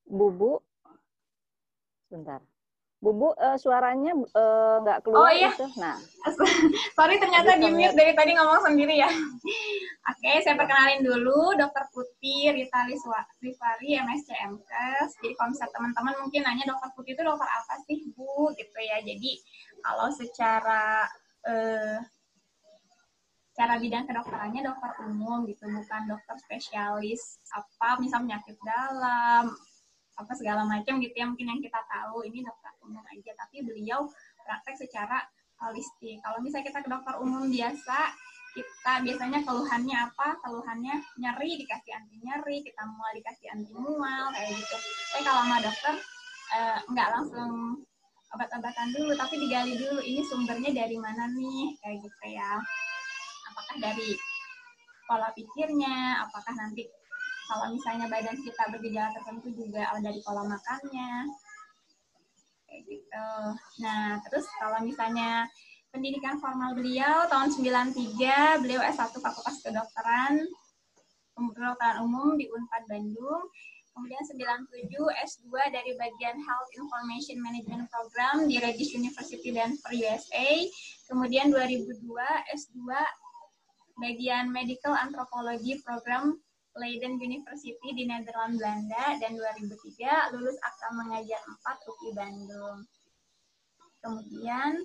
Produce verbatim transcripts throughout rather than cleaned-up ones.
Bubu, sebentar. Bubu, uh, suaranya nggak uh, keluar. Oh iya. Itu. Nah, sorry ternyata di mute dari tadi ngomong sendiri ya. Oke, okay, saya perkenalin dulu Dokter Putih Rita Rifari, M S C M Kes. Jadi kalau misalnya teman-teman mungkin nanya Dokter Putih itu dokter apa sih, Bu? Gitu ya. Jadi kalau secara uh, cara bidang kedokterannya dokter umum gitu, bukan dokter spesialis apa, misal penyakit dalam, apa segala macam gitu ya, mungkin yang kita tahu ini dokter umum aja, tapi beliau praktek secara holistik. Kalau misalnya kita ke dokter umum biasa, kita biasanya keluhannya apa? Keluhannya nyeri, dikasih anti nyeri, kita mual dikasih anti mual, kayak gitu. Tapi kalau sama dokter, eh, nggak langsung obat-obatan dulu, tapi digali dulu, ini sumbernya dari mana nih, kayak gitu ya. Apakah dari pola pikirnya, apakah nanti kalau misalnya badan kita bergejala tertentu juga dari pola makannya. Kayak gitu. Nah, terus kalau misalnya pendidikan formal beliau tahun sembilan tiga, beliau S satu Fakultas Kedokteran, Kedokteran Umum di Unpad Bandung. Kemudian sembilan tujuh S dua dari bagian Health Information Management Program di Regis University Denver, U S A. Kemudian dua ribu dua S dua bagian Medical Anthropology Program Leiden University di Nederland, Belanda, dan dua ribu tiga lulus akta mengajar empat U I Bandung. Kemudian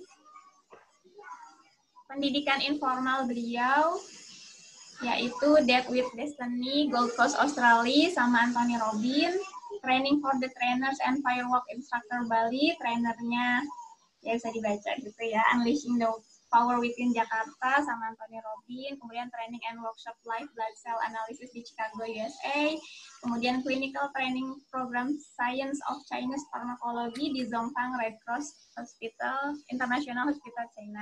pendidikan informal beliau yaitu Death with Destiny, Gold Coast, Australia, sama Anthony Robin. Training for the Trainers and Firewalk Instructor Bali, trainernya ya bisa dibaca gitu ya, Unleashing the Power Within Jakarta sama Anthony Robin. Kemudian training and workshop live blood cell analysis di Chicago, U S A. Kemudian clinical training program Science of Chinese Pharmacology di Zhongfang Red Cross Hospital, International Hospital China.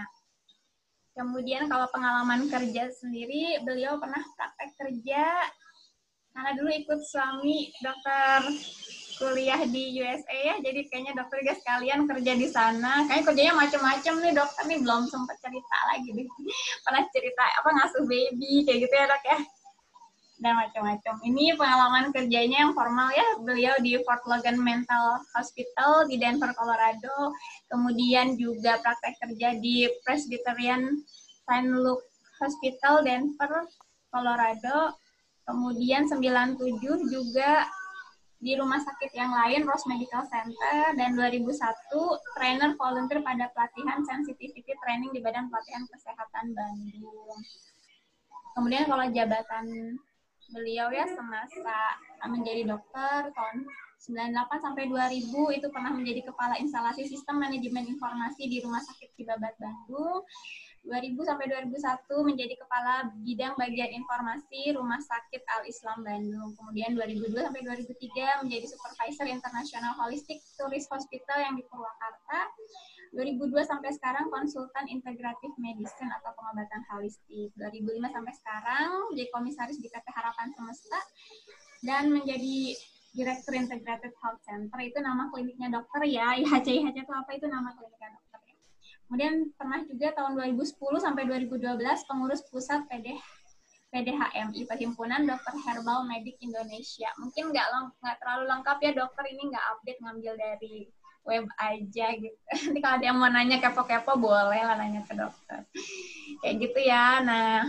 Kemudian kalau pengalaman kerja sendiri, beliau pernah praktek kerja karena dulu ikut suami dokter kuliah di U S A ya, jadi kayaknya dokter juga sekalian kerja di sana. Kayaknya kerjanya macam-macam nih dokter nih, belum sempat cerita lagi deh. Pernah cerita apa ngasuh baby kayak gitu ya dok ya, dan macam-macam. Ini pengalaman kerjanya yang formal ya, beliau di Fort Logan Mental Hospital di Denver, Colorado. Kemudian juga praktek kerja di Presbyterian Saint Luke Hospital Denver, Colorado. Kemudian sembilan tujuh juga di rumah sakit yang lain, Rose Medical Center, dan dua ribu satu trainer volunteer pada pelatihan sensitivity training di Badan Pelatihan Kesehatan Bandung. Kemudian kalau jabatan beliau ya semasa menjadi dokter tahun sembilan puluh delapan sampai dua ribu itu pernah menjadi kepala instalasi sistem manajemen informasi di Rumah Sakit Cibabat Bandung. dua ribu sampai dua ribu satu menjadi kepala bidang bagian informasi Rumah Sakit Al-Islam Bandung. Kemudian dua ribu dua sampai dua ribu tiga menjadi supervisor International Holistic Tourist Hospital yang di Purwakarta. dua ribu dua sampai sekarang konsultan integratif medicine atau pengobatan holistik. dua ribu lima sampai sekarang menjadi komisaris di P T Harapan Semesta dan menjadi Direktur Integrated Health Center. Itu nama kliniknya dokter ya. I H C I H C itu apa? Itu nama kliniknya dokter ya. Kemudian pernah juga tahun dua ribu sepuluh sampai dua ribu dua belas pengurus pusat P D P D H M I, Perhimpunan Dokter Herbal Medik Indonesia. Mungkin nggak nggak terlalu lengkap ya dokter, ini nggak update, ngambil dari web aja gitu. Nanti kalau ada yang mau nanya kepo-kepo boleh lah nanya ke dokter. Kayak gitu ya. Nah,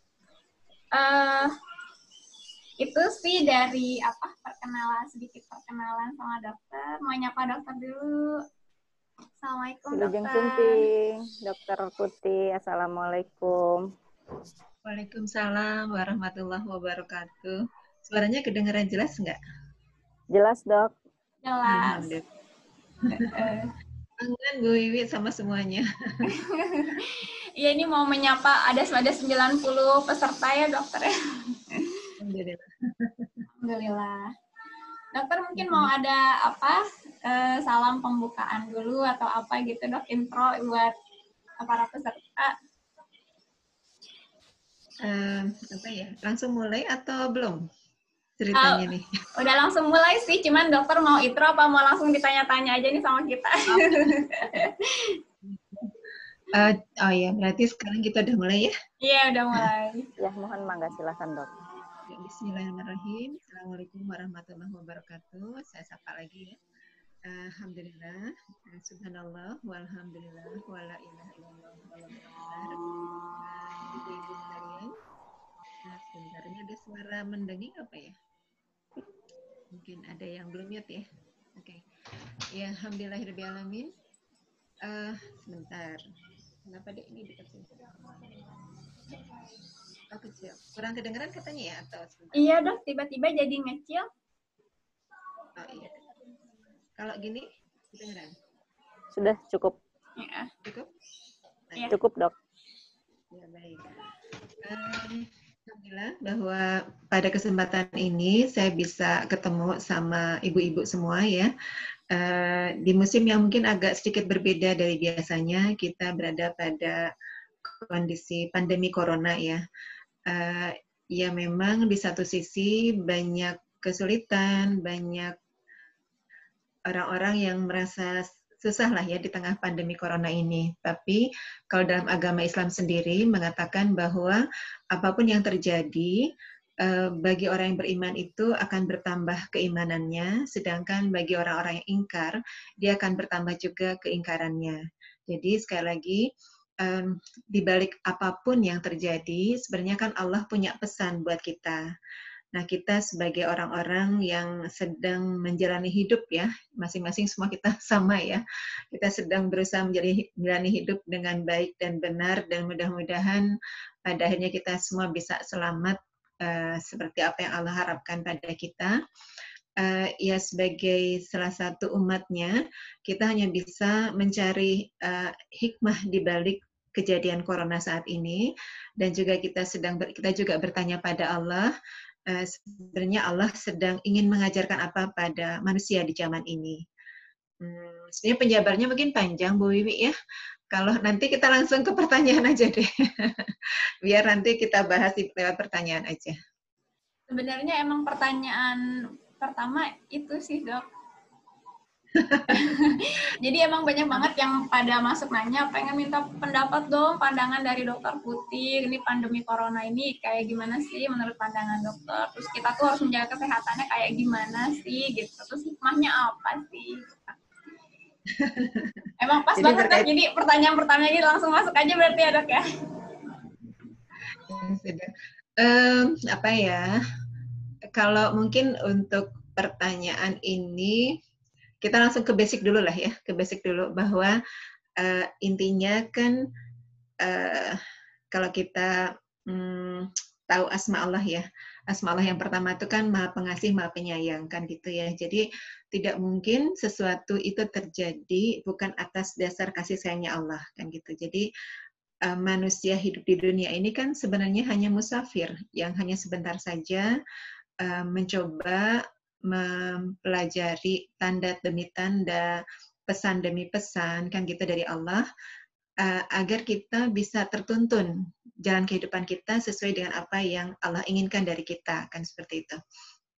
uh, itu sih dari apa perkenalan, sedikit perkenalan sama dokter. Mau nyapa dokter dulu. Assalamualaikum Wilujeng dokter. Sumping, Dokter Putih. Assalamualaikum. Waalaikumsalam warahmatullahi wabarakatuh. Suaranya kedengaran jelas nggak? Jelas dok. Jelas. Kangen Bu Wiwi sama semuanya. Iya, ini mau menyapa ada ada sembilan puluh peserta ya dokter ya. Alhamdulillah. Alhamdulillah. Dokter mungkin mau ada apa eh, salam pembukaan dulu atau apa gitu dok, intro buat para peserta. Uh, apa ya? Langsung mulai atau belum ceritanya uh, nih? Udah langsung mulai sih, cuman dokter mau intro apa mau langsung ditanya-tanya aja nih sama kita? uh, oh ya, berarti sekarang kita udah mulai ya? Iya, udah mulai. Ya, mohon mangga silakan dok. Bismillahirrahmanirrahim. Assalamualaikum warahmatullahi wabarakatuh. Saya sapa lagi ya. Alhamdulillah, subhanallah, walhamdulillah, wala ilaha illallah, wallahu akbar. Ibu-ibu sekalian, nah, sebentar, ini ada suara mendenging apa ya? Mungkin ada yang belum mute ya. Oke. Okay. Ya, alhamdulillahirrahmanirrahim. Uh, sebentar. Kenapa deh ini dikasih? Oh, kecil. Kurang kedengeran katanya ya? Atau sebentar? Iya dok, tiba-tiba jadi ngecil. Oh iya. Kalau gini, kedengeran? Sudah cukup. Ya. Cukup? Nah, Ya. Cukup dok. Ya baik. Um, Alhamdulillah bahwa pada kesempatan ini saya bisa ketemu sama ibu-ibu semua ya. Uh, di musim yang mungkin agak sedikit berbeda dari biasanya, kita berada pada kondisi pandemi corona ya. Uh, ya memang di satu sisi banyak kesulitan, banyak orang-orang yang merasa susah lah ya di tengah pandemi corona ini. Tapi kalau dalam agama Islam sendiri mengatakan bahwa apapun yang terjadi, uh, bagi orang yang beriman itu akan bertambah keimanannya, sedangkan bagi orang-orang yang ingkar, dia akan bertambah juga keingkarannya. Jadi sekali lagi, Um, di balik apapun yang terjadi, sebenarnya kan Allah punya pesan buat kita. Nah, kita sebagai orang-orang yang sedang menjalani hidup ya, masing-masing semua kita sama ya, kita sedang berusaha menjalani hidup dengan baik dan benar, dan mudah-mudahan pada akhirnya kita semua bisa selamat uh, seperti apa yang Allah harapkan pada kita. Uh, ya sebagai salah satu umatnya, kita hanya bisa mencari uh, hikmah di balik kejadian corona saat ini, dan juga kita sedang ber, kita juga bertanya pada Allah, uh, sebenarnya Allah sedang ingin mengajarkan apa pada manusia di zaman ini. Hmm, sebenarnya penjabarnya mungkin panjang Bu Wiwi ya. Kalau nanti kita langsung ke pertanyaan aja deh, biar nanti kita bahas lewat pertanyaan aja. Sebenarnya emang pertanyaan pertama itu sih dok. Jadi emang banyak banget yang pada masuk nanya, pengen minta pendapat dong, pandangan dari dokter Putih, ini pandemi corona ini kayak gimana sih menurut pandangan dokter, terus kita tuh harus menjaga kesehatannya kayak gimana sih gitu, terus hikmahnya apa sih. Emang pas jadi banget terkait... dok, jadi pertanyaan pertama ini langsung masuk aja berarti ya dok ya. Um, apa ya, kalau mungkin untuk pertanyaan ini, kita langsung ke basic dulu lah ya, ke basic dulu bahwa uh, intinya kan uh, kalau kita um, tahu asma Allah ya, asma Allah yang pertama itu kan Maha Pengasih, Maha Penyayang kan gitu ya. Jadi tidak mungkin sesuatu itu terjadi bukan atas dasar kasih sayangnya Allah kan gitu. Jadi uh, manusia hidup di dunia ini kan sebenarnya hanya musafir yang hanya sebentar saja uh, mencoba mempelajari tanda demi tanda, pesan demi pesan kan gitu dari Allah, uh, agar kita bisa tertuntun jalan kehidupan kita sesuai dengan apa yang Allah inginkan dari kita, kan seperti itu.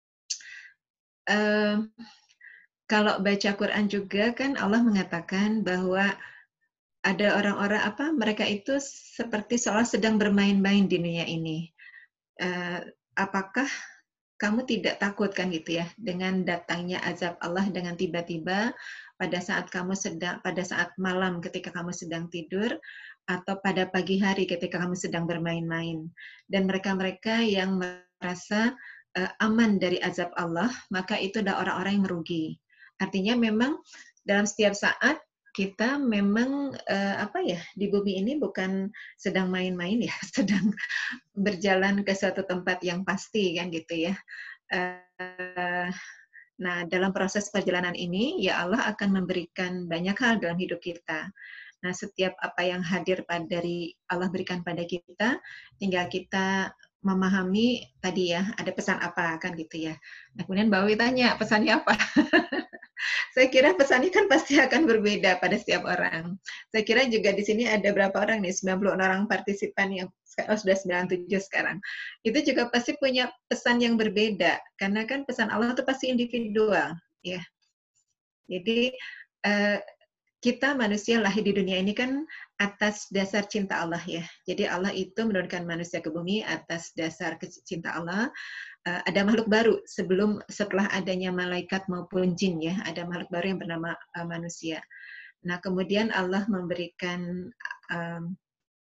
Uh, kalau baca Quran juga kan Allah mengatakan bahwa ada orang-orang apa mereka itu seperti seolah sedang bermain-main di dunia ini. Uh, apakah kamu tidak takut kan gitu ya dengan datangnya azab Allah dengan tiba-tiba pada saat kamu sedang pada saat malam ketika kamu sedang tidur atau pada pagi hari ketika kamu sedang bermain-main, dan mereka-mereka yang merasa uh, aman dari azab Allah, maka itu adalah orang-orang yang merugi. Artinya memang dalam setiap saat kita memang uh, apa ya di bumi ini bukan sedang main-main ya, sedang berjalan ke suatu tempat yang pasti kan gitu ya. Uh, nah dalam proses perjalanan ini ya Allah akan memberikan banyak hal dalam hidup kita. Nah setiap apa yang hadir pada dari Allah berikan pada kita, tinggal kita memahami tadi ya ada pesan apa kan gitu ya. Nah kemudian Mbak Wi tanya pesannya apa? Saya kira pesannya kan pasti akan berbeda pada setiap orang. Saya kira juga di sini ada berapa orang nih, sembilan puluh orang partisipan yang oh, sudah sembilan puluh tujuh sekarang. Itu juga pasti punya pesan yang berbeda, karena kan pesan Allah itu pasti individual. Ya. Jadi, eh, kita manusia lahir di dunia ini kan atas dasar cinta Allah ya. Jadi Allah itu menurunkan manusia ke bumi atas dasar cinta Allah. Uh, ada makhluk baru sebelum setelah adanya malaikat maupun jin ya. Ada makhluk baru yang bernama uh, manusia. Nah kemudian Allah memberikan um,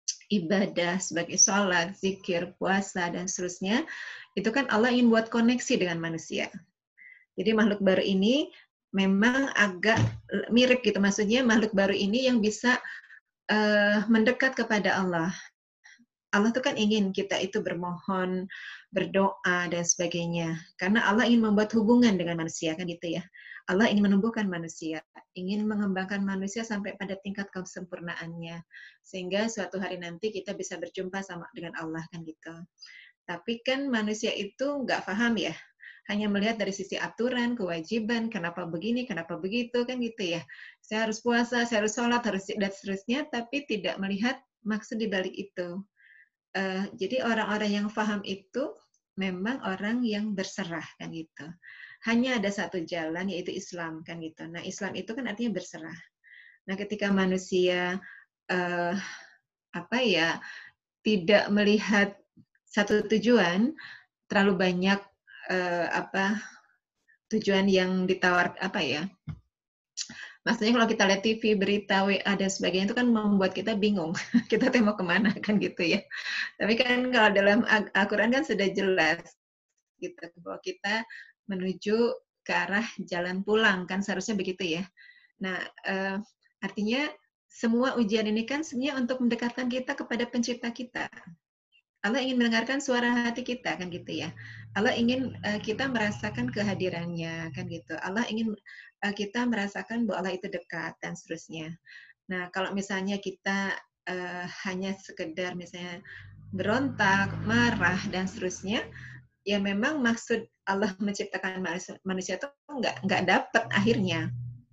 ibadah sebagai sholat, zikir, puasa dan seterusnya. Itu kan Allah ingin buat koneksi dengan manusia. Jadi makhluk baru ini memang agak mirip gitu, maksudnya makhluk baru ini yang bisa uh, mendekat kepada Allah. Allah tuh kan ingin kita itu bermohon, berdoa dan sebagainya. Karena Allah ingin membuat hubungan dengan manusia kan gitu ya. Allah ingin menumbuhkan manusia, ingin mengembangkan manusia sampai pada tingkat kesempurnaannya. Sehingga suatu hari nanti kita bisa berjumpa sama dengan Allah kan gitu. Tapi kan manusia itu nggak paham ya. Hanya melihat dari sisi aturan, kewajiban, kenapa begini, kenapa begitu, kan gitu ya. Saya harus puasa, saya harus sholat, harus dan seterusnya, tapi tidak melihat maksud di balik itu. Uh, jadi orang-orang yang paham itu memang orang yang berserah, kan gitu. Hanya ada satu jalan, yaitu Islam, kan gitu. Nah, Islam itu kan artinya berserah. Nah, ketika manusia uh, apa ya tidak melihat satu tujuan, terlalu banyak Uh, apa tujuan yang ditawar apa ya maksudnya kalau kita lihat T V, berita, W A dan sebagainya itu kan membuat kita bingung kita tuh mau kemana kan gitu ya. Tapi kan kalau dalam Al-Quran kan sudah jelas gitu bahwa kita menuju ke arah jalan pulang kan seharusnya begitu ya. Nah uh, artinya semua ujian ini kan sebenarnya untuk mendekatkan kita kepada pencipta kita. Allah ingin mendengarkan suara hati kita kan gitu ya. Allah ingin uh, kita merasakan kehadirannya kan gitu. Allah ingin uh, kita merasakan bahwa Allah itu dekat dan seterusnya. Nah kalau misalnya kita uh, hanya sekedar misalnya berontak, marah dan seterusnya, ya memang maksud Allah menciptakan manusia, manusia itu nggak nggak dapat akhirnya.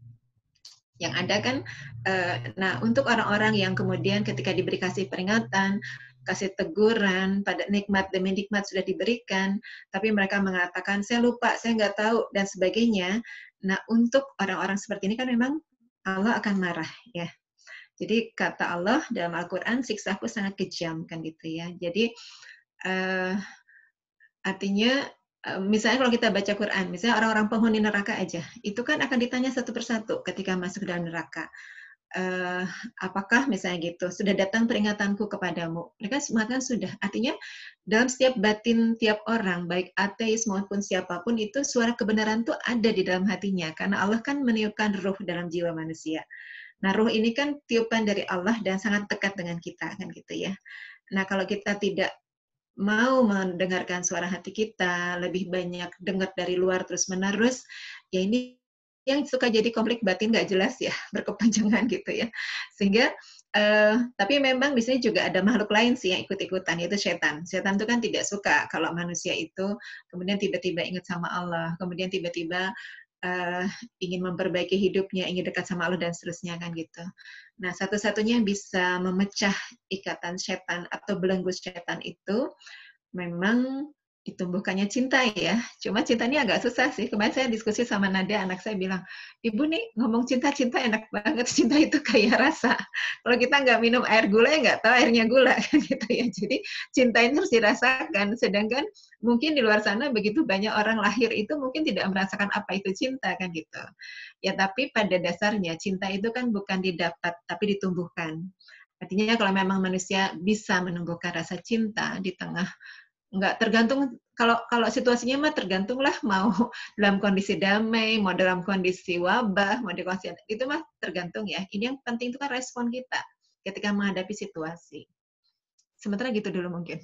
Yang ada kan, uh, nah untuk orang-orang yang kemudian ketika diberi kasih peringatan, kasih teguran, pada nikmat demi nikmat sudah diberikan, tapi mereka mengatakan, saya lupa, saya nggak tahu, dan sebagainya. Nah, untuk orang-orang seperti ini kan memang Allah akan marah, ya. Jadi kata Allah dalam Al-Quran, siksaku sangat kejam, kan gitu ya. Jadi, uh, artinya, uh, misalnya kalau kita baca Quran, misalnya orang-orang penghuni neraka aja, itu kan akan ditanya satu persatu ketika masuk dalam neraka. Uh, apakah misalnya gitu sudah datang peringatanku kepadamu, mereka mengatakan sudah. Artinya dalam setiap batin tiap orang baik ateis maupun siapapun itu suara kebenaran itu ada di dalam hatinya karena Allah kan meniupkan ruh dalam jiwa manusia. Nah ruh ini kan tiupan dari Allah dan sangat dekat dengan kita kan gitu ya. Nah kalau kita tidak mau mendengarkan suara hati kita, lebih banyak dengar dari luar terus menerus, ya ini yang suka jadi konflik batin nggak jelas ya, berkepanjangan gitu ya. Sehingga, uh, tapi memang di sini juga ada makhluk lain sih yang ikut-ikutan, yaitu setan. Setan itu kan tidak suka kalau manusia itu kemudian tiba-tiba ingat sama Allah, kemudian tiba-tiba uh, ingin memperbaiki hidupnya, ingin dekat sama Allah dan seterusnya kan gitu. Nah, satu-satunya yang bisa memecah ikatan setan atau belenggu setan itu memang ditumbuhkannya cinta ya. Cuma cinta ini agak susah sih. Kemarin saya diskusi sama Nada, anak saya bilang, Ibu nih ngomong cinta-cinta enak banget. Cinta itu kayak rasa. Kalau kita nggak minum air gula, ya nggak tahu airnya gula. Kan gitu ya. Jadi cinta itu harus dirasakan. Sedangkan mungkin di luar sana begitu banyak orang lahir itu mungkin tidak merasakan apa itu cinta kan gitu. Ya tapi pada dasarnya cinta itu kan bukan didapat, tapi ditumbuhkan. Artinya kalau memang manusia bisa menumbuhkan rasa cinta di tengah nggak tergantung kalau kalau situasinya mah tergantunglah mau dalam kondisi damai, mau dalam kondisi wabah, mau di kondisi itu mah tergantung ya. Ini yang penting itu kan respon kita ketika menghadapi situasi. Sementara gitu dulu mungkin.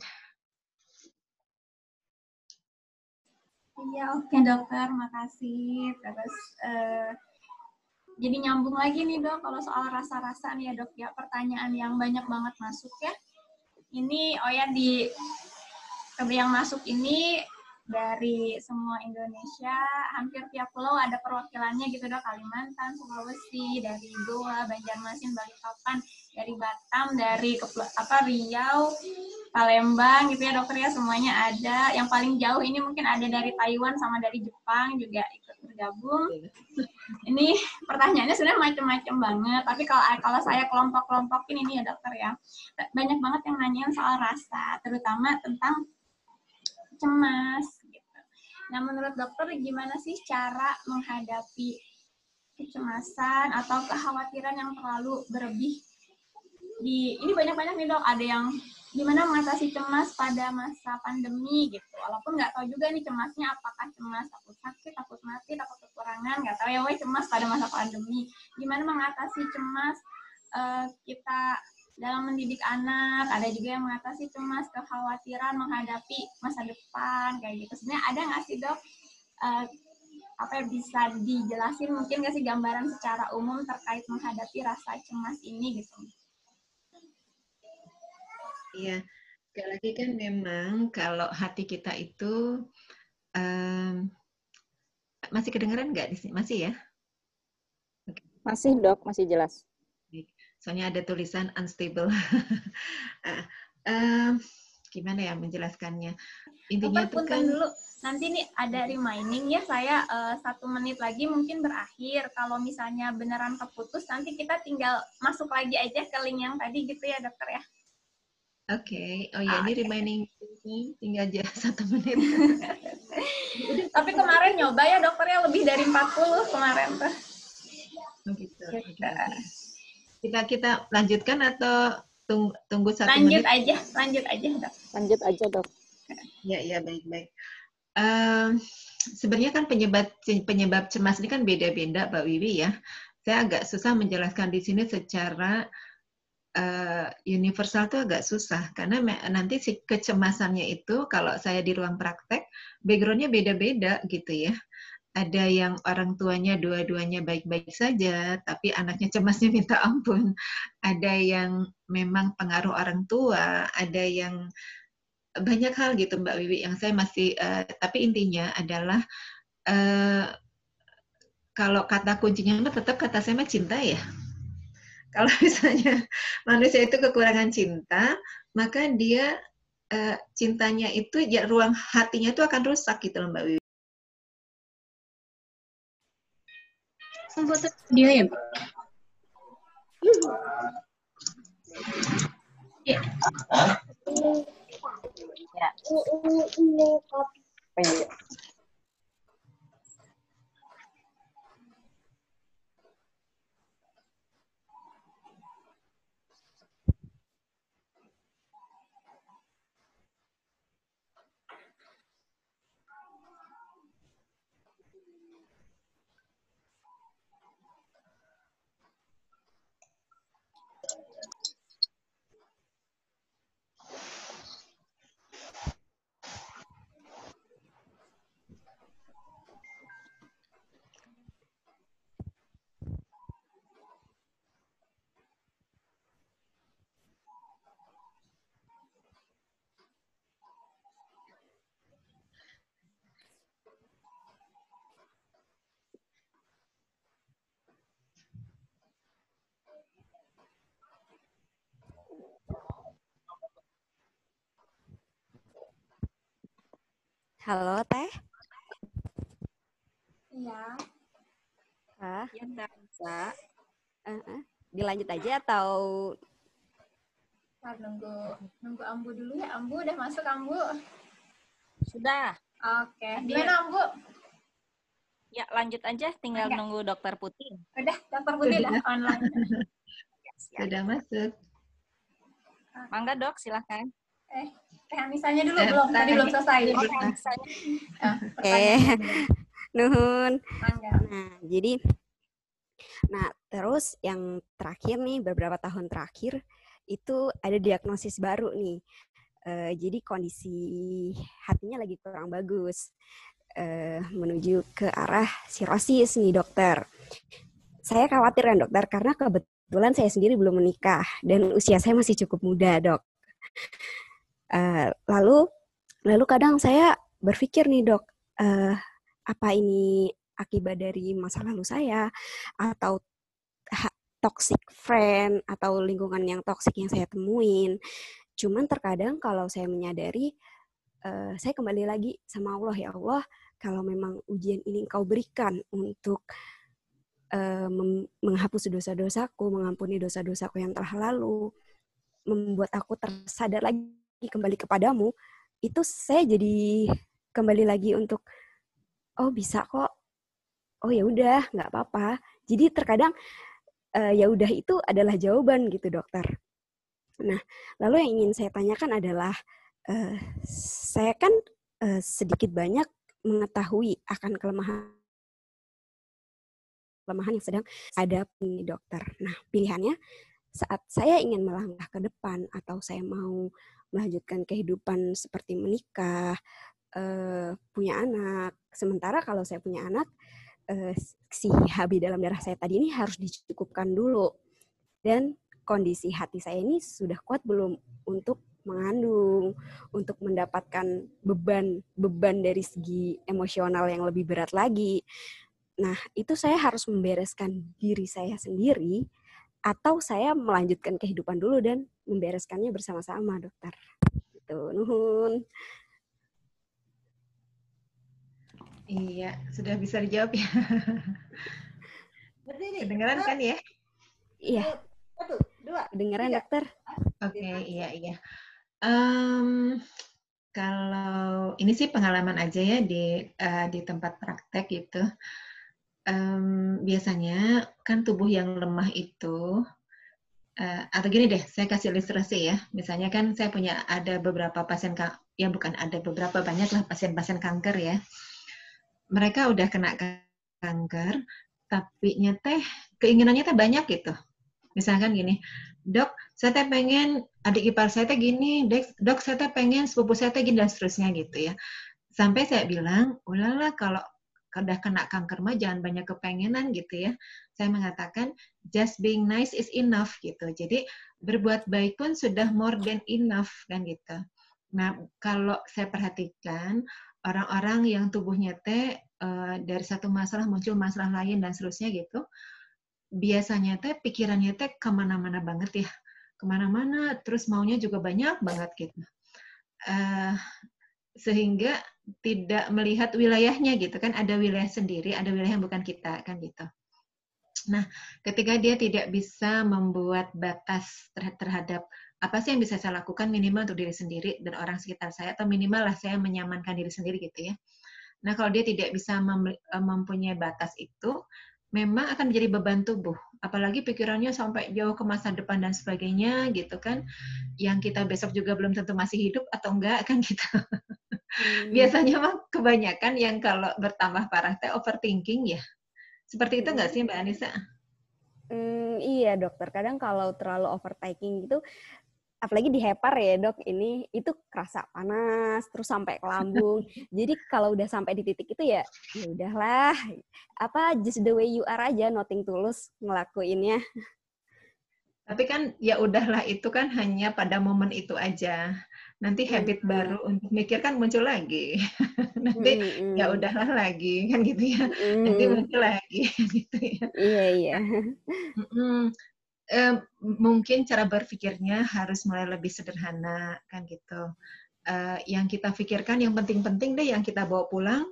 Iya, oke dokter, makasih. Terus uh, jadi nyambung lagi nih dok, kalau soal rasa-rasa nih ya dok ya, pertanyaan yang banyak banget masuk ya. Ini oh ya di yang masuk ini dari semua Indonesia, hampir tiap pulau ada perwakilannya gitu dok, Kalimantan, Sulawesi, dari Goa, Banjarmasin, Balikpapan, dari Batam, dari apa Riau, Palembang gitu ya dokter ya, semuanya ada. Yang paling jauh ini mungkin ada dari Taiwan sama dari Jepang juga ikut bergabung. Ini pertanyaannya sebenarnya macam-macam banget, tapi kalau kalau saya kelompok-kelompokin ini ya dokter ya, banyak banget yang nanyain soal rasa, terutama tentang cemas. Gitu. Nah menurut dokter gimana sih cara menghadapi kecemasan atau kekhawatiran yang terlalu berlebih? Di ini banyak-banyak nih dok, ada yang gimana mengatasi cemas pada masa pandemi gitu, walaupun nggak tahu juga nih cemasnya apakah cemas takut sakit, takut mati, takut kekurangan, nggak tahu ya, woi cemas pada masa pandemi. Gimana mengatasi cemas uh, kita dalam mendidik anak, ada juga yang mengatasi cemas kekhawatiran menghadapi masa depan kayak gitu. Sebenarnya ada nggak sih dok uh, apa yang bisa dijelasin mungkin nggak sih gambaran secara umum terkait menghadapi rasa cemas ini gitu? Iya, sekali lagi kan memang kalau hati kita itu um, masih kedengeran nggak di sini? Masih ya? Okay. Masih dok, masih jelas. Soalnya ada tulisan unstable. uh, um, gimana ya menjelaskannya? Intinya itu kan dulu. Nanti nih ada reminding ya, saya uh, satu menit lagi mungkin berakhir. Kalau misalnya beneran keputus, nanti kita tinggal masuk lagi aja ke link yang tadi gitu ya dokter ya. Oke, okay. Oh ya, ah, ini okay. Remaining tinggal aja satu menit. Tapi kemarin nyoba ya dokternya lebih dari empat puluh kemarin tuh. Oh gitu. Okay, okay. Kita kita lanjutkan atau tunggu, tunggu satu lanjut menit? Lanjut aja, lanjut aja dok. Lanjut aja dok. Ya ya baik baik. Um, sebenarnya kan penyebab penyebab cemas ini kan beda-beda, Mbak Wiwi ya. Saya agak susah menjelaskan di sini secara Uh, universal itu agak susah karena nanti si kecemasannya itu kalau saya di ruang praktek backgroundnya beda-beda gitu ya. Ada yang orang tuanya dua-duanya baik-baik saja tapi anaknya cemasnya minta ampun. Ada yang memang pengaruh orang tua, ada yang banyak hal gitu Mbak Wiwi yang saya masih uh, tapi intinya adalah uh, kalau kata kuncinya tetap kata saya mah cinta ya. Kalau misalnya manusia itu kekurangan cinta, maka dia uh, cintanya itu ya ruang hatinya itu akan rusak gitu loh Mbak Wiwi. Sempat dia ya, Bu? Ya. Ya. Oh, iya. Halo, Teh. Iya. Ah, ya, bisa. Uh, uh. Dilanjut aja atau? Ntar nunggu, nunggu Ambu dulu ya. Ambu udah masuk, Ambu? Sudah. Oke. Okay. Gimana, Ambu? Ya, lanjut aja. Tinggal Enggak. nunggu dokter Putih. Udah, dokter Putih udah online. Ya, sudah masuk. Mangga, Dok. Silahkan. Eh, Teh Anisanya dulu, eh, belum. Tadi belum selesai. Oh, Oke. Nuhun. Nah, jadi nah, terus yang terakhir nih, beberapa tahun terakhir itu ada diagnosis baru nih. Uh, jadi kondisi hatinya lagi kurang bagus. Uh, menuju ke arah sirosis nih, dokter. Saya khawatir kan, dokter, karena kebetulan saya sendiri belum menikah dan usia saya masih cukup muda, dok. Uh, lalu lalu kadang saya berpikir nih dok, uh, apa ini akibat dari masa lalu saya atau ha- toxic friend atau lingkungan yang toxic yang saya temuin. Cuman terkadang kalau saya menyadari, uh, saya kembali lagi sama Allah, ya Allah, kalau memang ujian ini Engkau berikan untuk uh, mem- menghapus dosa-dosaku, mengampuni dosa-dosaku yang telah lalu, membuat aku tersadar lagi kembali kepadamu, itu saya jadi kembali lagi untuk oh bisa kok, oh ya udah nggak apa-apa. Jadi terkadang uh, ya udah itu adalah jawaban gitu dokter. Nah lalu yang ingin saya tanyakan adalah uh, saya kan uh, sedikit banyak mengetahui akan kelemahan kelemahan yang sedang ada nih dokter. Nah pilihannya saat saya ingin melangkah ke depan atau saya mau melanjutkan kehidupan seperti menikah, uh, punya anak. Sementara kalau saya punya anak, uh, si H B dalam darah saya tadi ini harus dicukupkan dulu. Dan kondisi hati saya ini sudah kuat belum untuk mengandung, untuk mendapatkan beban beban dari segi emosional yang lebih berat lagi. Nah, itu saya harus membereskan diri saya sendiri atau saya melanjutkan kehidupan dulu dan membereskannya bersama-sama, dokter. Gitu, nuhun. Iya, sudah bisa dijawab ya. Kedengeran kan ya? Iya. Satu, dua, kedengeran tiga. dokter. Oke, okay, iya iya. Um, kalau ini sih pengalaman aja ya di uh, di tempat praktek gitu. Um, biasanya kan tubuh yang lemah itu, uh, atau gini deh, saya kasih ilustrasi ya. Misalnya kan saya punya ada beberapa pasien, ya bukan ada beberapa, banyak lah pasien-pasien kanker ya. Mereka udah kena kanker, tapi nyeteh keinginannya teh banyak gitu. Misalkan gini, dok, saya teh pengen adik ipar saya teh gini, dok, dok saya teh pengen sepupu saya teh gini, dan seterusnya gitu ya. Sampai saya bilang, ulala kalau udah kena kanker mah jangan banyak kepengenan gitu ya. Saya mengatakan, just being nice is enough gitu. Jadi berbuat baik pun sudah more than enough kan gitu. Nah, kalau saya perhatikan, orang-orang yang tubuhnya teh uh, dari satu masalah muncul masalah lain dan seterusnya gitu, biasanya teh pikirannya teh kemana-mana banget ya, kemana-mana, terus maunya juga banyak banget gitu, uh, sehingga tidak melihat wilayahnya gitu kan, ada wilayah sendiri, ada wilayah yang bukan kita kan gitu. Nah, ketika dia tidak bisa membuat batas terhadap apa sih yang bisa saya lakukan minimal untuk diri sendiri dan orang sekitar saya, atau minimal lah saya menyamankan diri sendiri gitu ya. Nah, kalau dia tidak bisa mempunyai batas itu, memang akan menjadi beban tubuh. Apalagi pikirannya sampai jauh ke masa depan dan sebagainya gitu kan. Yang kita besok juga belum tentu masih hidup atau enggak kan gitu. Hmm. Biasanya mah kebanyakan yang kalau bertambah parah teh overthinking ya. Seperti itu enggak sih Mbak Anissa? Hmm, iya dokter. Kadang kalau terlalu overthinking gitu, apalagi di hepar ya dok, ini itu kerasa panas terus sampai ke lambung. Jadi kalau udah sampai di titik itu ya ya udahlah, apa just the way you are aja, nothing tulus ngelakuinnya. Tapi kan ya udahlah, itu kan hanya pada momen itu aja. Nanti habit mm-hmm. baru untuk mikir kan muncul lagi. Nanti mm-hmm. ya udahlah lagi kan gitu ya. Mm-hmm. Nanti muncul lagi gitu ya. Iya iya. Mm-hmm. Eh, mungkin cara berpikirnya harus mulai lebih sederhana kan gitu. Eh, yang kita pikirkan yang penting-penting deh yang kita bawa pulang.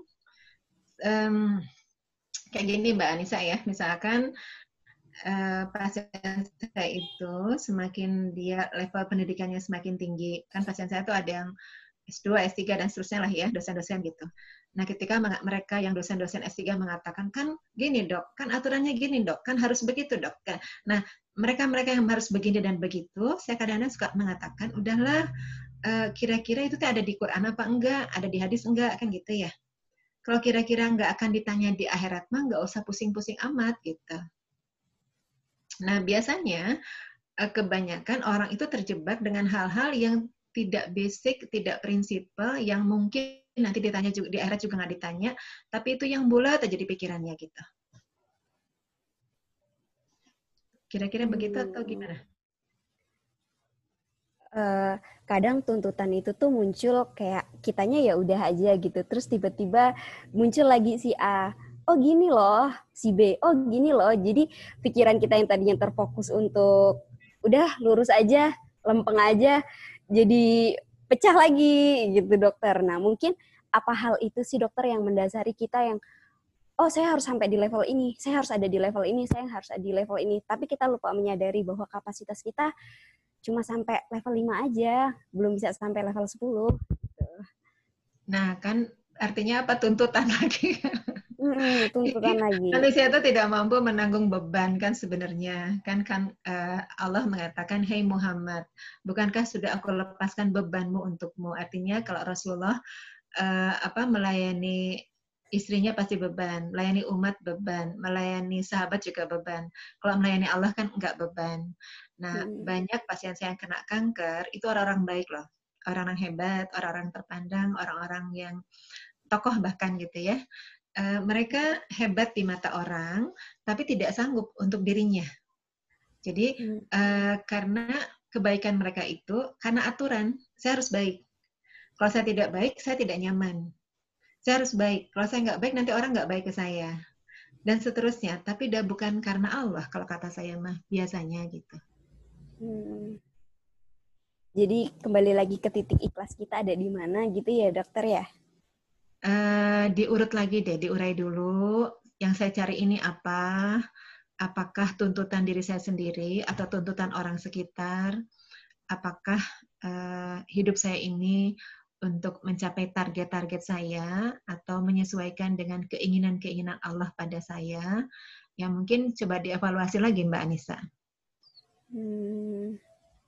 Um, kayak gini Mbak Anissa ya, misalkan Uh, pasien saya itu semakin dia level pendidikannya semakin tinggi, kan pasien saya tuh ada yang S dua, S tiga dan seterusnya lah ya, dosen-dosen gitu. Nah, ketika mereka yang dosen-dosen S tiga mengatakan, kan gini dok, kan aturannya gini dok, kan harus begitu dok. Nah, mereka-mereka yang harus begini dan begitu, saya kadang-kadang suka mengatakan, udahlah, uh, kira-kira itu ada di Quran apa enggak, ada di hadis enggak, kan gitu ya. Kalau kira-kira enggak akan ditanya di akhirat mah, enggak usah pusing-pusing amat gitu. Nah, biasanya kebanyakan orang itu terjebak dengan hal-hal yang tidak basic, tidak prinsipal, yang mungkin nanti ditanya juga di akhirat juga nggak ditanya, tapi itu yang bulat aja di pikirannya gitu. Kira-kira hmm. begitu atau gimana? Uh, kadang tuntutan itu tuh muncul kayak kitanya ya udah aja gitu. Terus tiba-tiba muncul lagi si A, oh gini loh, si B, oh gini loh. Jadi pikiran kita yang tadinya terfokus untuk udah lurus aja, lempeng aja, jadi pecah lagi gitu dokter. Nah mungkin apa hal itu sih dokter yang mendasari kita yang oh saya harus sampai di level ini, saya harus ada di level ini, saya harus ada di level ini. Tapi kita lupa menyadari bahwa kapasitas kita cuma sampai level lima aja, belum bisa sampai level sepuluh. Nah, kan artinya apa? Tuntutan lagi. Hmm, tuntutan lagi. Manusia itu tidak mampu menanggung beban kan sebenarnya. Kan kan uh, Allah mengatakan, "Hai Muhammad, bukankah sudah aku lepaskan bebanmu untukmu?" Artinya kalau Rasulullah uh, apa melayani istrinya pasti beban, melayani umat beban, melayani sahabat juga beban. Kalau melayani Allah kan enggak beban. Nah, hmm. banyak pasien saya yang kena kanker itu orang-orang baik loh. Orang-orang hebat, orang-orang terpandang, orang-orang yang tokoh bahkan gitu ya. Uh, mereka hebat di mata orang, tapi tidak sanggup untuk dirinya. Jadi, hmm. uh, karena kebaikan mereka itu, karena aturan, saya harus baik. Kalau saya tidak baik, saya tidak nyaman. Saya harus baik. Kalau saya nggak baik, nanti orang nggak baik ke saya. Dan seterusnya. Tapi udah bukan karena Allah, kalau kata saya mah. Biasanya gitu. Hmm. Jadi kembali lagi ke titik ikhlas kita ada di mana gitu ya dokter ya? Uh, diurut lagi deh, diurai dulu. Yang saya cari ini apa? Apakah tuntutan diri saya sendiri atau tuntutan orang sekitar? Apakah uh, hidup saya ini untuk mencapai target-target saya atau menyesuaikan dengan keinginan-keinginan Allah pada saya, yang mungkin coba dievaluasi lagi Mbak Anissa. Hmm.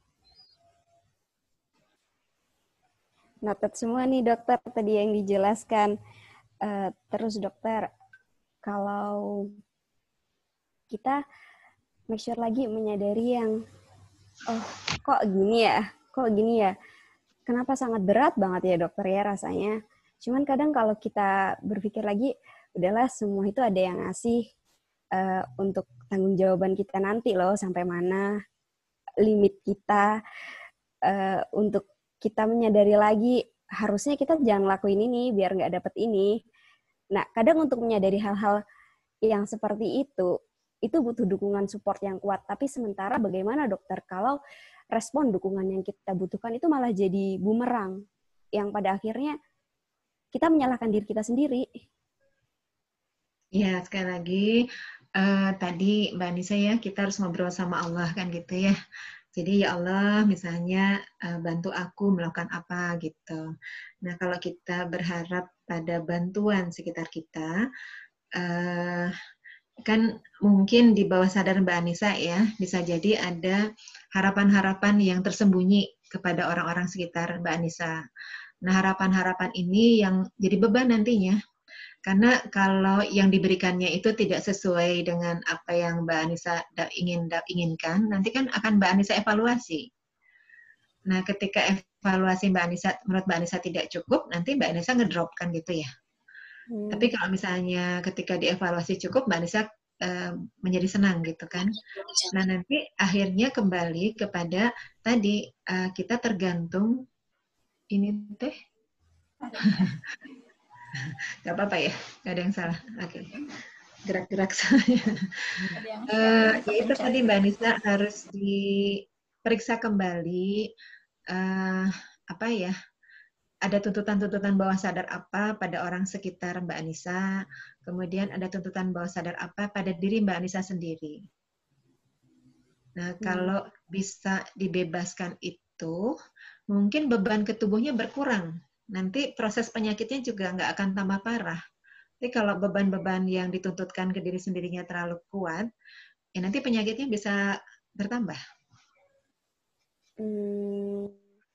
Noted semua nih dokter tadi yang dijelaskan. Uh, terus dokter, kalau kita make sure lagi menyadari yang, oh kok gini ya, kok gini ya, kenapa sangat berat banget ya dokter ya rasanya. Cuman kadang kalau kita berpikir lagi, udahlah semua itu ada yang ngasih uh, untuk tanggung jawaban kita nanti loh, sampai mana limit kita uh, untuk kita menyadari lagi, harusnya kita jangan lakuin ini biar nggak dapet ini. Nah, kadang untuk menyadari hal-hal yang seperti itu, itu butuh dukungan support yang kuat. Tapi sementara bagaimana dokter kalau respon dukungan yang kita butuhkan itu malah jadi bumerang, yang pada akhirnya kita menyalahkan diri kita sendiri. Ya, sekali lagi, uh, tadi Mbak Anissa ya, kita harus ngobrol sama Allah kan gitu ya. Jadi ya Allah misalnya uh, bantu aku melakukan apa gitu. Nah kalau kita berharap pada bantuan sekitar kita, uh, kan mungkin di bawah sadar Mbak Anissa ya, bisa jadi ada harapan-harapan yang tersembunyi kepada orang-orang sekitar Mbak Anissa. Nah harapan-harapan ini yang jadi beban nantinya. Karena kalau yang diberikannya itu tidak sesuai dengan apa yang Mbak Anissa ingin inginkan, nanti kan akan Mbak Anissa evaluasi. Nah, ketika evaluasi Mbak Anissa menurut Mbak Anissa tidak cukup, nanti Mbak Anissa ngedrop kan gitu ya. Hmm. Tapi kalau misalnya ketika dievaluasi cukup, Mbak Anissa uh, menjadi senang gitu kan. Nah, nanti akhirnya kembali kepada tadi uh, kita tergantung ini teh. Gak apa-apa ya, gak ada yang salah. Oke, okay. Gerak-gerak saya. Uh, ya itu tadi Mbak Anissa harus diperiksa kembali uh, apa ya, ada tuntutan-tuntutan bawah sadar apa pada orang sekitar Mbak Anissa, kemudian ada tuntutan bawah sadar apa pada diri Mbak Anissa sendiri. Nah, hmm. kalau bisa dibebaskan itu, mungkin beban ke tubuhnya berkurang. Nanti proses penyakitnya juga nggak akan tambah parah. Tapi kalau beban-beban yang dituntutkan ke diri sendirinya terlalu kuat, ya nanti penyakitnya bisa bertambah. Hmm.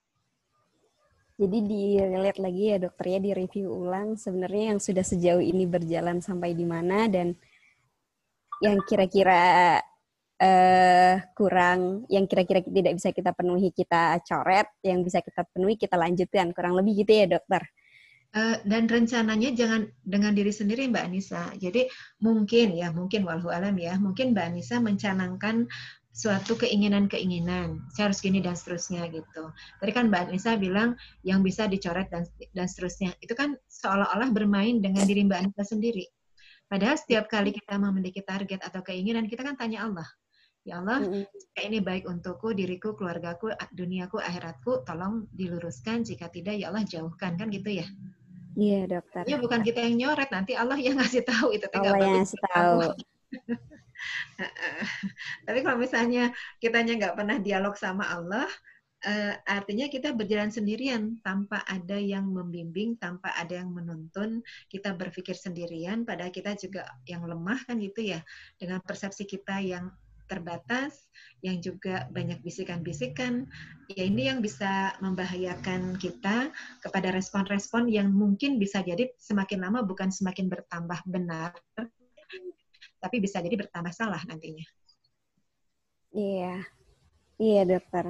Jadi dilihat lagi ya dokter ya, di review ulang sebenarnya yang sudah sejauh ini berjalan sampai di mana dan yang kira-kira uh, kurang, yang kira-kira tidak bisa kita penuhi kita coret, yang bisa kita penuhi kita lanjutkan, kurang lebih gitu ya dokter. Uh, dan rencananya jangan dengan diri sendiri Mbak Anissa. Jadi mungkin ya, mungkin walhu alam ya, mungkin Mbak Anissa mencanangkan suatu keinginan-keinginan, saya harus gini dan seterusnya gitu. Tadi kan Mbak Anissa bilang yang bisa dicoret dan dan seterusnya. Itu kan seolah-olah bermain dengan diri Mbak Anissa sendiri. Padahal setiap kali kita memiliki target atau keinginan, kita kan tanya Allah. Ya Allah, jika ini baik untukku, diriku, keluargaku, duniaku, akhiratku, tolong diluruskan. Jika tidak, ya Allah jauhkan. Kan gitu ya? Iya, dokter. Ya bukan kita yang nyoret, nanti Allah yang ngasih tahu. Itu Allah yang ngasih tahu. Tapi kalau misalnya kitanya nggak pernah dialog sama Allah, uh, artinya kita berjalan sendirian tanpa ada yang membimbing, tanpa ada yang menuntun. Kita berpikir sendirian, padahal kita juga yang lemah kan gitu ya, dengan persepsi kita yang terbatas, yang juga banyak bisikan-bisikan. Ya ini yang bisa membahayakan kita kepada respon-respon yang mungkin bisa jadi semakin lama bukan semakin bertambah benar, tapi bisa jadi bertambah salah nantinya. Iya, iya dokter.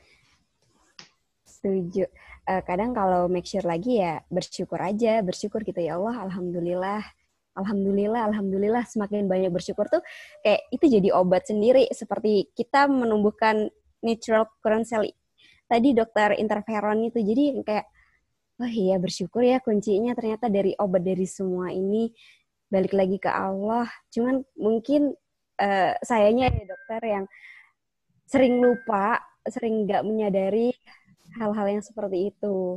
Setuju. Uh, kadang kalau make sure lagi ya bersyukur aja, bersyukur gitu ya Allah, alhamdulillah, alhamdulillah, alhamdulillah. Semakin banyak bersyukur tuh kayak itu jadi obat sendiri, seperti kita menumbuhkan natural current cell. Tadi dokter interferon itu, jadi kayak, oh iya bersyukur ya kuncinya ternyata dari obat dari semua ini. Balik lagi ke Allah. Cuman mungkin uh, sayanya ya dokter yang sering lupa, sering nggak menyadari hal-hal yang seperti itu.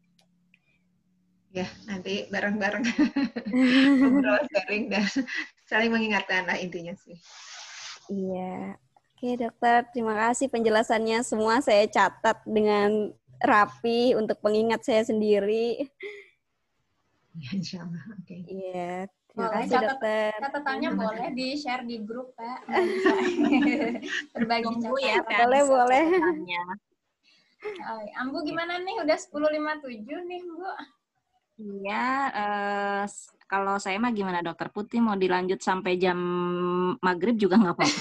Ya, nanti bareng-bareng ngobrol, sharing, dan saling mengingatkan lah intinya sih. Iya. Oke dokter, terima kasih penjelasannya. Semua saya catat dengan rapi untuk pengingat saya sendiri. Ya, insya Allah. Oke. Okay. Iya. Terima boleh, kasih catat, dokter. Catatannya Terima boleh di-share di grup, Pak. Berbagi Tunggu ya, catatan. Boleh, boleh. Oh, Ambu gimana nih? Udah sepuluh lima puluh tujuh nih, Bu. Iya, eh, kalau saya mah gimana dokter Putih, mau dilanjut sampai jam maghrib juga nggak apa-apa.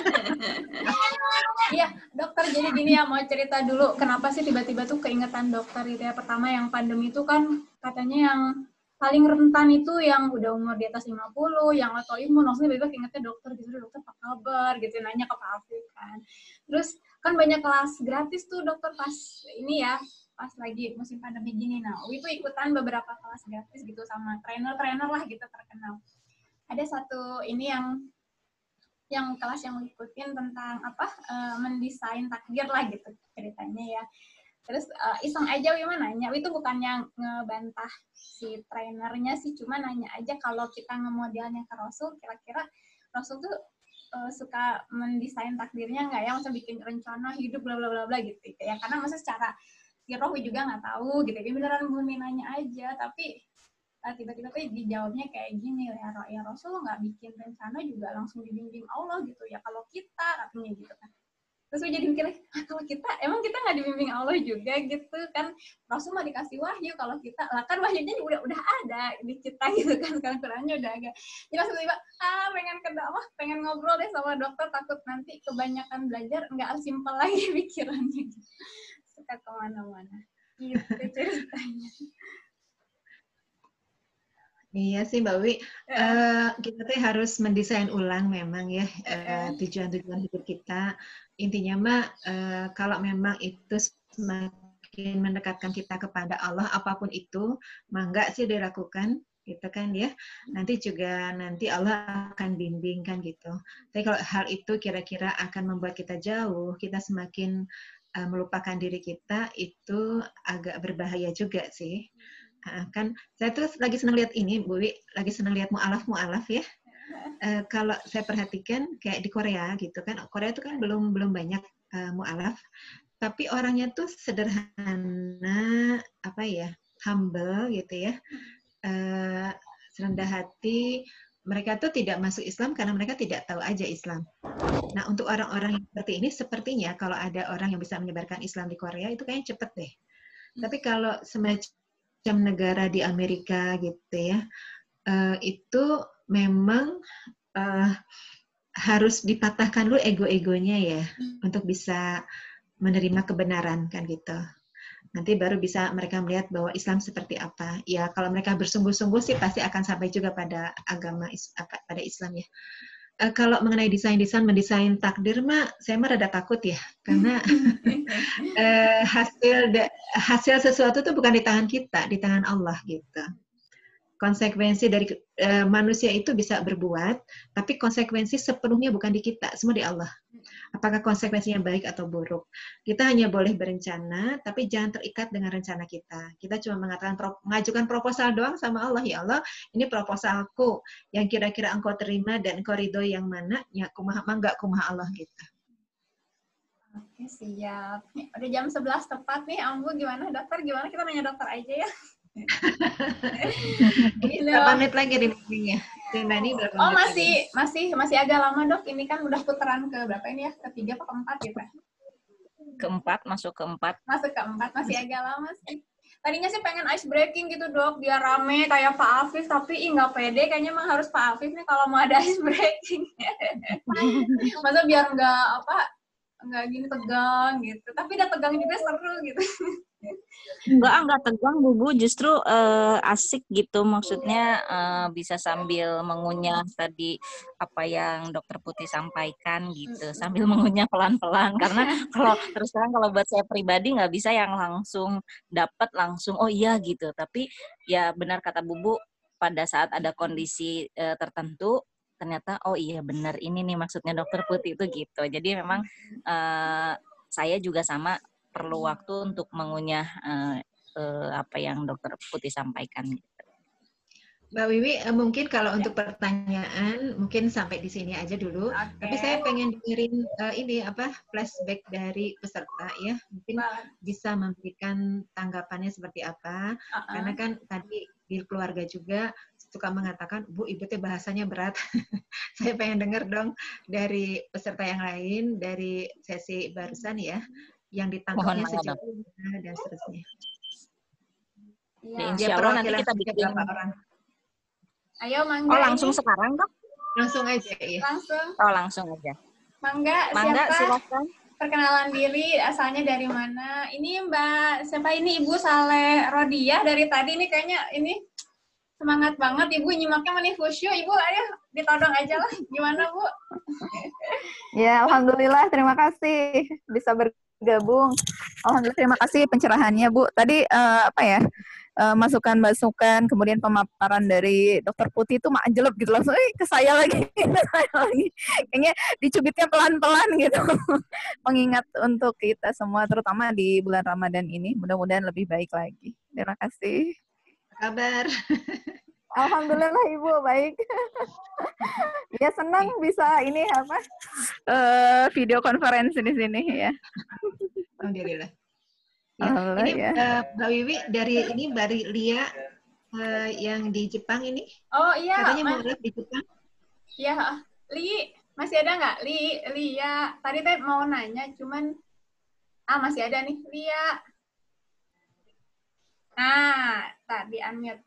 Iya, dokter, jadi gini ya, mau cerita dulu kenapa sih tiba-tiba tuh keingetan dokter itu ya. Pertama yang pandemi itu kan katanya yang paling rentan itu yang udah umur di atas lima puluh, yang autoimun, maksudnya tiba-tiba keingetnya dokter gitu, dokter apa kabar gitu, nanya ke Pak Afif kan. Terus kan banyak kelas gratis tuh dokter pas ini ya, pas lagi musim pandemi gini. Nah, itu ikutan beberapa kelas gratis gitu sama trainer-trainer lah gitu terkenal. Ada satu ini yang yang kelas yang ngikutin tentang apa uh, mendesain takdir lah gitu ceritanya ya. Terus uh, iseng aja Wima nanya, itu bukannya ngebantah si trainernya sih, cuma nanya aja kalau kita ngemodelnya ke Rasul, kira-kira Rasul tuh uh, suka mendesain takdirnya nggak ya, maksudnya bikin rencana hidup bla bla bla bla gitu ya. Karena maksudnya secara siroh juga nggak tahu gitu, dia beneran murni nanya aja, tapi uh, tiba-tiba tuh dijawabnya kayak gini, ya, ya Rasul nggak bikin rencana juga langsung dibimbing Allah gitu ya, kalau kita katanya gitu kan. Terus gue jadi mikir, ah, kalau kita, emang kita nggak dibimbing Allah juga gitu kan, Rasul mah dikasih wahyu, kalau kita, lah kan wahyunya udah udah ada di kita gitu kan, sekarang Qurannya udah agak, jadi langsung tiba, ah pengen ke dakwah, pengen ngobrol deh sama dokter, takut nanti kebanyakan belajar, nggak simpel lagi pikirannya gitu. Suka kemana-mana, gitu ceritanya. Iya sih Mbak Wi, uh, kita tuh harus mendesain ulang memang ya uh, tujuan-tujuan hidup kita. Intinya Mbak, uh, kalau memang itu semakin mendekatkan kita kepada Allah, apapun itu, mangga sih dilakukan, gitu kan ya. Nanti juga nanti Allah akan bimbingkan gitu. Tapi kalau hal itu kira-kira akan membuat kita jauh, kita semakin uh, melupakan diri kita, itu agak berbahaya juga sih. Uh, kan saya tuh lagi senang lihat ini Bu Wi, lagi senang lihat mu'alaf mu'alaf ya. Uh, kalau saya perhatikan kayak di Korea gitu kan, Korea itu kan belum belum banyak uh, mu'alaf, tapi orangnya tuh sederhana, apa ya, humble gitu ya, uh, rendah hati. Mereka tuh tidak masuk Islam karena mereka tidak tahu aja Islam. Nah untuk orang-orang yang seperti ini, sepertinya kalau ada orang yang bisa menyebarkan Islam di Korea itu kayaknya cepet deh. Tapi kalau semacam negara di Amerika gitu ya, uh, itu memang uh, harus dipatahkan dulu ego-egonya ya, hmm. untuk bisa menerima kebenaran kan gitu. Nanti baru bisa mereka melihat bahwa Islam seperti apa. Ya kalau mereka bersungguh-sungguh sih pasti akan sampai juga pada agama pada Islam ya. Uh, kalau mengenai desain-desain, mendesain takdir mah, saya mah rada takut ya, karena uh, hasil hasil sesuatu itu bukan di tangan kita, di tangan Allah gitu. Konsekuensi dari uh, manusia itu bisa berbuat, tapi konsekuensi sepenuhnya bukan di kita, semua di Allah. Apakah konsekuensinya baik atau buruk? Kita hanya boleh berencana, tapi jangan terikat dengan rencana kita. Kita cuma mengatakan mengajukan proposal doang sama Allah, ya Allah, ini proposalku yang kira-kira engkau terima dan engkau ridhoi yang mana? Ya kumaha mangga kumaha Allah gitu. Oke, siap. Nih, udah jam sebelas tepat nih, Ambu gimana? Dokter gimana? Kita nanya dokter aja ya. Ini berapa menit lagi di meetingnya? Oh masih lagi? masih masih agak lama dok. Ini kan udah putaran ke berapa ini ya? Ketiga atau keempat gitu? Keempat, masuk keempat. Masuk keempat, masih agak lama sih. Tadinya sih pengen ice breaking gitu dok, biar rame kayak Pak Afif, tapi ih nggak pede, kayaknya emang harus Pak Afif nih kalau mau ada ice breaking. Masa biar nggak apa, nggak gini tegang gitu. Tapi udah tegang juga seru gitu. Enggak, enggak tegang Bu, Bu. Justru uh, asik gitu. Maksudnya uh, bisa sambil mengunyah tadi apa yang Dokter Putih sampaikan gitu. Sambil mengunyah pelan-pelan. Karena kalau terus terang kalau buat saya pribadi nggak bisa yang langsung dapat langsung oh iya gitu. Tapi ya benar kata Bu, Bu, pada saat ada kondisi uh, tertentu ternyata oh iya benar ini nih maksudnya Dokter Putih itu gitu. Jadi memang uh, saya juga sama perlu waktu untuk mengunyah uh, uh, apa yang Dokter Putih sampaikan. Mbak Wiwi, mungkin kalau untuk pertanyaan mungkin sampai di sini aja dulu. Okay. Tapi saya pengen dengerin uh, ini apa flashback dari peserta ya. Mungkin nah. bisa memberikan tanggapannya seperti apa. Uh-uh. Karena kan tadi di keluarga juga suka mengatakan, Bu, Ibu teh bahasanya berat. Saya pengen denger dong dari peserta yang lain, dari sesi barusan ya. Yang ditangkapnya sejauh mana dan seterusnya. Ya, insya Allah nanti kita bikin berapa orang. Ayo Mangga. Oh langsung ini. Sekarang dok? Langsung aja ya. Langsung. Oh langsung aja. Mangga, Mangga siapa? silakan. Perkenalan diri, asalnya dari mana? Ini Mbak, siapa ini Ibu Saleh Rodiah dari tadi nih kayaknya ini semangat banget Ibu nyimaknya mani khusyuk. Ibu ayo ditodong aja lah. Gimana Bu? Ya alhamdulillah terima kasih bisa ber gabung. Alhamdulillah terima kasih pencerahannya Bu. Tadi uh, apa ya uh, masukan-masukan kemudian pemaparan dari Dokter Putih itu manjelep gitu langsung eh, ke saya lagi, ke saya lagi. Kayaknya dicubitnya pelan-pelan gitu. Mengingat untuk kita semua terutama di bulan Ramadan ini mudah-mudahan lebih baik lagi. Terima kasih. Apa kabar? Alhamdulillah Ibu baik. Ya senang bisa ini apa uh, video konferensi di sini ya. Alhamdulillah. Ya, Alhamdulillah, ini ya. uh, Mbak Wiwi dari ini dari Lia uh, yang di Jepang ini. Oh iya. Katanya mau live di Jepang. Iya, Li masih ada nggak? Li, Lia. Tadi teh mau nanya, cuman ah masih ada nih Lia. Nah, tadi unmute.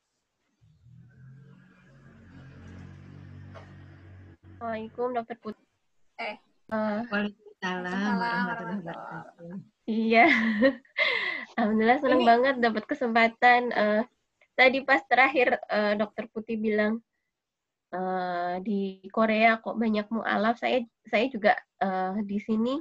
Assalamualaikum Dokter Putih. Eh. Uh, Waalaikumsalam warahmatullahi wabarakatuh. Iya. Alhamdulillah senang Ini... banget dapat kesempatan. Uh, tadi pas terakhir uh, Dokter Putih bilang uh, di Korea kok banyak mu'alaf. Saya saya juga uh, di sini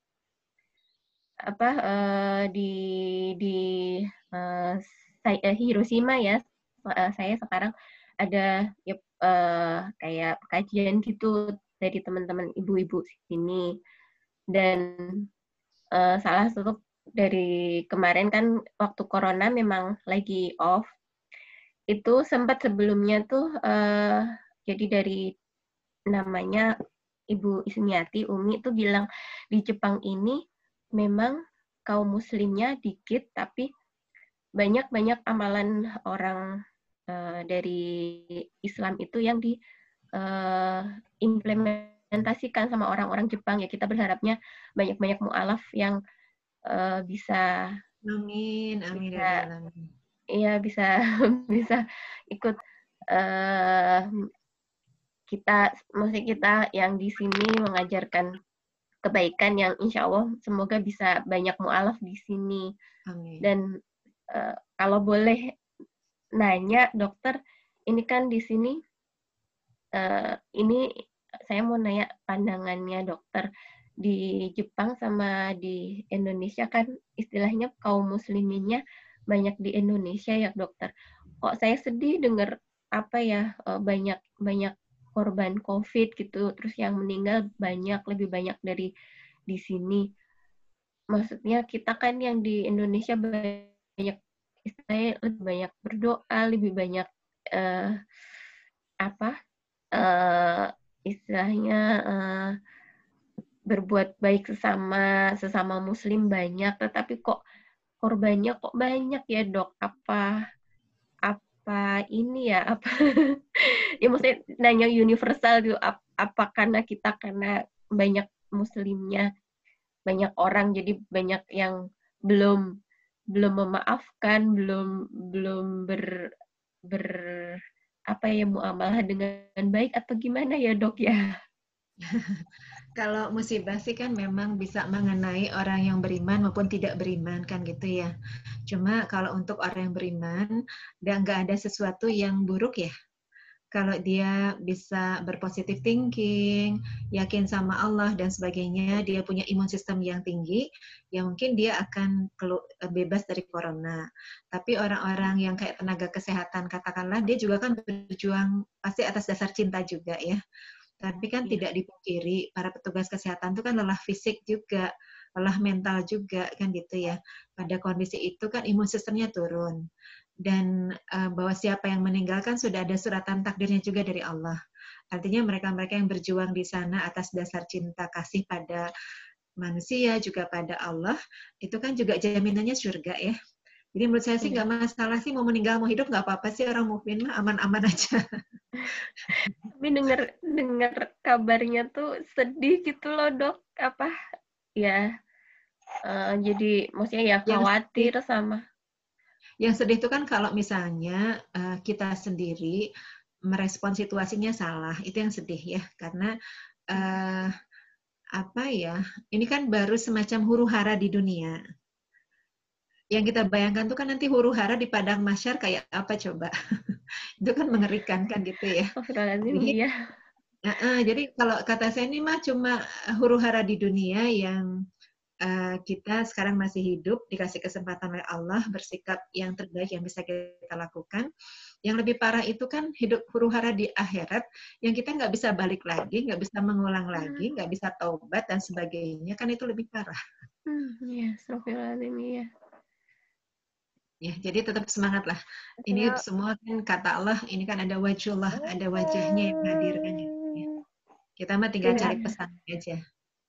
apa uh, di di uh, Hiroshima ya. Uh, saya sekarang ada ya, uh, kayak kajian gitu dari teman-teman ibu-ibu sini dan uh, salah satu dari kemarin kan waktu corona memang lagi off itu sempat sebelumnya tuh uh, jadi dari namanya Ibu Ismiati Umi tuh bilang di Jepang ini memang kaum muslimnya dikit tapi banyak-banyak amalan orang Uh, dari Islam itu yang diimplementasikan uh, sama orang-orang Jepang ya kita berharapnya banyak-banyak mu'alaf yang uh, bisa amin amin bisa, ya bisa bisa ikut uh, kita mesti kita yang di sini mengajarkan kebaikan yang insya Allah semoga bisa banyak mu'alaf di sini. Amin. Dan uh, kalau boleh nanya dokter, ini kan di sini uh, ini saya mau nanya pandangannya dokter. Di Jepang sama di Indonesia kan istilahnya kaum musliminnya banyak di Indonesia ya dokter. Kok saya sedih dengar apa ya banyak banyak korban COVID gitu, terus yang meninggal banyak, lebih banyak dari di sini. Maksudnya kita kan yang di Indonesia banyak istilahnya lebih banyak berdoa, lebih banyak uh, apa uh, istilahnya uh, berbuat baik sesama sesama muslim banyak, tetapi kok korbannya kok banyak ya dok? Apa apa ini ya apa ya maksudnya nanya universal gitu, apa, apa karena kita karena banyak muslimnya, banyak orang jadi banyak yang belum belum memaafkan, belum belum ber ber apa ya muamalah dengan baik atau gimana ya dok ya? Kalau musibah sih kan memang bisa mengenai orang yang beriman maupun tidak beriman kan gitu ya. Cuma kalau untuk orang yang beriman, dan nggak ada sesuatu yang buruk ya. Kalau dia bisa berpositif thinking, yakin sama Allah dan sebagainya, dia punya imun sistem yang tinggi, ya mungkin dia akan bebas dari corona. Tapi orang-orang yang kayak tenaga kesehatan, katakanlah, dia juga kan berjuang pasti atas dasar cinta juga ya. Tapi kan ya. Tidak dipungkiri, para petugas kesehatan itu kan lelah fisik juga, lelah mental juga, kan gitu ya. Pada kondisi itu kan imun sistemnya turun. Dan uh, bahwa siapa yang meninggalkan sudah ada suratan takdirnya juga dari Allah. Artinya mereka-mereka yang berjuang di sana atas dasar cinta kasih pada manusia, juga pada Allah, itu kan juga jaminannya surga ya. Jadi menurut saya sih nggak masalah sih, mau meninggal mau hidup nggak apa-apa sih, orang mukmin mah aman-aman aja. Tapi dengar dengar kabarnya tuh sedih gitu loh dok, apa ya uh, jadi maksudnya ya khawatir yang sama. Yang sedih itu kan kalau misalnya uh, kita sendiri merespon situasinya salah, itu yang sedih ya, karena uh, apa ya, ini kan baru semacam huru hara di dunia. Yang kita bayangkan tuh kan nanti huru hara di padang mahsyar kayak apa coba? Itu kan mengerikan kan gitu ya. Oh, jadi, ya. Uh, uh, jadi kalau kata saya ini mah cuma huru hara di dunia yang uh, kita sekarang masih hidup, dikasih kesempatan oleh Allah bersikap yang terbaik yang bisa kita lakukan. Yang lebih parah itu kan hidup huru hara di akhirat yang kita nggak bisa balik lagi, nggak bisa mengulang lagi, nggak bisa taubat dan sebagainya, kan itu lebih parah. Hmm, ya, astagfirullahaladzim ya. Ya, jadi tetap semangat lah. Ini ya. Semua kan kata Allah, ini kan ada wajhullah, ada wajahnya yang hadir kan. Ya. Kita mah tinggal ya. Cari pesan aja.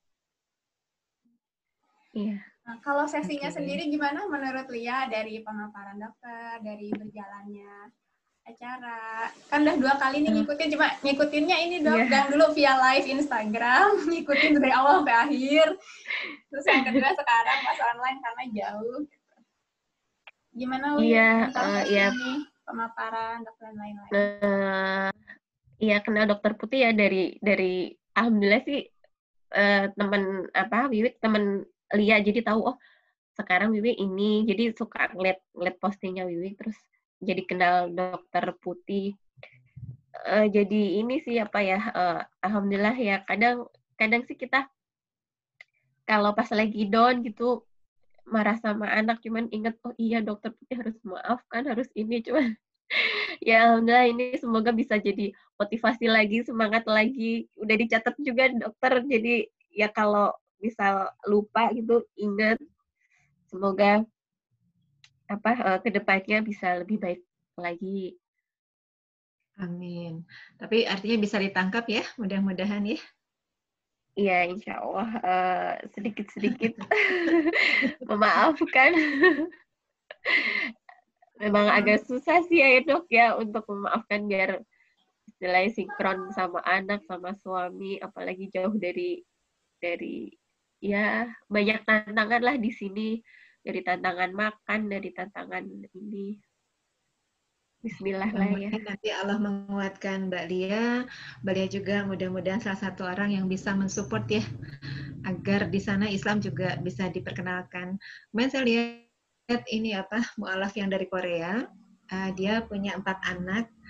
Iya. Nah, kalau sesinya okay. sendiri gimana menurut Lia dari pemaparan dokter, dari berjalannya acara? Kan udah dua kali nih ngikutin, cuma ngikutinnya ini dok, yeah. Dan dulu via live Instagram, ngikutin dari awal sampai akhir. Terus yang kedua sekarang pas online karena jauh. Gimana Lia? Iya, uh, iya. Pemaparan dokter dan lain-lain. Uh, iya kenal dokter Putih ya dari dari alhamdulillah sih uh, teman apa Wiwit teman Lia jadi tahu oh sekarang Wiwi ini jadi suka ngeliat ngeliat postingnya Wiwi terus jadi kenal dokter Putih uh, jadi ini sih apa ya uh, alhamdulillah ya kadang kadang sih kita kalau pas lagi down gitu marah sama anak cuman inget oh iya dokter Putih harus maafkan harus ini cuman ya alhamdulillah ini semoga bisa jadi motivasi lagi semangat lagi udah dicatat juga dokter jadi ya kalau misal lupa gitu ingat semoga apa uh, kedepannya bisa lebih baik lagi. Amin. Tapi artinya bisa ditangkap ya mudah-mudahan ya. Iya insya Allah uh, sedikit-sedikit memaafkan. Memang agak susah sih ya dok ya untuk memaafkan biar istilahnya sinkron sama anak sama suami apalagi jauh dari dari ya banyak tantangan lah di sini dari tantangan makan dari tantangan ini Bismillah lah ya. Nanti Allah menguatkan Mbak Lia, Mbak Lia juga mudah-mudahan salah satu orang yang bisa mensupport ya agar di sana Islam juga bisa diperkenalkan. Kemarin saya lihat ini apa mualaf yang dari Korea, uh, dia punya empat anak,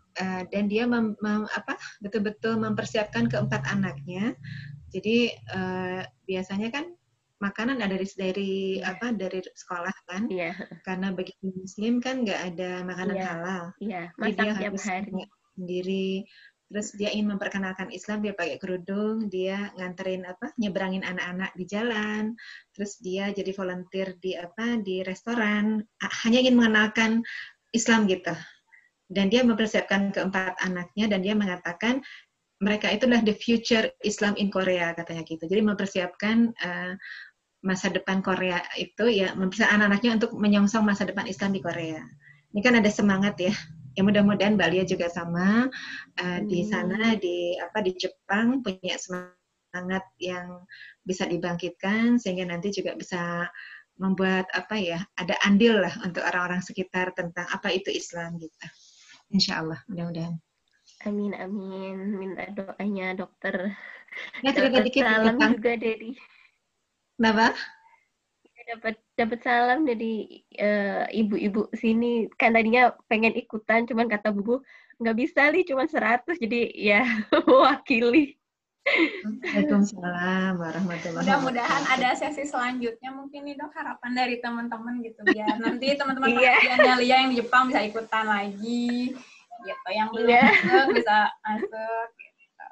uh, dan dia mem, mem, apa, betul-betul mempersiapkan keempat anaknya. Jadi uh, biasanya kan makanan ada dari dari yeah. apa dari sekolah kan, yeah. karena bagi Muslim kan nggak ada makanan yeah. halal, yeah. jadi dia tiap harus hari sendiri. Terus dia ingin memperkenalkan Islam, dia pakai kerudung, dia nganterin apa, nyebrangin anak-anak di jalan. Terus dia jadi volunteer di apa di restoran, hanya ingin mengenalkan Islam gitu. Dan dia mempersiapkan keempat anaknya dan dia mengatakan mereka itulah the future Islam in Korea katanya gitu. Jadi mempersiapkan uh, masa depan Korea itu ya, mempersiapkan anak-anaknya untuk menyongsong masa depan Islam di Korea. Ini kan ada semangat ya. Ya mudah-mudahan Mbak Lia juga sama uh, di sana di apa di Jepang punya semangat yang bisa dibangkitkan sehingga nanti juga bisa membuat apa ya ada andil lah untuk orang-orang sekitar tentang apa itu Islam gitu. Insya Allah mudah-mudahan. Amin amin, minta doanya dokter. Ya, cerita dikit salam tentang... juga dari. Kenapa? dapat dapat salam dari uh, ibu-ibu sini, kan tadinya pengen ikutan cuman kata bubu nggak bisa li cuma seratus, jadi ya mewakili. Waalaikumsalam warahmatullahi wabarakatuh. Mudah-mudahan ada sesi selanjutnya mungkin nih dok, harapan dari teman-teman gitu biar nanti teman-teman pengajiannya Lia yang di Jepang bisa ikutan lagi gitu, yang belum yeah. masuk bisa masuk gitu.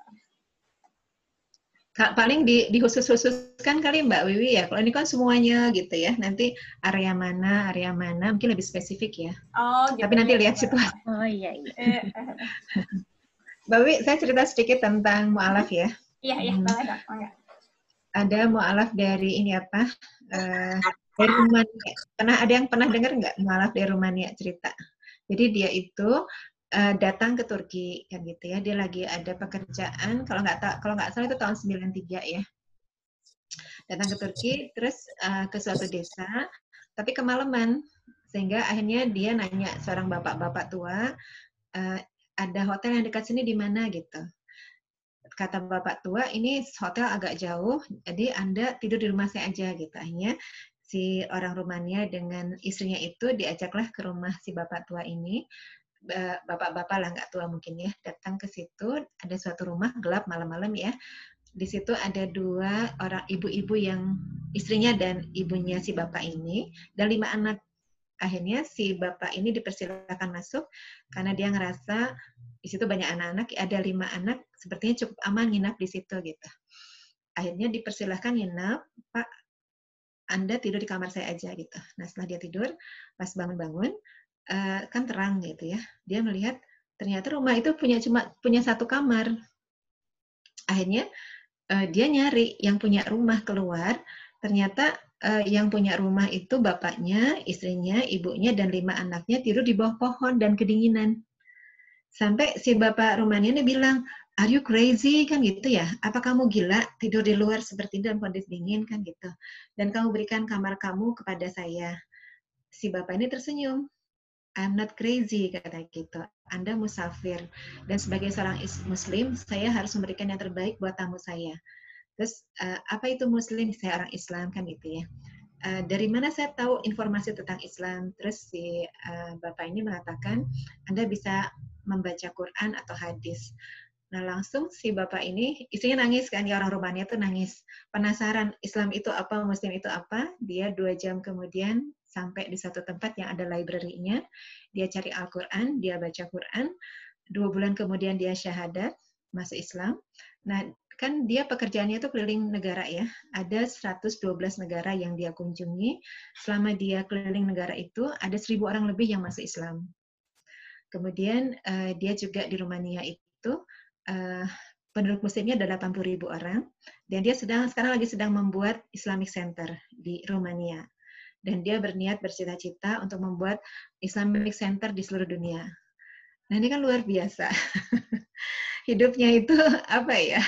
Kak, paling di, dikhusus-khususkan kali Mbak Wiwi ya. Kalau ini kan semuanya gitu ya. Nanti area mana, area mana mungkin lebih spesifik ya. Oh, gitu. Tapi nanti ya, lihat situasi. Oh iya iya. Mbak Wiwi, saya cerita sedikit tentang mu'alaf ya. Iya, iya, boleh Kak. Oh, enggak. Ada mu'alaf dari ini apa? Uh, dari Rumania. Pernah ada yang pernah dengar nggak mu'alaf dari Rumania cerita? Jadi dia itu Uh, datang ke Turki kan gitu ya, dia lagi ada pekerjaan kalau nggak kalau nggak salah itu tahun sembilan tiga ya, datang ke Turki terus uh, ke suatu desa tapi kemalaman sehingga akhirnya dia nanya seorang bapak-bapak tua, uh, ada hotel yang dekat sini di mana gitu. Kata bapak tua, ini hotel agak jauh jadi Anda tidur di rumah saya aja gitu. Akhirnya si orang Rumania dengan istrinya itu diajaklah ke rumah si bapak tua ini. Bapak-bapak lah nggak tua mungkin ya, datang ke situ, ada suatu rumah gelap malam-malam ya, di situ ada dua orang ibu-ibu yang istrinya dan ibunya si bapak ini dan lima anak. Akhirnya si bapak ini dipersilakan masuk karena dia ngerasa di situ banyak anak-anak, ada lima anak sepertinya cukup aman nginap di situ gitu. Akhirnya dipersilakan nginap, Pak Anda tidur di kamar saya aja gitu. Nah setelah dia tidur, pas bangun-bangun Uh, kan terang gitu ya. Dia melihat ternyata rumah itu punya cuma punya satu kamar. Akhirnya uh, dia nyari yang punya rumah keluar. Ternyata uh, yang punya rumah itu bapaknya, istrinya, ibunya dan lima anaknya tidur di bawah pohon dan kedinginan. Sampai si bapak rumahnya ini bilang, "Are you crazy?" kan gitu ya. Apa kamu gila tidur di luar seperti dalam kondisi dingin kan gitu. Dan kamu berikan kamar kamu kepada saya. Si bapak ini tersenyum. I'm not crazy, kata gitu. Anda musafir. Dan sebagai seorang muslim, saya harus memberikan yang terbaik buat tamu saya. Terus, uh, apa itu muslim? Saya orang Islam, kan gitu ya. Uh, dari mana saya tahu informasi tentang Islam? Terus si uh, Bapak ini mengatakan, Anda bisa membaca Quran atau hadis. Nah, langsung si Bapak ini, istrinya nangis kan, ya orang Rumania tuh nangis. Penasaran, Islam itu apa, Muslim itu apa? Dia dua jam kemudian sampai di satu tempat yang ada library-nya. Dia cari Al-Quran, dia baca Quran. Dua bulan kemudian dia syahadat, masuk Islam. Nah, kan dia pekerjaannya itu keliling negara ya. Ada seratus dua belas negara yang dia kunjungi. Selama dia keliling negara itu, ada seribu orang lebih yang masuk Islam. Kemudian uh, dia juga di Rumania itu, uh, penduduk muslimnya ada delapan puluh ribu orang. Dan dia sedang sekarang lagi sedang membuat Islamic Center di Rumania. Dan dia berniat bercita-cita untuk membuat Islamic Center di seluruh dunia. Nah ini kan luar biasa. Hidupnya itu apa ya?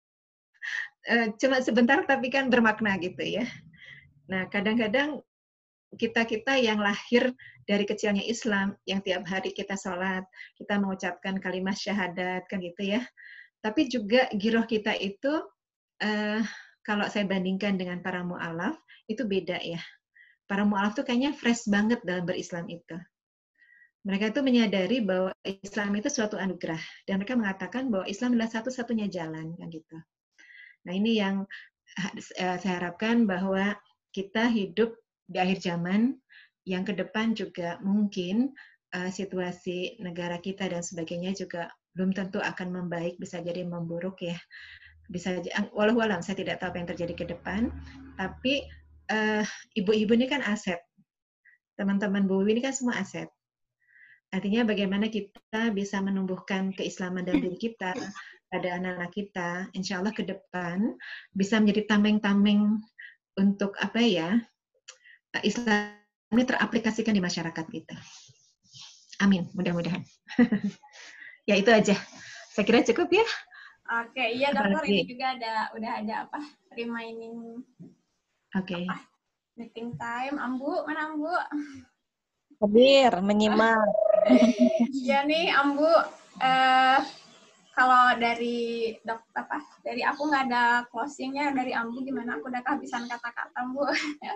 Cuma sebentar tapi kan bermakna gitu ya. Nah kadang-kadang kita-kita yang lahir dari kecilnya Islam, yang tiap hari kita sholat, kita mengucapkan kalimat syahadat kan gitu ya. Tapi juga giroh kita itu, uh, kalau saya bandingkan dengan para mu'alaf, itu beda ya. Para mu'alaf tuh kayaknya fresh banget dalam berislam itu. Mereka itu menyadari bahwa Islam itu suatu anugerah dan mereka mengatakan bahwa Islam adalah satu-satunya jalan, kan gitu. Nah ini yang saya harapkan bahwa kita hidup di akhir zaman yang ke depan juga mungkin uh, situasi negara kita dan sebagainya juga belum tentu akan membaik, bisa jadi memburuk ya. Bisa walau alam saya tidak tahu apa yang terjadi ke depan, tapi uh, ibu-ibu ini kan aset. Teman-teman Bu Wiwi ini kan semua aset. Artinya bagaimana kita bisa menumbuhkan keislaman dalam diri kita, pada anak-anak kita, insya Allah ke depan bisa menjadi tameng-tameng untuk apa ya, Islam ini teraplikasikan di masyarakat kita. Amin, mudah-mudahan. Ya itu aja. Saya kira cukup ya. Oke, iya dokter, ini juga ada udah ada apa remaining. Oke. Okay. Meeting time, Ambu, mana Ambu? Hadir, menyimak. Ya nih, Ambu, eh, kalau dari dok apa dari aku nggak ada closingnya, dari Ambu gimana? Aku udah kehabisan kata-kata, Bu.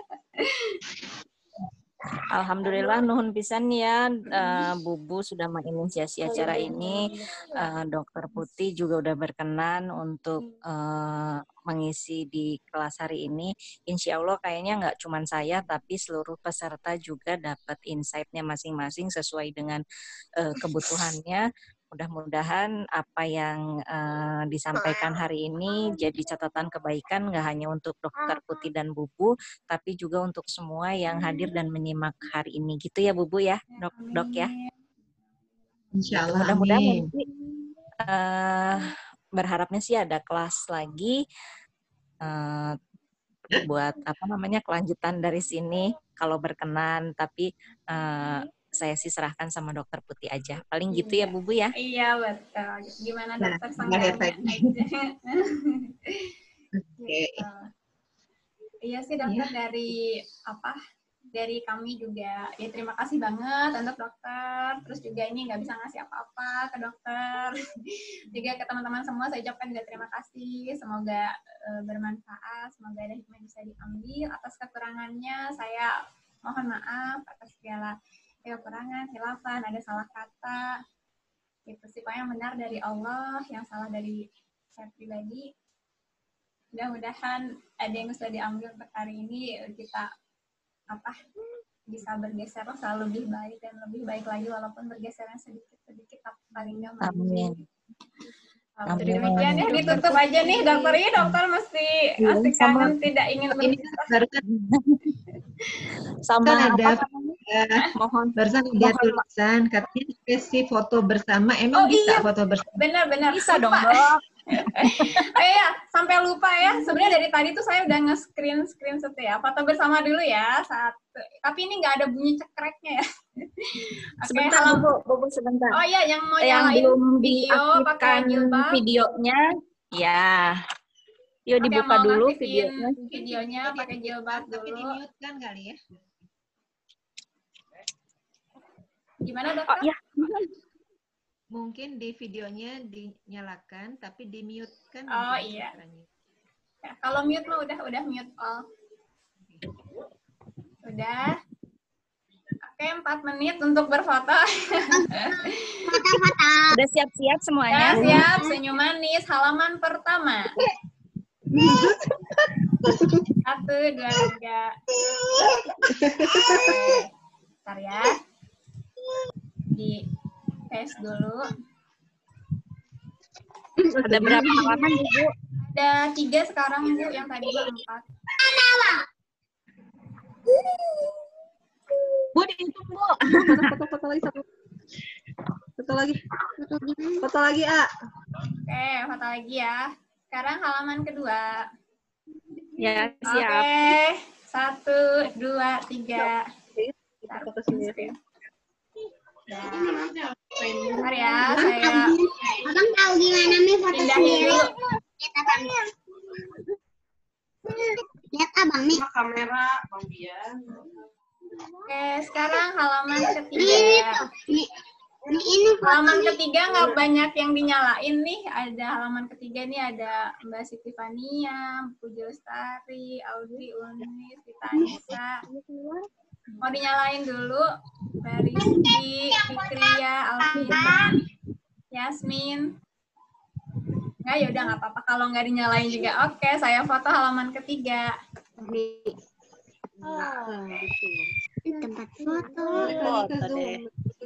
Alhamdulillah nuhun pisan ya, uh, Bubu sudah menginisiasi acara ini. Uh, Dokter Putih juga udah berkenan untuk uh, mengisi di kelas hari ini. Insya Allah kayaknya nggak cuma saya, tapi seluruh peserta juga dapat insight-nya masing-masing sesuai dengan uh, kebutuhannya. Mudah-mudahan apa yang uh, disampaikan hari ini jadi catatan kebaikan nggak hanya untuk Dokter Putih dan Bubu, tapi juga untuk semua yang hadir dan menyimak hari ini. Gitu ya Bubu ya, dok, dok ya. Insya Allah. Mudah-mudahan nanti uh, berharapnya sih ada kelas lagi uh, buat apa namanya kelanjutan dari sini kalau berkenan. Tapi uh, saya sih serahkan sama Dokter Putih aja. Paling gitu ya, Bubu ya? Iya, betul. Gimana dokter nah, sanggahannya aja. Oke. Iya sih dokter, ya. dari apa? Dari kami juga ya terima kasih banget untuk dokter. Terus juga ini nggak bisa ngasih apa-apa ke dokter. Juga ke teman-teman semua saya ucapkan juga terima kasih. Semoga uh, bermanfaat, semoga ada hikmah yang bisa diambil. Atas kekurangannya saya mohon maaf atas segala kekurangan, khilafan, ada salah kata, itu sih yang benar dari Allah, yang salah dari saya pribadi. Mudah-mudahan ada yang bisa diambil untuk hari ini, kita apa bisa bergeser selalu lebih baik dan lebih baik lagi, walaupun bergesernya sedikit-sedikit, tapi paling nggak maju. Amin. Jadi demikian ya, ditutup aja nih dokter. Ini dokter mesti masih kangen, tidak ingin berpisah. Sama kan ada ya, mohon barusan ada tulisan katanya sesi foto bersama. Emang oh, bisa iya. foto bersama? Benar-benar bisa dong, Dok. Oh iya, sampai lupa ya. Sebenarnya dari tadi tuh saya udah nge-screen screen ya. Foto bersama dulu ya. Saat tapi ini nggak ada bunyi cekreknya ya. Oke, sebentar, halo. Bu, Bu, Bu, sebentar. Oh iya, yang mau yang nyalain belum video pakai jilbab. Videonya, ya. Yuk dibuka Oke, dulu videonya. Videonya pakai jilbab dulu. Tapi di-mute kan kali ya? Gimana, Dokter? Oh, ya. Mungkin di videonya dinyalakan, tapi di-mute kan? Oh iya. Ya, kalau mute mah udah udah mute all. Udah. Oke, empat menit untuk berfoto. Udah siap-siap semuanya? Udah siap, senyum manis, halaman pertama. Satu, dua, tiga. Bentar ya. Di tes dulu. Ada berapa halaman, Bu? Ada tiga sekarang, Bu. Yang tadi empat. Bu, dihitung, Bu. Foto-foto lagi satu. Foto lagi. Foto lagi, A. Oke, foto lagi ya. Sekarang halaman kedua. Ya, siap. Oke, satu, dua, tiga. Taruh screen. Nah, bentar ya, saya Abang tahu gimana nih pindahin dulu. Kita kamera. Lihat abang nih. Kamera, Bang Bian. Oke, sekarang halaman ketiga. Ini, ini, ini halaman ketiga nggak banyak yang dinyalain nih. Ada halaman ketiga nih ada Mbak Siti Fania, Pujo Lestari, Audrey, Unis, Tita Anissa. Mau dinyalain dulu. Baristi, Fikria, Alvina, Yasmin. Enggak, ya udah nggak apa-apa. Kalau nggak dinyalain juga. Oke, saya foto halaman ketiga. Tempat foto. Foto deh.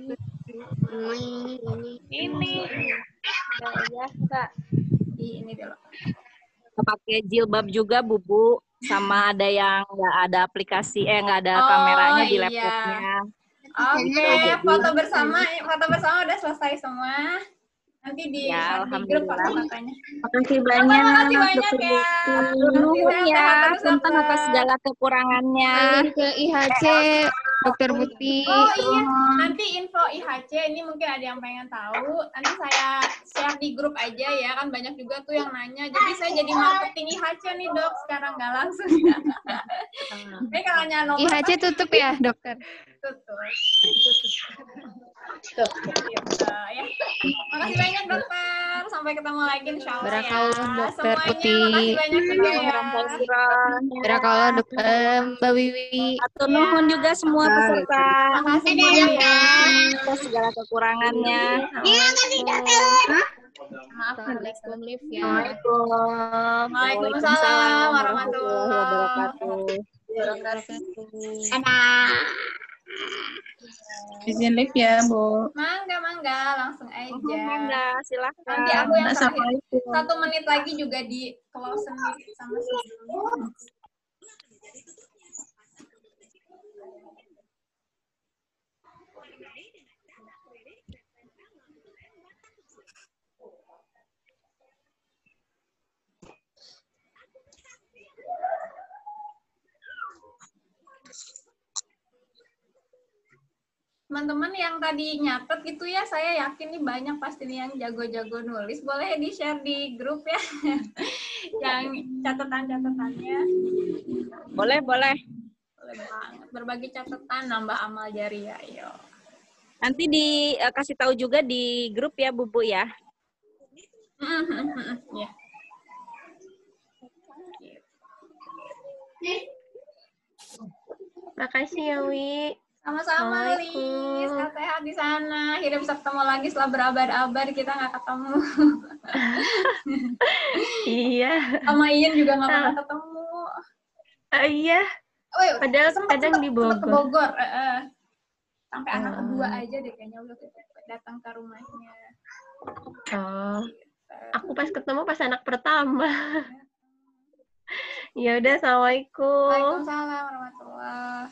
Ini. Ya, Kak. Di ini dulu. Pakai jilbab juga, Bubu. Sama ada yang nggak ada aplikasi, eh nggak ada Oh, kameranya di iya. laptopnya. Oke, foto bersama, foto bersama udah selesai semua. Nanti di, Ya, di grup alhamdulillah. foto-fotonya. Makasih Oke, banyak, makasih banyak Dokter ya. Nuhun ya, Sehat-sehat terus, punten Dokter. atas segala kekurangannya. ke I H C, Dokter Putih. Oh iya, nanti info I H C ini mungkin ada yang pengen tahu. Nanti saya share di grup aja ya, kan banyak juga tuh yang nanya. Jadi saya jadi marketing I H C nih dok, sekarang nggak langsung ya. Tapi kalau nanya nomor I H C tutup ya, dokter? tutup. Tutup. Gitu, ya. Makasih banyak dokter. Sampai ketemu lagi insya Allah Barakallah, ya. Dokter Semuanya Putih. makasih banyak juga ya. Barakallah, dokter Mbak Wiwi. Atur nuhun juga semua peserta. Makasih banyak ya. Atas segala kekurangannya. Maaf, Assalamualaikum, Liv ya. Waalaikumsalam. Waalaikumsalam warahmatullahi Dadah. Izin live ya, Bu. Mangga, mangga, langsung aja. Mangga, silakan. Nanti aku yang terakhir. Assalamualaikum. Satu menit lagi juga di close sendiri sama sistemnya. Teman-teman yang tadi nyatet gitu ya, saya yakin nih banyak pasti nih yang jago-jago nulis. Boleh di-share di grup ya, yang catatan-catatannya. Boleh, boleh. Boleh banget. Berbagi catatan, nambah amal jariah. Ayo. Nanti dikasih tahu juga di grup ya, Bubu ya. Ya. Makasih ya, Wi. Sama-sama, Lis. Sehat-sehat di sana. Akhirnya bisa ketemu lagi setelah berabad-abad kita nggak ketemu. Iya. Sama Ian juga nggak pernah ketemu. Ah, iya. Oh, iya. Padahal Sempet- kadang sempet- di sempet ke Bogor. Bogor. eh, eh. Sampai anak Oh. kedua aja deh kayaknya udah datang ke rumahnya. Oh. Aku pas ketemu pas anak pertama. Ya udah, assalamualaikum. Waalaikumsalam warahmatullahi.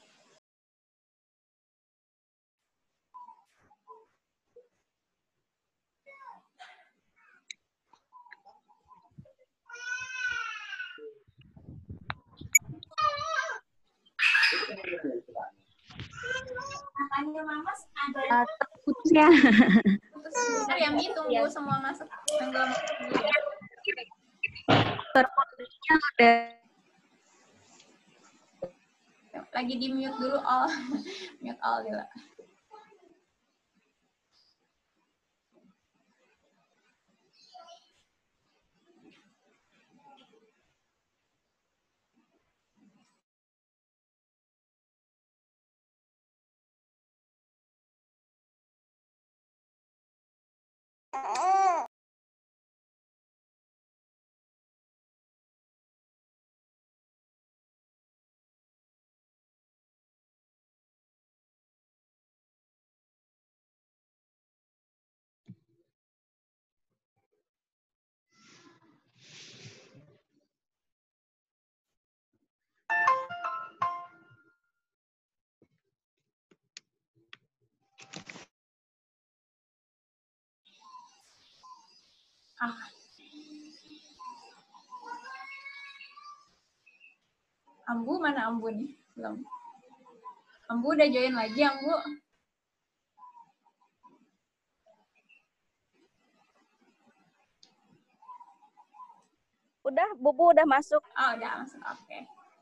Katanya Mamas ada Putus ya. putus sebentar ya, Mi, tunggu semua masuk. Tunggu masuk dulu ya. Terputusnya udah. Lagi di mute dulu all. Mute all dulu. Ah. Ambu mana Ambu nih? Belum. Ambu udah join lagi, Ambu. Udah, Bubu udah masuk. Oh, udah masuk. Oke.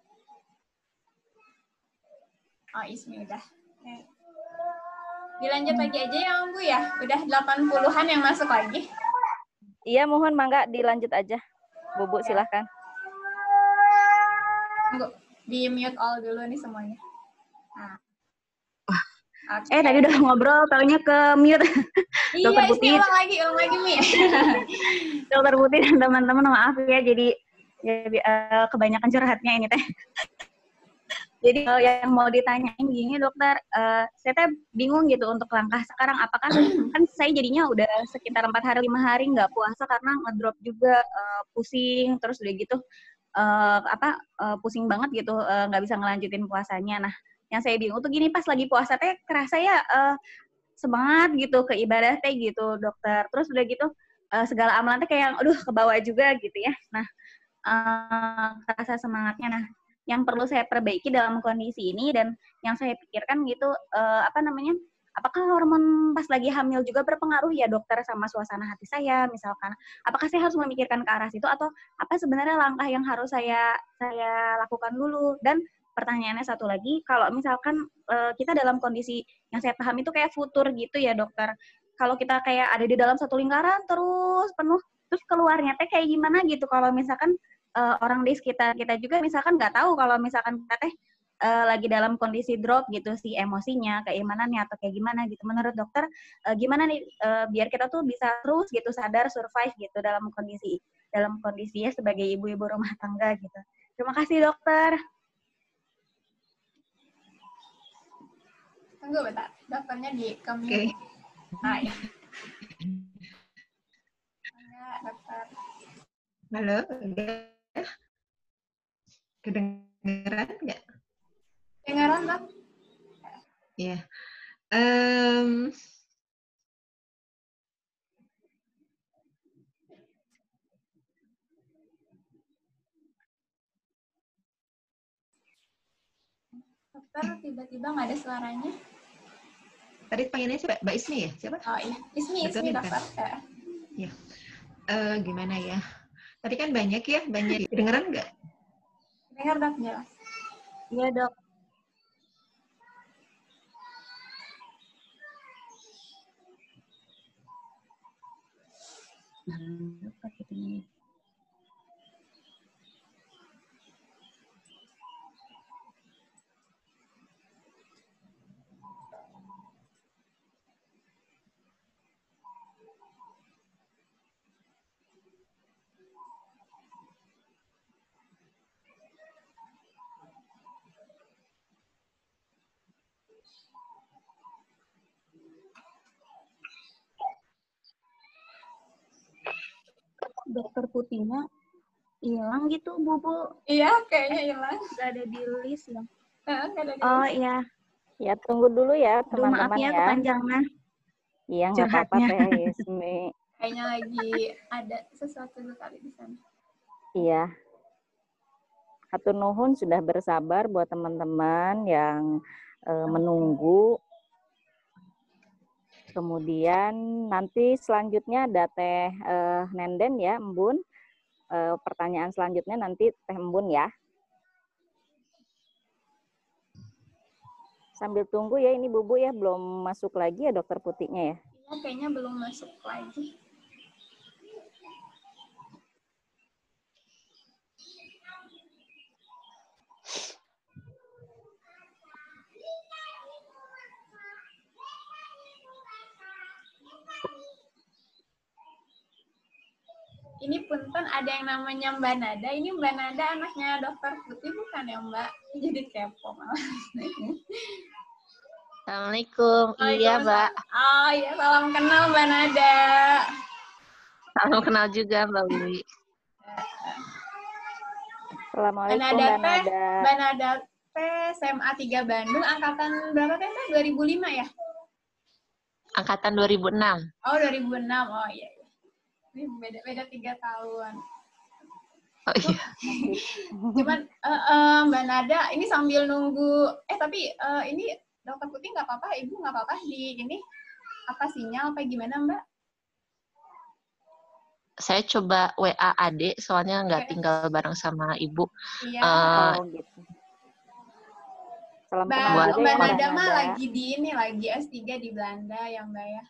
Oh, Ismi udah. Oke. Dilanjut lagi aja ya, Ambu ya. Udah delapan puluhan yang masuk lagi. Iya, mohon mangga dilanjut aja. Bubu silahkan. Tunggu, di mute all dulu nih semuanya. Nah. Okay. Eh tadi udah ngobrol, taunya ke mute. Iya, Dokter Putih. ulang lagi, ulang lagi Mi. Dokter Putih dan teman-teman maaf ya, jadi ya, uh, kebanyakan curhatnya ini teh. Jadi uh, yang mau ditanyain gini dokter, uh, saya teh bingung gitu untuk langkah sekarang. Apakah kan saya jadinya udah sekitar empat hari lima hari nggak puasa karena ngedrop juga uh, pusing, terus udah gitu uh, apa uh, pusing banget gitu, nggak uh, bisa ngelanjutin puasanya. Nah yang saya bingung tuh gini, pas lagi puasa teh kerasa ya uh, semangat gitu ke ibadah teh gitu dokter. Terus udah gitu uh, segala amalan teh kayak aduh kebawa juga gitu ya. Nah uh, kerasa semangatnya. Nah yang perlu saya perbaiki dalam kondisi ini dan yang saya pikirkan gitu uh, apa namanya? Apakah hormon pas lagi hamil juga berpengaruh ya dokter sama suasana hati saya misalkan? Apakah saya harus memikirkan ke arah situ atau apa sebenarnya langkah yang harus saya saya lakukan dulu? Dan pertanyaannya satu lagi, kalau misalkan uh, kita dalam kondisi yang saya paham itu kayak futur gitu ya dokter. Kalau kita kayak ada di dalam satu lingkaran terus penuh, terus keluarnya teh kayak gimana gitu kalau misalkan uh, orang di sekitar kita juga misalkan nggak tahu kalau misalkan kita teh uh, lagi dalam kondisi drop gitu si emosinya, keimanannya atau kayak gimana gitu. Menurut dokter uh, gimana nih uh, biar kita tuh bisa terus gitu sadar survive gitu dalam kondisi dalam kondisinya sebagai ibu-ibu rumah tangga gitu. Terima kasih dokter. Tunggu bentar, dokternya di kami. Okay. Ah, ya. Enggak, dokter. Halo, udah? Kedengeran nggak? Kedengeran, Dok. Iya. Um, Dokter, tiba-tiba nggak ada suaranya. Tadi panggilnya siapa? Mbak Ismi ya? Siapa? Oh iya, Ismi, Ismi dokter. Kan? Ya. Uh, gimana ya? Tadi kan banyak ya, banyak. Kedengeran nggak? Dengar dok, jelas. Iya dok. Hmm, pakai ini. Dokter Putihnya hilang gitu, Bu. Bu. Iya, kayaknya hilang. Nggak ada di list ya. Uh, ada di oh list. iya. Ya tunggu dulu ya teman-teman ya. Maaf ya kepanjangan. Iya nggak apa-apa Teh Ismi. Kayaknya lagi ada sesuatu kali di sana. Iya. Hatur nuhun sudah bersabar buat teman-teman yang uh, menunggu. Kemudian nanti selanjutnya ada Teh uh, Nenden ya, Embun. Uh, pertanyaan selanjutnya nanti Teh Embun ya. Sambil tunggu ya, ini Bubu ya, belum masuk lagi ya dokter Putihnya ya? Iya, kayaknya belum masuk lagi. Ini punten ada yang namanya Mbak Nada. Ini Mbak Nada anaknya dokter Putih bukan ya Mbak? Jadi kepo malah. Assalamualaikum. Iya Mbak. Oh iya, salam kenal Mbak Nada. Salam kenal juga Mbak Wiwi. Assalamualaikum Mbak Nada. Mbak Nada. Mbak Nada teh S M A tiga Bandung, angkatan berapa teh? dua ribu lima ya? Angkatan dua ribu enam. Oh dua ribu enam, oh iya. Ini beda beda tiga tahun. Oh iya. Cuman uh, uh, Mbak Nada ini sambil nunggu. Eh tapi uh, ini dokter Putih nggak apa-apa, ibu nggak apa-apa di ini apa sinyal apa gimana Mbak? Saya coba W A adik soalnya nggak tinggal bareng sama ibu. Iya. Uh, oh gitu. Salam Mbak, kenal Mbak ya, Nada mah lagi di ini lagi S tiga di Belanda ya Mbak ya.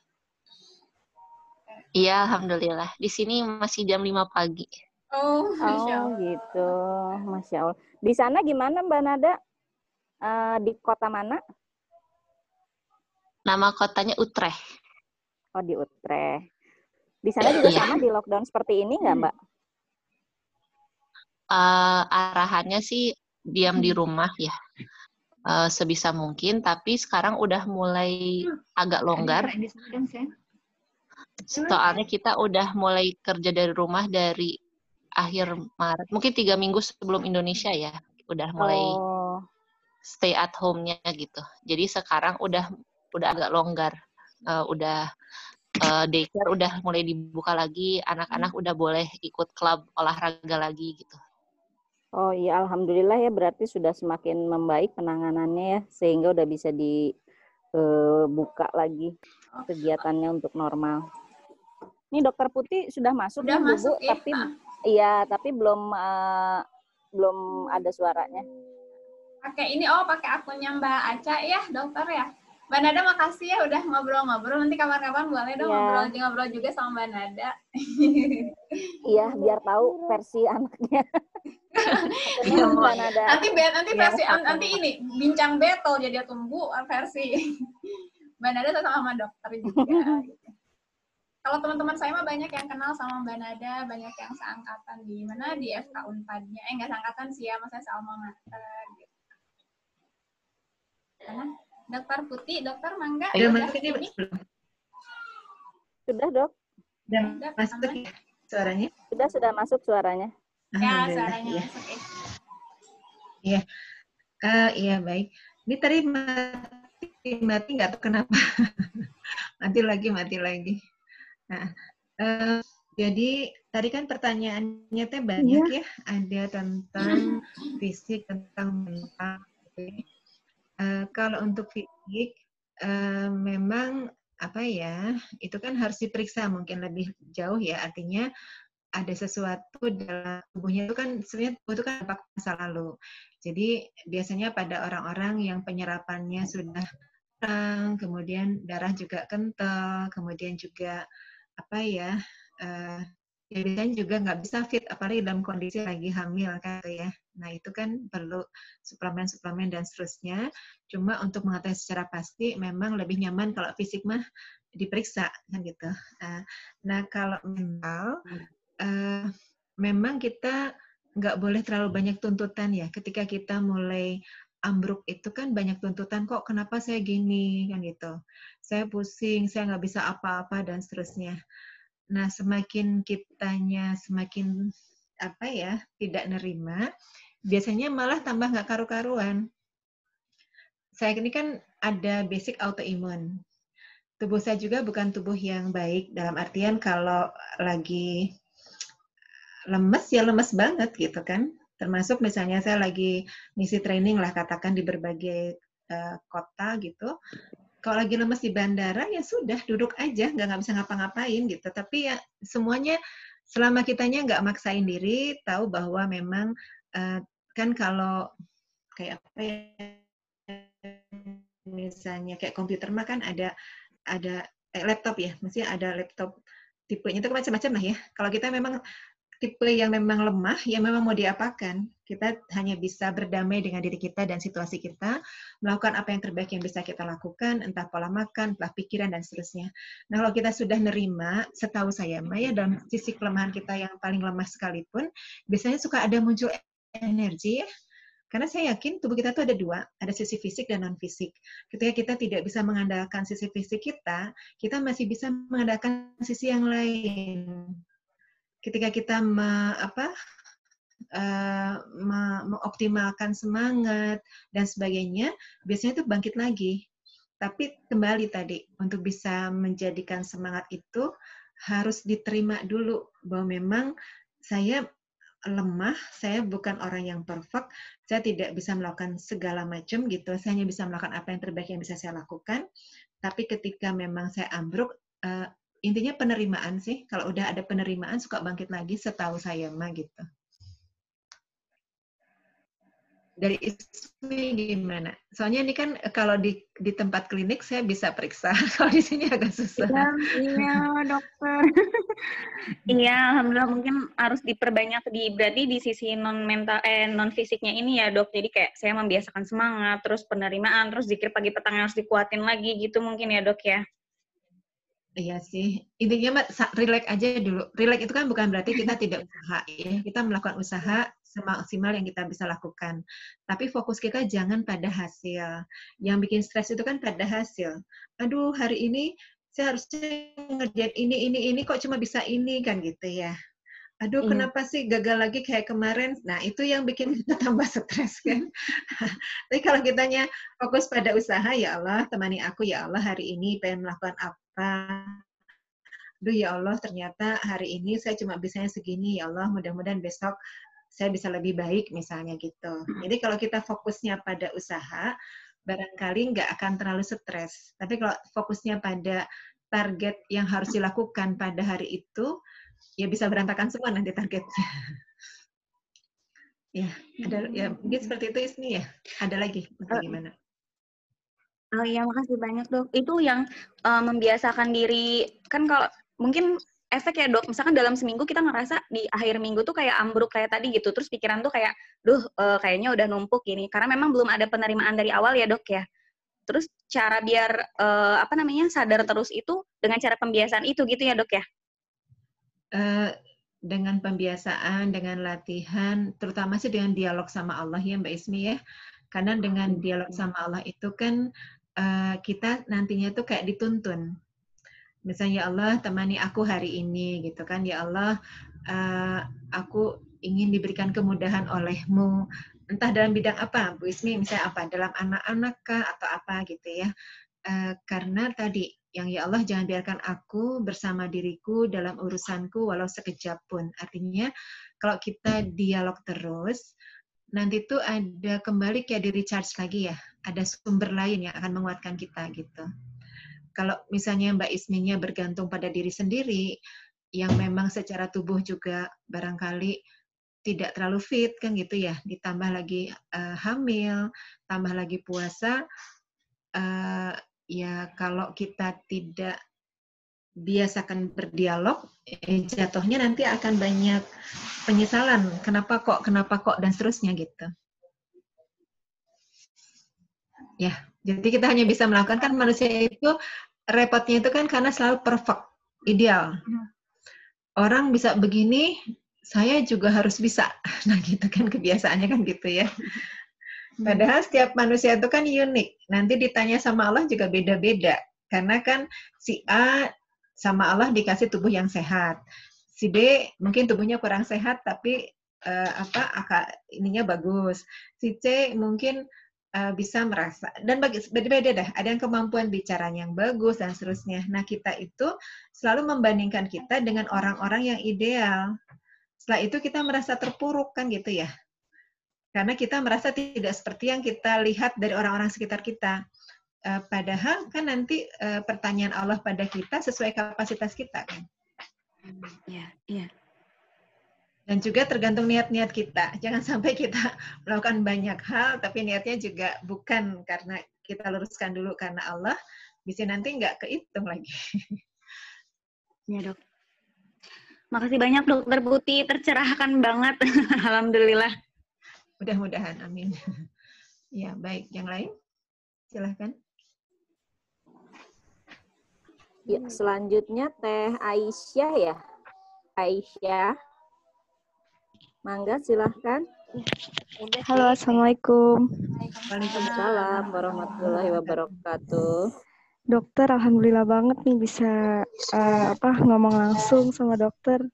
Iya, alhamdulillah. Di sini masih jam lima pagi. Oh, oh gitu. Masya Allah. Di sana gimana Mbak Nada? Uh, di kota mana? Nama kotanya Utrecht. Oh, di Utrecht. Di sana juga Iya. sama di lockdown seperti ini nggak, Mbak? Uh, arahannya sih diam di rumah ya, uh, sebisa mungkin. Tapi sekarang udah mulai agak longgar. Soalnya kita udah mulai kerja dari rumah dari akhir Maret, mungkin tiga minggu sebelum Indonesia ya, udah mulai Oh. stay at home-nya gitu. Jadi sekarang udah udah agak longgar, uh, udah uh, daycare udah mulai dibuka lagi, anak-anak udah boleh ikut klub olahraga lagi gitu. Oh iya, alhamdulillah ya, berarti sudah semakin membaik penanganannya ya, sehingga udah bisa dibuka uh, lagi kegiatannya untuk normal. Ini Dokter Putih sudah masuk Sudah nih, masuk, Bu, tapi iya, tapi belum uh, belum ada suaranya. Pakai ini, oh pakai akunnya Mbak Aca ya, dokter ya. Mbak Nada makasih ya udah ngobrol-ngobrol. Nanti kapan-kapan boleh dong yeah. ngobrol-ngobrol juga sama Mbak Nada. Iya, biar tahu versi anaknya. Ya, Mbak Nada. Nanti nanti versi ya, nanti ini bincang battle jadi tunggu versi Mbak Nada sama dokter juga. Kalau teman-teman saya mah banyak yang kenal sama Mbak Nada, banyak yang seangkatan di mana di F K Unpadnya. Eh nggak seangkatan sih ya, maksudnya sealma mater gitu. Karena Dokter Putih, Dokter Mangga. Sudah masuk ini belum? Sudah, Dok. Sudah masuk ya suaranya? Sudah, sudah masuk suaranya. Ya, suaranya ya. Masuk ya. Iya. Uh, iya, baik. Ini tadi mati, mati nggak tahu kenapa. Mati lagi, mati lagi. Nah, uh, jadi tadi kan pertanyaannya teh banyak ya. ya. Ada tentang fisik, tentang mental. Uh, kalau untuk fisik, uh, memang apa ya, itu kan harus diperiksa mungkin lebih jauh ya. Artinya ada sesuatu dalam tubuhnya itu kan sebenarnya tubuh itu kan dampak masa lalu. Jadi biasanya pada orang-orang yang penyerapannya sudah kurang, kemudian darah juga kental, kemudian juga apa ya, uh, ya biasanya juga nggak bisa fit, apalagi dalam kondisi lagi hamil kan ya. Nah itu kan perlu suplemen-suplemen dan seterusnya. Cuma untuk mengetahui secara pasti memang lebih nyaman kalau fisik mah diperiksa kan gitu. Uh, nah kalau mental, uh, memang kita nggak boleh terlalu banyak tuntutan ya. Ketika kita mulai ambruk itu kan banyak tuntutan, kok kenapa saya gini kan gitu. Saya pusing, saya nggak bisa apa-apa dan seterusnya. Nah, semakin kitanya semakin apa ya tidak nerima, biasanya malah tambah nggak karu-karuan. Saya ini kan ada basic autoimun. Tubuh saya juga bukan tubuh yang baik dalam artian kalau lagi lemes ya lemes banget gitu kan. Termasuk misalnya saya lagi ngisi training lah katakan di berbagai uh, kota gitu. Kalau lagi lemes di bandara ya sudah duduk aja, nggak nggak bisa ngapa-ngapain gitu. Tapi ya semuanya selama kitanya nggak maksain diri, tahu bahwa memang uh, kan kalau kayak apa ya, misalnya kayak komputer mah kan ada ada eh, laptop ya, mesti ada laptop tipenya itu macam-macam lah ya. Kalau kita memang tipe yang memang lemah, yang memang mau diapakan, kita hanya bisa berdamai dengan diri kita dan situasi kita, melakukan apa yang terbaik yang bisa kita lakukan, entah pola makan, pola pikiran, dan seterusnya. Nah, kalau kita sudah nerima, setahu saya, Maya, dalam sisi kelemahan kita yang paling lemah sekalipun, biasanya suka ada muncul energi ya, karena saya yakin tubuh kita tuh ada dua, ada sisi fisik dan non-fisik. Ketika kita tidak bisa mengandalkan sisi fisik kita, kita masih bisa mengandalkan sisi yang lain. Ketika kita me, apa, uh, me, mengoptimalkan semangat dan sebagainya, biasanya itu bangkit lagi. Tapi kembali tadi, untuk bisa menjadikan semangat itu harus diterima dulu bahwa memang saya lemah, saya bukan orang yang perfect, saya tidak bisa melakukan segala macam gitu, saya hanya bisa melakukan apa yang terbaik yang bisa saya lakukan. Tapi ketika memang saya ambruk, uh, intinya penerimaan sih. Kalau udah ada penerimaan suka bangkit lagi setahu saya mah gitu. dari Ismi gimana? Soalnya ini kan kalau di di tempat klinik saya bisa periksa, kalau di sini agak susah. Iya, iya dokter. Iya, alhamdulillah mungkin harus diperbanyak di berarti di sisi non mental eh non fisiknya ini ya dok. Jadi kayak saya membiasakan semangat, terus penerimaan, terus zikir pagi petang harus dikuatin lagi gitu mungkin ya dok ya. Iya sih, intinya Mbak, relax aja dulu. Relax itu kan bukan berarti kita tidak usaha ya. Kita melakukan usaha semaksimal yang kita bisa lakukan. Tapi fokus kita jangan pada hasil. Yang bikin stres itu kan pada hasil. Aduh, hari ini saya harusnya ngerjain ini, ini, ini, kok cuma bisa ini, kan gitu ya. Aduh, Iya. kenapa sih gagal lagi kayak kemarin? Nah, itu yang bikin kita tambah stres kan. Tapi kalau kitanya fokus pada usaha, ya Allah, temani aku, ya Allah, hari ini pengen melakukan apa? Aduh, ya Allah, ternyata hari ini saya cuma bisanya segini, ya Allah, mudah-mudahan besok saya bisa lebih baik, misalnya gitu. Jadi kalau kita fokusnya pada usaha, barangkali nggak akan terlalu stres. Tapi kalau fokusnya pada target yang harus dilakukan pada hari itu, ya bisa berantakan semua nanti targetnya. Ya, ada ya mungkin seperti itu Ismi ya. Ada lagi atau gimana? Oh iya, makasih banyak dok. Itu yang uh, membiasakan diri, kan kalau mungkin efek ya dok, misalkan dalam seminggu kita ngerasa di akhir minggu tuh kayak ambruk kayak tadi gitu, terus pikiran tuh kayak, duh uh, kayaknya udah numpuk gini, karena memang belum ada penerimaan dari awal ya dok ya. Terus cara biar uh, apa namanya sadar terus itu dengan cara pembiasaan itu gitu ya dok ya? Uh, dengan pembiasaan, dengan latihan, terutama sih dengan dialog sama Allah ya Mbak Ismi ya. Karena dengan dialog sama Allah itu kan uh, kita nantinya tuh kayak dituntun. Misalnya, ya Allah temani aku hari ini gitu kan. Ya Allah, uh, aku ingin diberikan kemudahan oleh-Mu. Entah dalam bidang apa, Bu Ismi, misalnya apa, dalam anak-anak kah atau apa gitu ya. Uh, karena tadi, yang ya Allah jangan biarkan aku bersama diriku dalam urusanku walau sekejap pun. Artinya kalau kita dialog terus, nanti tuh ada kembali kayak di recharge lagi ya. Ada sumber lain yang akan menguatkan kita gitu. Kalau misalnya Mbak Isminya bergantung pada diri sendiri, yang memang secara tubuh juga barangkali tidak terlalu fit kan gitu ya, ditambah lagi uh, hamil, tambah lagi puasa, uh, ya kalau kita tidak biasakan berdialog, eh, jatuhnya nanti akan banyak penyesalan. Kenapa kok, kenapa kok, dan seterusnya gitu. Ya, jadi kita hanya bisa melakukan, kan manusia itu repotnya itu kan karena selalu perfect, ideal. Orang bisa begini, saya juga harus bisa. Nah gitu kan kebiasaannya kan gitu ya. Padahal setiap manusia itu kan unik. Nanti ditanya sama Allah juga beda-beda. Karena kan si A sama Allah dikasih tubuh yang sehat. Si B mungkin tubuhnya kurang sehat tapi uh, apa akal ininya bagus. Si C mungkin uh, bisa merasa, dan beda-beda dah. Ada yang kemampuan bicaranya yang bagus dan seterusnya. Nah kita itu selalu membandingkan kita dengan orang-orang yang ideal. Setelah itu kita merasa terpuruk kan gitu ya. Karena kita merasa tidak seperti yang kita lihat dari orang-orang sekitar kita. Uh, padahal kan nanti uh, pertanyaan Allah pada kita sesuai kapasitas kita kan. Iya, iya. Dan juga tergantung niat-niat kita. Jangan sampai kita melakukan banyak hal, tapi niatnya juga bukan karena kita luruskan dulu karena Allah, bisa nanti nggak kehitung lagi. Ya dok. Makasih banyak Dokter Putih, tercerahkan banget. Alhamdulillah. Mudah-mudahan, amin. Ya, baik. Yang lain? Silahkan. Ya, selanjutnya Teh Aisyah ya. Aisyah. Mangga, silahkan. Halo, Assalamualaikum. Waalaikumsalam warahmatullahi wabarakatuh. Dokter, alhamdulillah banget nih bisa uh, apa ngomong langsung sama dokter.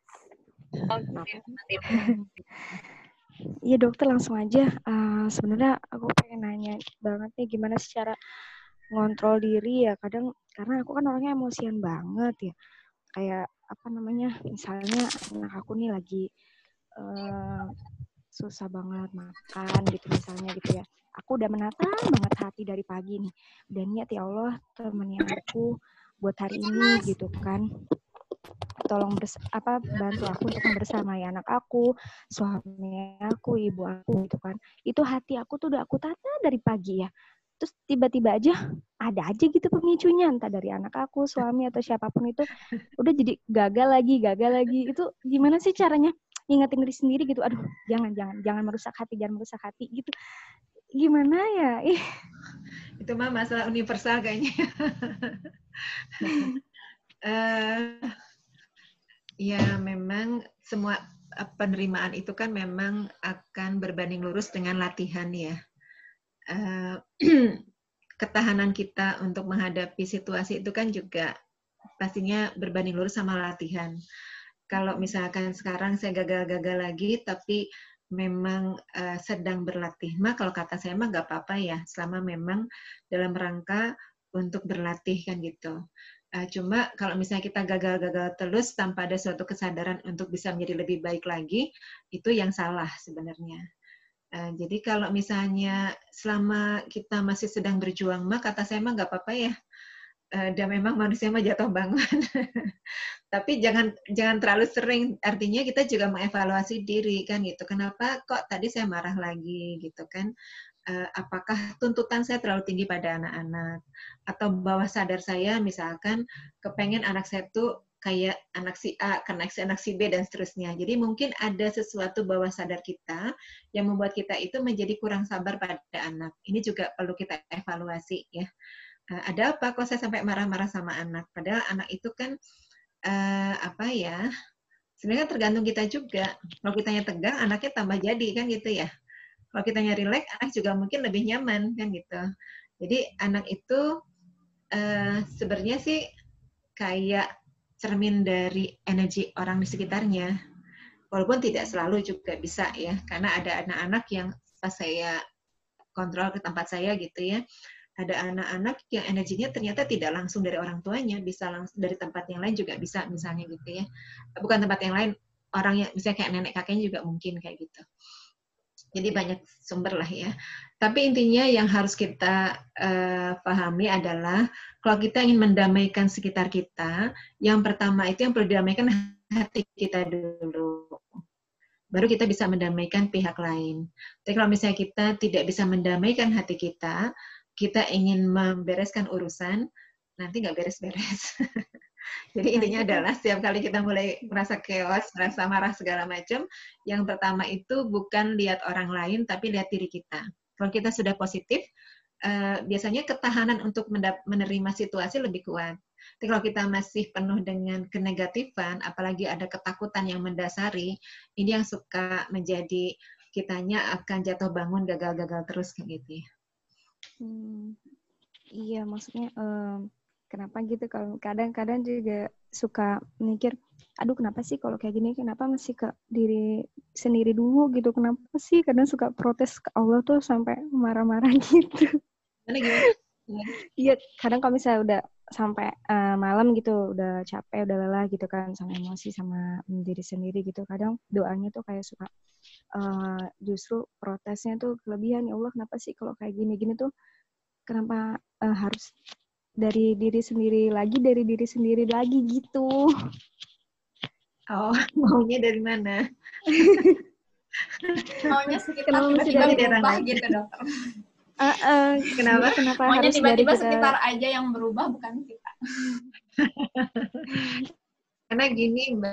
Iya dokter, langsung aja. Uh, sebenarnya aku pengen nanya banget nih gimana sih cara ngontrol diri ya. Kadang karena aku kan orangnya emosian banget ya. Kayak apa namanya? Misalnya anak aku nih lagi uh, susah banget makan gitu misalnya gitu ya. Aku udah menata banget hati dari pagi nih. Udah niat ya Allah temani aku buat hari ini gitu kan. tolong bers apa bantu aku untuk membersamai anak aku, suami aku, ibu aku gitu kan. Itu hati aku tuh udah aku tata dari pagi ya. Terus tiba-tiba aja ada aja gitu pemicunya, entah dari anak aku, suami atau siapapun itu udah jadi gagal lagi, gagal lagi. Itu gimana sih caranya ngingetin diri sendiri gitu? Aduh, jangan jangan jangan merusak hati, jangan merusak hati gitu. Gimana ya? Ih. Itu mah masalah universal kayaknya. uh, ya memang semua penerimaan itu kan memang akan berbanding lurus dengan latihan ya. Uh, ketahanan kita untuk menghadapi situasi itu kan juga pastinya berbanding lurus sama latihan. Kalau misalkan sekarang saya gagal-gagal lagi, tapi memang uh, sedang berlatih, mah kalau kata saya mah nggak apa-apa ya, selama memang dalam rangka untuk berlatih kan gitu. Uh, cuma kalau misalnya kita gagal-gagal terus tanpa ada suatu kesadaran untuk bisa menjadi lebih baik lagi, itu yang salah sebenarnya. Uh, jadi kalau misalnya selama kita masih sedang berjuang, mah kata saya mah nggak apa-apa ya. Uh, dan memang manusia mah jatuh bangun. Tapi jangan jangan terlalu sering. Artinya kita juga mengevaluasi diri kan gitu. Kenapa kok tadi saya marah lagi gitu kan? Uh, apakah tuntutan saya terlalu tinggi pada anak-anak? Atau bawah sadar saya misalkan kepengen anak saya tuh kayak anak si A, karena si anak si B, dan seterusnya. Jadi mungkin ada sesuatu bawah sadar kita yang membuat kita itu menjadi kurang sabar pada anak. Ini juga perlu kita evaluasi ya. Uh, ada apa kok saya sampai marah-marah sama anak? Padahal anak itu kan uh, apa ya? Sebenarnya tergantung kita juga. Kalau kitanya tegang, anaknya tambah jadi kan gitu ya. Kalau kitanya rileks, anak juga mungkin lebih nyaman kan gitu. Jadi anak itu uh, sebenarnya sih kayak cermin dari energi orang di sekitarnya. Walaupun tidak selalu juga bisa ya, karena ada anak-anak yang pas saya kontrol ke tempat saya gitu ya, ada anak-anak yang energinya ternyata tidak langsung dari orang tuanya, bisa langsung dari tempat yang lain juga bisa misalnya gitu ya. Bukan tempat yang lain, orang yang misalnya kayak nenek kakeknya juga mungkin kayak gitu. Jadi banyak sumber lah ya. Tapi intinya yang harus kita uh, pahami adalah kalau kita ingin mendamaikan sekitar kita, yang pertama itu yang perlu didamaikan hati kita dulu. Baru kita bisa mendamaikan pihak lain. Tapi kalau misalnya kita tidak bisa mendamaikan hati kita, kita ingin membereskan urusan, nanti nggak beres-beres. Jadi intinya adalah setiap kali kita mulai merasa chaos, merasa marah segala macam, yang pertama itu bukan lihat orang lain, tapi lihat diri kita. Kalau kita sudah positif, uh, biasanya ketahanan untuk menerima situasi lebih kuat. Tapi kalau kita masih penuh dengan kenegatifan, apalagi ada ketakutan yang mendasari, ini yang suka menjadi kitanya akan jatuh bangun, gagal-gagal terus kayak gitu. Hmm, iya, maksudnya um, kenapa gitu? Kalau kadang-kadang juga suka mikir, aduh kenapa sih kalau kayak gini? Kenapa masih ke diri sendiri dulu gitu? Kenapa sih kadang suka protes ke Allah tuh sampai marah-marah gitu? Gimana? Iya, kadang kalau misalnya udah sampai uh, malam gitu, udah capek, udah lelah gitu kan, sama emosi, sama diri sendiri gitu. Kadang doanya tuh kayak suka uh, justru protesnya tuh kelebihan. Ya Allah, kenapa sih kalau kayak gini-gini tuh, kenapa uh, harus dari diri sendiri lagi, dari diri sendiri lagi gitu. Oh, maunya dari mana? Maunya sekitar tiba-tiba berubah gitu, dokter. Uh, uh, kenapa kenapa maunya harus tiba-tiba dari sekitar aja yang berubah, bukan kita. Karena gini Mbak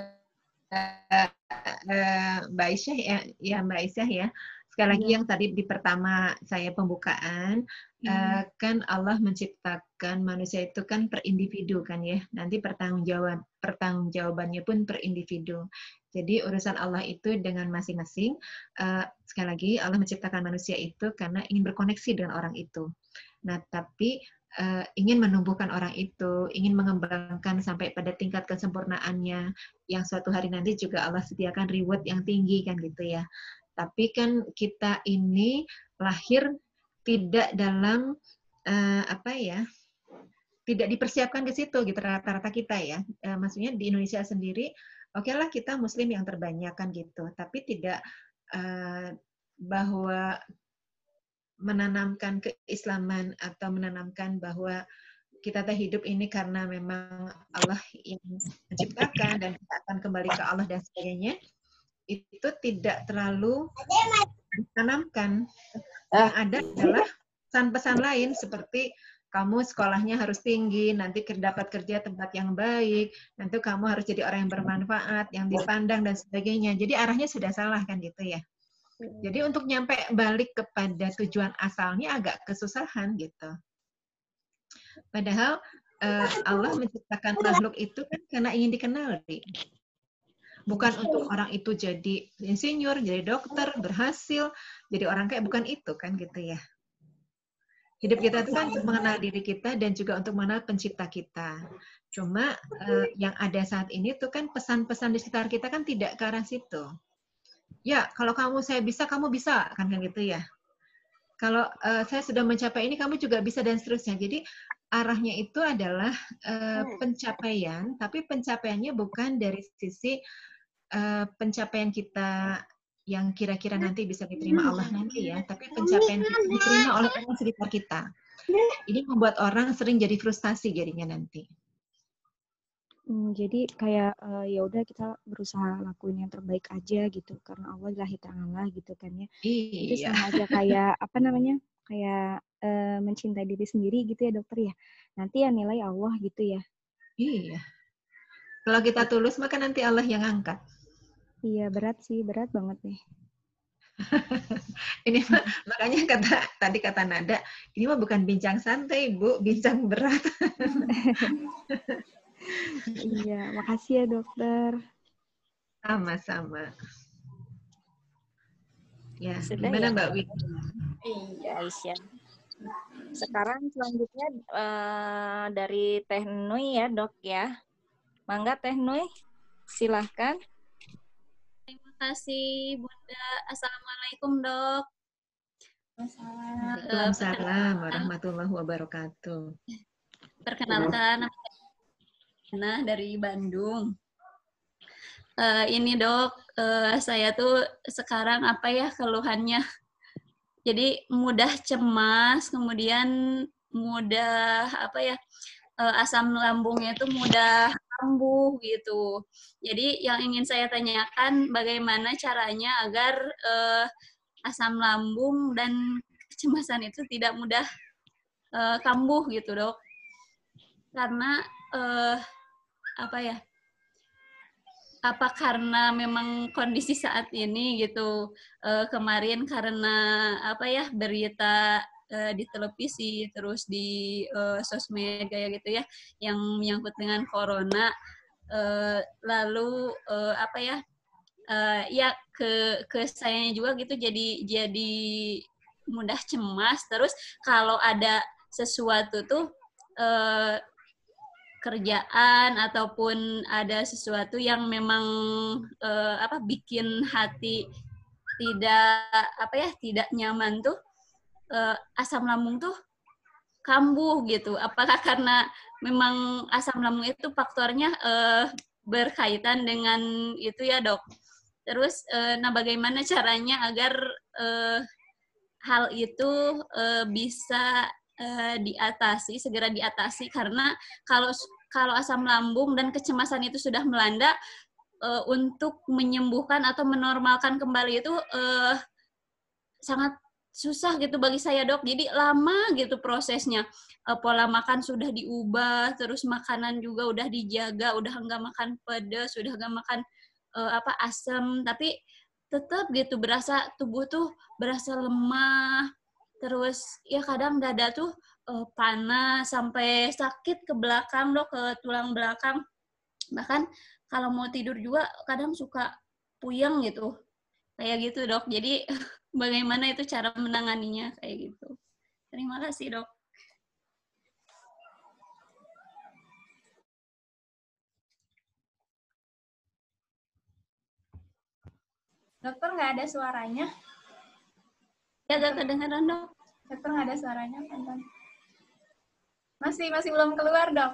Mbak Aisyah ya, ya Mbak Aisyah ya. Sekali lagi yang tadi di pertama saya pembukaan, hmm. uh, kan Allah menciptakan manusia itu kan per individu kan ya. Nanti pertanggungjawab pertanggungjawabannya pun per individu. Jadi urusan Allah itu dengan masing-masing. Uh, sekali lagi Allah menciptakan manusia itu karena ingin berkoneksi dengan orang itu. Nah tapi uh, ingin menumbuhkan orang itu, ingin mengembangkan sampai pada tingkat kesempurnaannya, yang suatu hari nanti juga Allah sediakan reward yang tinggi kan gitu ya. Tapi kan kita ini lahir tidak dalam uh, apa ya, tidak dipersiapkan ke situ gitu rata-rata kita ya. Uh, maksudnya di Indonesia sendiri, oke lah kita Muslim yang terbanyak kan gitu, tapi tidak uh, bahwa menanamkan keislaman atau menanamkan bahwa kita teh hidup ini karena memang Allah yang menciptakan dan kita akan kembali ke Allah dan sebagainya, itu tidak terlalu ditanamkan. Yang ada adalah pesan-pesan lain seperti kamu sekolahnya harus tinggi, nanti dapat kerja tempat yang baik, nanti kamu harus jadi orang yang bermanfaat, yang dipandang dan sebagainya. Jadi arahnya sudah salah kan gitu ya. Jadi untuk nyampe balik kepada tujuan asalnya agak kesusahan gitu. Padahal uh, Allah menciptakan makhluk itu kan karena ingin dikenali. Bukan untuk orang itu jadi insinyur, jadi dokter, berhasil, jadi orang kayak, bukan itu kan gitu ya. Hidup kita itu kan untuk mengenal diri kita dan juga untuk mengenal pencipta kita. Cuma uh, yang ada saat ini tuh kan pesan-pesan di sekitar kita kan tidak ke arah situ. Ya, kalau kamu saya bisa, kamu bisa kan kan gitu ya. Kalau uh, saya sudah mencapai ini, kamu juga bisa dan seterusnya. Jadi arahnya itu adalah uh, pencapaian, tapi pencapaiannya bukan dari sisi uh, pencapaian kita yang kira-kira nanti bisa diterima Allah nanti ya, tapi pencapaian kita diterima oleh orang sekitar kita. Ini membuat orang sering jadi frustasi jadinya nanti. Hmm, jadi kayak uh, ya udah kita berusaha lakuin yang terbaik aja gitu, karena Allah ilahi ta'ala gitu kan ya. Itu Iya. sama aja kayak apa namanya, kayak uh, mencintai diri sendiri gitu ya dokter ya. Nanti yang nilai Allah gitu ya. Iya. Kalau kita tulus maka nanti Allah yang angkat. Iya, berat sih, berat banget nih. Ini mah, makanya kata tadi kata Nada, ini mah bukan bincang santai, Bu, bincang berat. Iya, makasih ya dokter. Sama-sama. Ya, Sudah gimana ya? Mbak Win? Iya, Aisyah. Sekarang selanjutnya uh, dari Teh Nui ya, Dok ya. Mangga Teh Nui, silahkan. Terima kasih Bunda. Assalamualaikum Dok. Waalaikumsalam warahmatullahi wabarakatuh. Perkenalkan, Nah dari Bandung. Uh, ini Dok, uh, saya tuh sekarang apa ya keluhannya? Jadi mudah cemas, kemudian mudah apa ya? Uh, asam lambungnya itu mudah kambuh gitu. Jadi yang ingin saya tanyakan bagaimana caranya agar uh, asam lambung dan kecemasan itu tidak mudah uh, kambuh gitu Dok. Karena uh, apa ya? Apa karena memang kondisi saat ini gitu uh, kemarin karena apa ya berita uh, di televisi terus di uh, sosmed kayak gitu ya yang menyangkut dengan corona uh, lalu uh, apa ya uh, ya ke ke sayanya juga gitu jadi jadi mudah cemas terus kalau ada sesuatu tuh uh, kerjaan ataupun ada sesuatu yang memang uh, apa bikin hati tidak apa ya tidak nyaman tuh uh, asam lambung tuh kambuh gitu. Apakah karena memang asam lambung itu faktornya uh, berkaitan dengan itu ya Dok. Terus uh, nah bagaimana caranya agar uh, hal itu uh, bisa Uh, diatasi, segera diatasi karena kalau kalau asam lambung dan kecemasan itu sudah melanda uh, untuk menyembuhkan atau menormalkan kembali itu uh, sangat susah gitu bagi saya Dok. Jadi lama gitu prosesnya. Uh, pola makan sudah diubah, terus makanan juga udah dijaga, udah enggak makan pedas, udah enggak makan uh, apa asam, tapi tetap gitu berasa tubuh tuh berasa lemah. Terus ya kadang dada tuh uh, panas sampai sakit ke belakang Dok, ke tulang belakang. Bahkan kalau mau tidur juga kadang suka puyeng gitu. Kayak gitu Dok. Jadi bagaimana itu cara menanganinya kayak gitu. Terima kasih Dok. Dokter nggak ada suaranya? Ya gak kedengeran Dok. Dokter nggak ada suaranya kan? Masih masih belum keluar Dok.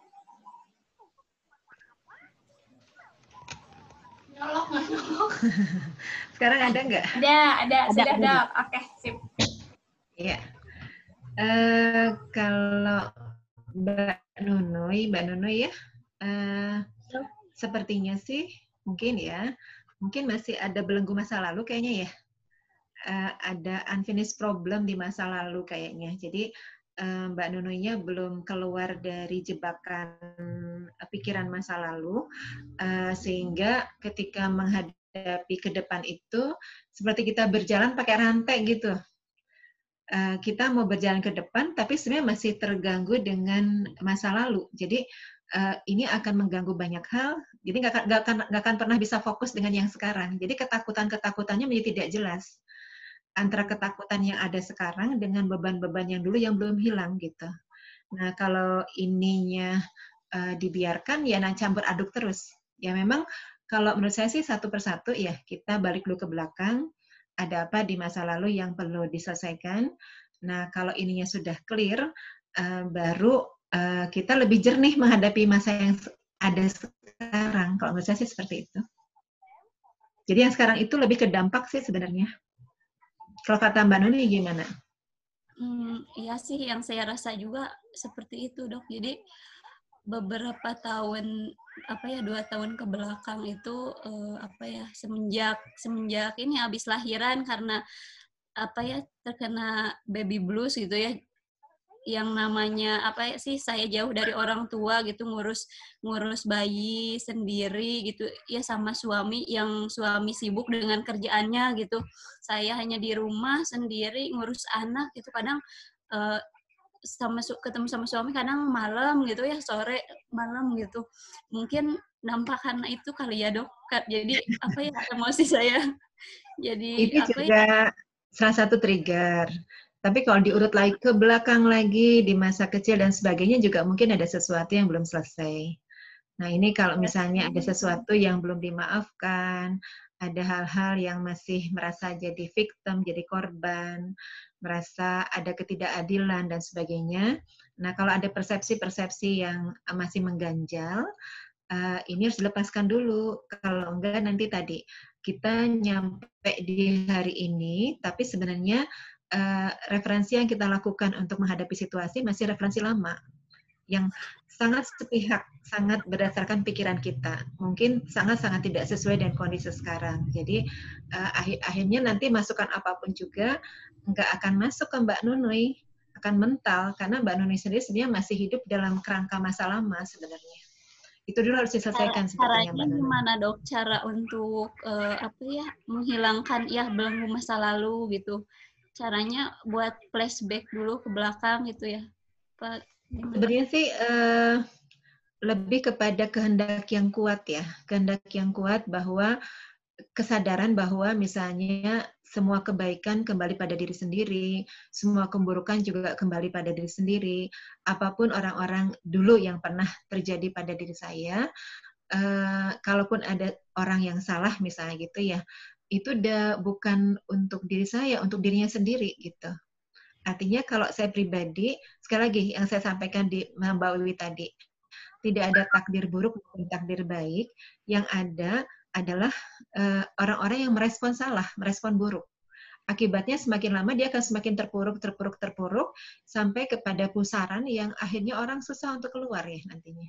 Nyolok nggak nyolok? Sekarang ada nggak? Ada, ada, Ada, sudah ada. Dok. Oke, sip. Iya. Uh, kalau Mbak Nunuy, Mbak Nunuy ya, uh, sepertinya sih mungkin ya, mungkin masih ada belenggu masa lalu kayaknya ya, uh, ada unfinished problem di masa lalu kayaknya. Jadi uh, Mbak Nunuynya belum keluar dari jebakan uh, pikiran masa lalu, uh, sehingga ketika menghadapi ke depan itu seperti kita berjalan pakai rantai gitu. Uh, kita mau berjalan ke depan, tapi sebenarnya masih terganggu dengan masa lalu. Jadi uh, ini akan mengganggu banyak hal. Jadi nggak akan, nggak akan, nggak akan pernah bisa fokus dengan yang sekarang. Jadi ketakutan-ketakutannya menjadi tidak jelas antara ketakutan yang ada sekarang dengan beban-beban yang dulu yang belum hilang gitu. Nah kalau ininya uh, dibiarkan, ya nah campur aduk terus. Ya memang kalau menurut saya sih satu persatu ya kita balik dulu ke belakang. Ada apa di masa lalu yang perlu diselesaikan. Nah, kalau ininya sudah clear, uh, baru uh, kita lebih jernih menghadapi masa yang ada sekarang. Kalau menurut saya sih seperti itu. Jadi yang sekarang itu lebih ke dampak sih sebenarnya. Kalau kata Mbak Nuni gimana? Hmm, iya sih, yang saya rasa juga seperti itu, Dok. Jadi beberapa tahun apa ya dua tahun ke belakang itu eh, apa ya semenjak semenjak ini habis lahiran karena apa ya terkena baby blues gitu ya, yang namanya apa ya sih saya jauh dari orang tua gitu, ngurus ngurus bayi sendiri gitu ya, sama suami yang suami sibuk dengan kerjaannya gitu, saya hanya di rumah sendiri ngurus anak gitu. Kadang eh, sama ketemu sama suami kadang malam gitu ya, sore malam gitu, mungkin dampak karena itu kali ya, Dok. Jadi apa ya emosi saya jadi Itu apa juga ya salah satu trigger. Tapi kalau diurut lagi ke belakang lagi di masa kecil dan sebagainya juga mungkin ada sesuatu yang belum selesai. Nah ini kalau misalnya ada sesuatu yang belum dimaafkan, ada hal-hal yang masih merasa jadi victim, jadi korban, merasa ada ketidakadilan dan sebagainya. Nah kalau ada persepsi-persepsi yang masih mengganjal, uh, ini harus dilepaskan dulu. Kalau enggak nanti tadi kita nyampe di hari ini, tapi sebenarnya uh, referensi yang kita lakukan untuk menghadapi situasi masih referensi lama, yang sangat sepihak, sangat berdasarkan pikiran kita. Mungkin sangat-sangat tidak sesuai dengan kondisi sekarang. Jadi uh, akhir akhirnya nanti masukan apapun juga nggak akan masuk ke Mbak Nunuy, akan mental, karena Mbak Nunuy sendiri sebenarnya masih hidup dalam kerangka masa lama sebenarnya. Itu dulu harus diselesaikan sepertinya, Mbak Nunuy. Gimana, Dok, cara untuk uh, apa ya menghilangkan ya belenggu masa lalu gitu? Caranya buat flashback dulu ke belakang gitu ya, Pak? Sebenarnya sih uh, lebih kepada kehendak yang kuat ya, kehendak yang kuat bahwa kesadaran bahwa misalnya semua kebaikan kembali pada diri sendiri, semua keburukan juga kembali pada diri sendiri. Apapun orang-orang dulu yang pernah terjadi pada diri saya, uh, kalaupun ada orang yang salah misalnya gitu ya, itu udah bukan untuk diri saya, untuk dirinya sendiri gitu. Artinya kalau saya pribadi, sekali lagi yang saya sampaikan di Mbak Wiwi tadi, tidak ada takdir buruk maupun takdir baik, yang ada adalah uh, orang-orang yang merespon salah, merespon buruk. Akibatnya semakin lama dia akan semakin terpuruk, terpuruk, terpuruk, sampai kepada pusaran yang akhirnya orang susah untuk keluar ya nantinya.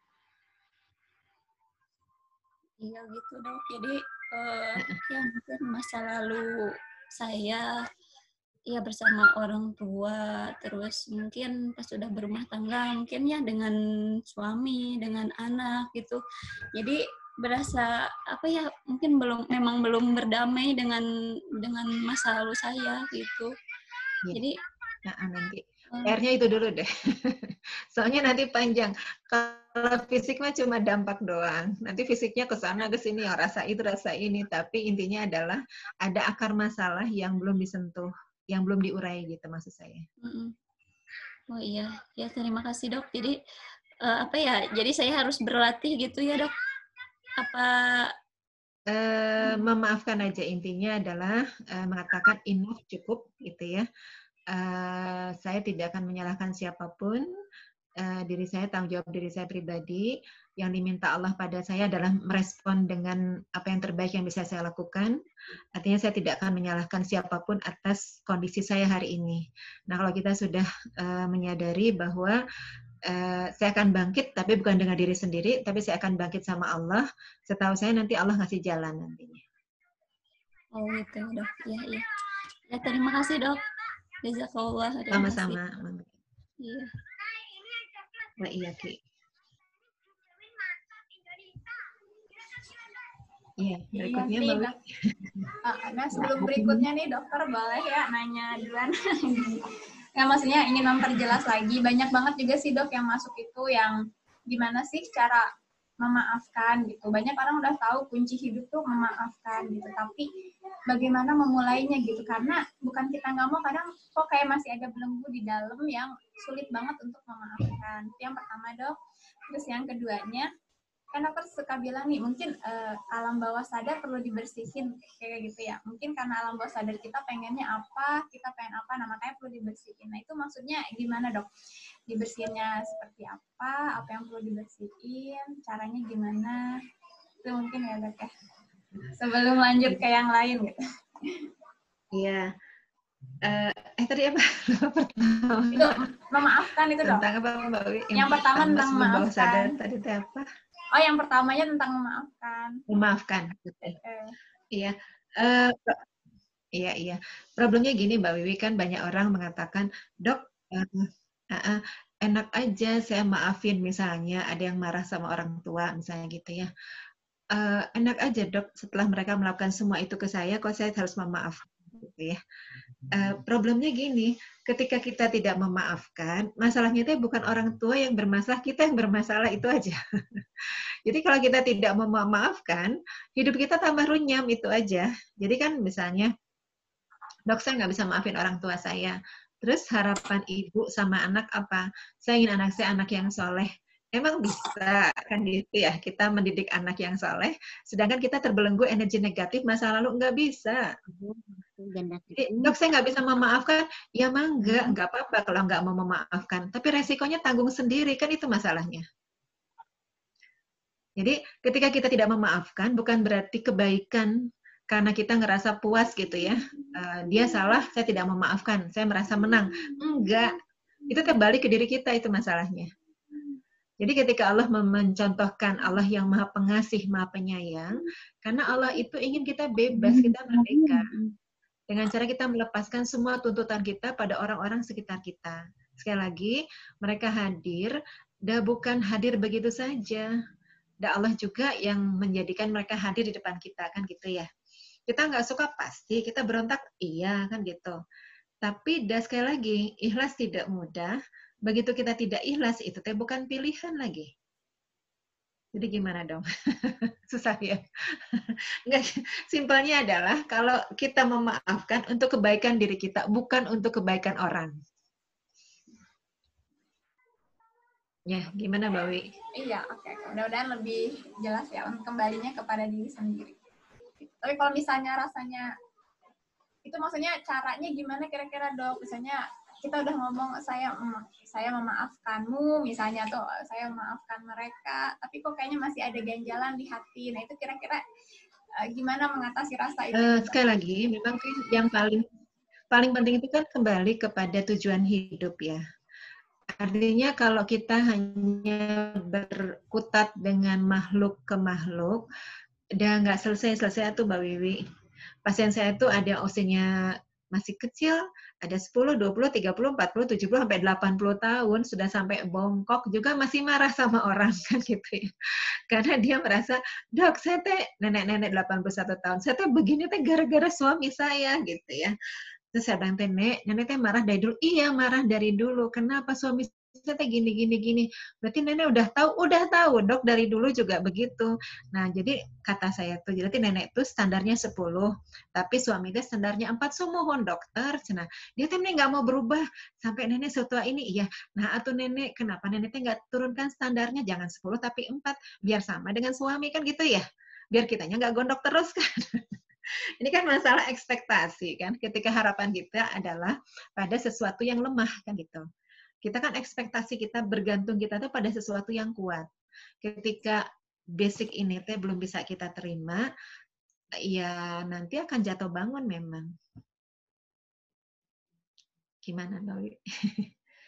Iya gitu, Dok. Jadi uh, ya mungkin masa lalu saya ya bersama orang tua, terus mungkin pas sudah berumah tangga, mungkin ya dengan suami, dengan anak gitu. Jadi berasa apa ya, mungkin belum memang belum berdamai dengan dengan masa lalu saya gitu. Ya. Jadi nah, nanti P R-nya itu dulu deh. Soalnya nanti panjang. Kalau fisik mah cuma dampak doang. Nanti fisiknya ke sana ke sini, ya rasa itu rasa ini, tapi intinya adalah ada akar masalah yang belum disentuh, yang belum diurai gitu maksud saya. Oh iya, ya terima kasih, Dok. Jadi uh, apa ya? Jadi saya harus berlatih gitu ya, Dok. Apa uh, memaafkan aja, intinya adalah uh, mengatakan enough, cukup gitu ya. Uh, saya tidak akan menyalahkan siapapun. Uh, diri saya, tanggung jawab diri saya pribadi. Yang diminta Allah pada saya adalah merespon dengan apa yang terbaik yang bisa saya lakukan. Artinya saya tidak akan menyalahkan siapapun atas kondisi saya hari ini. Nah, kalau kita sudah uh, menyadari bahwa Uh, saya akan bangkit, tapi bukan dengan diri sendiri, tapi saya akan bangkit sama Allah. Setahu saya nanti Allah ngasih jalan nantinya. Oh gitu dok, ya iya. Ya terima kasih dok. Jazakallah. Sama-sama. Iya. Nah, iya Ki. Iya, berikutnya iya, Mbak. Nah, sebelum berikutnya nih dokter boleh ya nanya duluan. Nggak, maksudnya ingin memperjelas lagi. Banyak banget juga sih dok yang masuk itu yang gimana sih cara memaafkan gitu. Banyak orang udah tahu kunci hidup tuh memaafkan gitu. Tapi bagaimana memulainya gitu. Karena bukan kita nggak mau, kadang kok kayak masih ada belenggu di dalam yang sulit banget untuk memaafkan. Itu yang pertama dok. Terus yang keduanya, kan dokter suka bilang nih, mungkin uh, alam bawah sadar perlu dibersihin kayak gitu ya. Mungkin karena alam bawah sadar kita pengennya apa, kita pengen apa, nah makanya perlu dibersihin. Nah itu maksudnya gimana dok? Dibersihinnya seperti apa, apa yang perlu dibersihin, caranya gimana? Itu mungkin ya dok ya. Sebelum lanjut ke yang lain gitu. Iya. Uh, eh tadi apa? Itu memaafkan itu dok. Tentang apa Mbak Wi? Yang, yang pertama tentang memaafkan. Bawah sadar tadi itu apa? Oh, yang pertamanya tentang memaafkan. Memaafkan. Eh. Iya. Uh, iya, iya. Problemnya gini Mbak Wiwi, kan banyak orang mengatakan, dok, uh, uh, uh, enak aja saya maafin, misalnya ada yang marah sama orang tua, misalnya gitu ya. Uh, enak aja dok, setelah mereka melakukan semua itu ke saya, kok saya harus memaafkan, gitu ya. Uh, problemnya gini, ketika kita tidak memaafkan, masalahnya itu bukan orang tua yang bermasalah, kita yang bermasalah, itu aja. Jadi kalau kita tidak memaafkan, hidup kita tambah runyam, itu aja. Jadi kan misalnya, dok saya nggak bisa maafin orang tua saya. Terus harapan ibu sama anak apa? Saya ingin anak saya anak yang soleh. Emang bisa kan gitu ya, kita mendidik anak yang soleh, sedangkan kita terbelenggu energi negatif masa lalu, nggak bisa. Jadi, dok saya nggak bisa memaafkan, ya mangga, nggak apa-apa kalau nggak mau memaafkan, tapi resikonya tanggung sendiri, kan itu masalahnya. Jadi ketika kita tidak memaafkan, bukan berarti kebaikan karena kita ngerasa puas gitu ya, uh, dia salah, saya tidak memaafkan, saya merasa menang. Enggak, itu kembali ke diri kita, itu masalahnya. Jadi ketika Allah mencontohkan Allah yang maha pengasih, maha penyayang, karena Allah itu ingin kita bebas, kita merdeka. Dengan cara kita melepaskan semua tuntutan kita pada orang-orang sekitar kita. Sekali lagi, mereka hadir, dan bukan hadir begitu saja. Dan Allah juga yang menjadikan mereka hadir di depan kita, kan gitu ya. Kita nggak suka pasti, kita berontak, iya kan gitu. Tapi dan sekali lagi, ikhlas tidak mudah. Begitu kita tidak ikhlas, itu teh bukan pilihan lagi. Jadi gimana dong? Susah ya? Nggak, simpelnya adalah kalau kita memaafkan untuk kebaikan diri kita, bukan untuk kebaikan orang. Ya, gimana Mbak Wi? Iya, oke. Okay. Mudah-mudahan lebih jelas ya, kembalinya kepada diri sendiri. Tapi kalau misalnya rasanya, itu maksudnya caranya gimana kira-kira dok? Misalnya kita udah ngomong, saya saya memaafkanmu, misalnya tuh, saya memaafkan mereka, tapi kok kayaknya masih ada ganjalan di hati. Nah itu kira-kira uh, gimana mengatasi rasa itu? Uh, sekali lagi, memang yang paling paling penting itu kan kembali kepada tujuan hidup ya. Artinya kalau kita hanya berkutat dengan makhluk ke makhluk, udah nggak selesai-selesai tuh Mbak Wiwi. Pasien saya tuh ada usianya masih kecil, ada sepuluh, dua puluh, tiga puluh, empat puluh, tujuh puluh, sampai delapan puluh tahun, sudah sampai bongkok, juga masih marah sama orang, kan gitu ya. Karena dia merasa, dok, saya teh nenek-nenek delapan puluh satu tahun, saya teh begini teh gara-gara suami saya, gitu ya. Terus saya bilang, nenek, nenek teh marah dari dulu. Iya, marah dari dulu. Kenapa suami saya teh gini, gini, gini. Berarti nenek udah tahu, udah tahu, dok, dari dulu juga begitu. Nah, jadi kata saya tuh, jadi nenek tuh standarnya sepuluh, tapi suami dia standarnya empat, so mohon dokter. Nah, dia tuh nenek nggak mau berubah, sampai nenek setua ini, iya. Nah, atau nenek, kenapa nenek teh nggak turunkan standarnya, jangan sepuluh, tapi empat, biar sama dengan suami, kan gitu ya. Biar kitanya nggak gondok terus, kan. Ini kan masalah ekspektasi, kan. Ketika harapan kita adalah pada sesuatu yang lemah, kan gitu. Kita kan ekspektasi kita bergantung kita tuh pada sesuatu yang kuat. Ketika basic ini teh belum bisa kita terima, ya nanti akan jatuh bangun memang. Gimana Mbak Wi?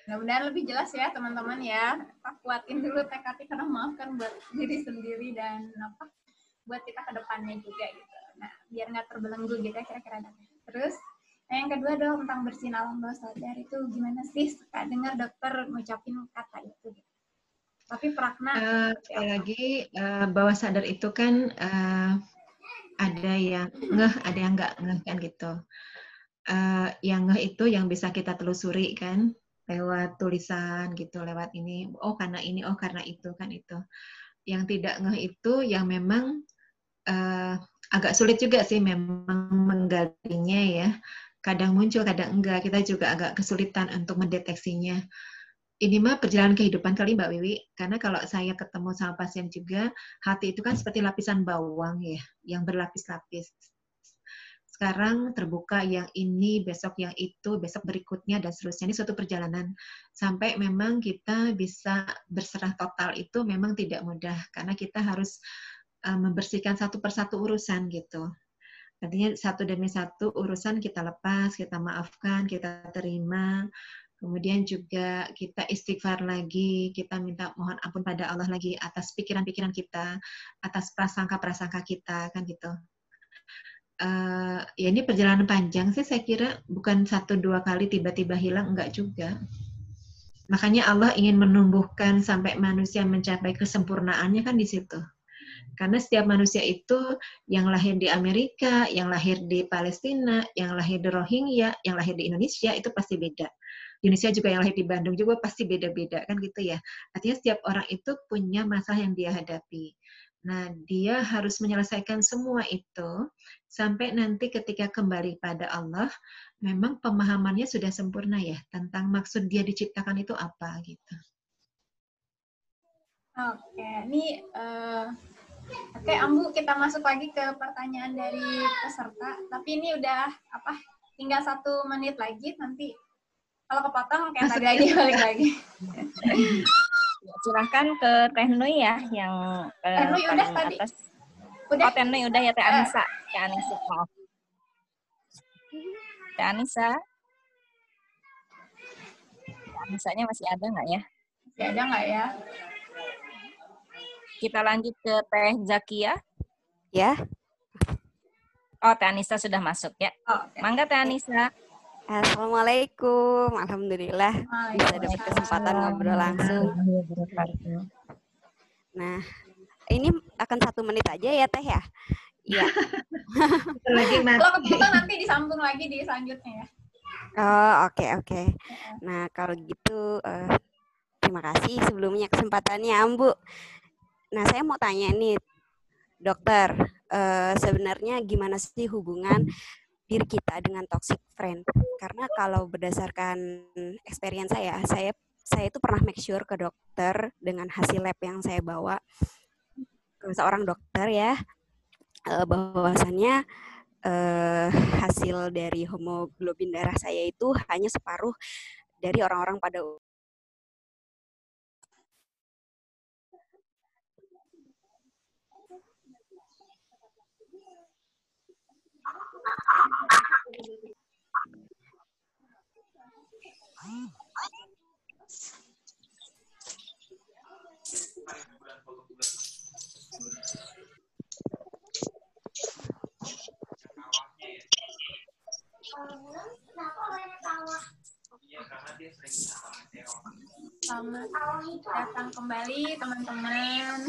Mudah-mudahan lebih jelas ya teman-teman ya. Kita kuatin dulu tekadnya karena maafkan buat diri sendiri dan apa buat kita ke depannya juga gitu. Nah, biar nggak terbelenggu gitu ya kira-kira. Terus nah yang kedua dong tentang bersihin alam bawah sadar itu gimana sih? Suka dengar dokter ngucapin kata itu gitu. Tapi prakna uh, sekali lagi uh, bawah sadar itu kan uh, ada yang ngeh, ada yang nggak ngeh kan gitu. Uh, yang ngeh itu yang bisa kita telusuri kan lewat tulisan gitu, lewat ini, oh karena ini, oh karena itu kan itu. Yang tidak ngeh itu yang memang uh, agak sulit juga sih memang menggalinya ya. Kadang muncul, kadang enggak. Kita juga agak kesulitan untuk mendeteksinya. Ini mah perjalanan kehidupan kali Mbak Wiwi, karena kalau saya ketemu sama pasien juga, hati itu kan seperti lapisan bawang ya, yang berlapis-lapis. Sekarang terbuka yang ini, besok yang itu, besok berikutnya, dan seterusnya. Ini suatu perjalanan. Sampai memang kita bisa berserah total itu memang tidak mudah, karena kita harus uh, membersihkan satu persatu urusan gitu. Artinya satu demi satu urusan kita lepas, kita maafkan, kita terima, kemudian juga kita istighfar lagi, kita minta mohon ampun pada Allah lagi atas pikiran-pikiran kita, atas prasangka-prasangka kita, kan gitu. Uh, ya ini perjalanan panjang sih saya kira, bukan satu dua kali tiba-tiba hilang, enggak juga. Makanya Allah ingin menumbuhkan sampai manusia mencapai kesempurnaannya kan di situ. Karena setiap manusia itu yang lahir di Amerika, yang lahir di Palestina, yang lahir di Rohingya, yang lahir di Indonesia itu pasti beda. Di Indonesia juga yang lahir di Bandung juga pasti beda-beda kan gitu ya. Artinya setiap orang itu punya masalah yang dia hadapi. Nah, dia harus menyelesaikan semua itu sampai nanti ketika kembali pada Allah, memang pemahamannya sudah sempurna ya tentang maksud dia diciptakan itu apa gitu. Oke, ini uh, oke Ambu kita masuk lagi ke pertanyaan dari peserta. Tapi ini udah apa? Tinggal satu menit lagi nanti kalau kepotong kayak tadi lagi balik lagi. Silahkan ke Teh Nui ya, yang eh, Teh Nui udah tadi. Atas. Udah. Oh, Teh Nui udah ya, Teh Anissa. Teh Anissa, maaf. Teh Anissa. Teh Anissanya masih ada nggak ya? Masih ada nggak ya? Kita lanjut ke Teh Zakia. Ya. Oh, Teh Anissa sudah masuk ya. Oh, okay. Mangga Teh Anissa. Assalamualaikum, alhamdulillah bisa dapat kesempatan ngobrol langsung. Nah, ini akan satu menit aja ya Teh ya? Iya. Kalau kepotong nanti disambung lagi di selanjutnya ya. Oh oke okay, oke. Okay. Nah kalau gitu uh, terima kasih sebelumnya kesempatannya Ambu. Nah saya mau tanya nih dokter, uh, sebenarnya gimana sih hubungan diri kita dengan toxic friend? Karena kalau berdasarkan experience saya, saya saya itu pernah make sure ke dokter dengan hasil lab yang saya bawa ke seorang dokter ya, bahwasannya eh, hasil dari hemoglobin darah saya itu hanya separuh dari orang-orang pada Selamat datang kembali teman-teman.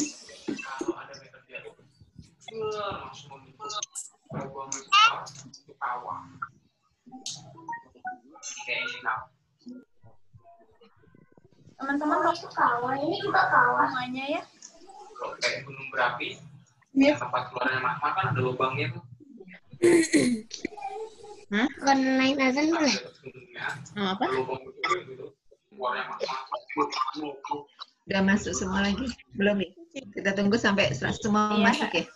Teman-teman kok kawan ini juga kawan semuanya ya. Kalau kayak gunung berapi, yang tempat keluarnya magma kan ada lubangnya tuh. Hah? Bukan naik azan boleh? Oh, apa? Udah masuk semua lagi? Belum ya? Kita tunggu sampai semua iya, masuk ya?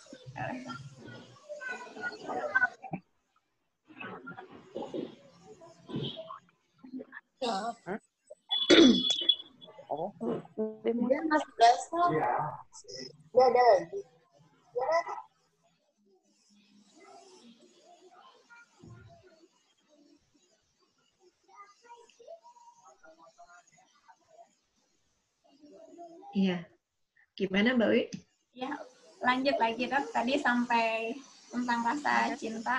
Oh, dia masuk dasar. Dia ada lagi. Iya. Gimana Mbak Wi? Ya, lanjut lagi dok. Tadi sampai tentang rasa cinta.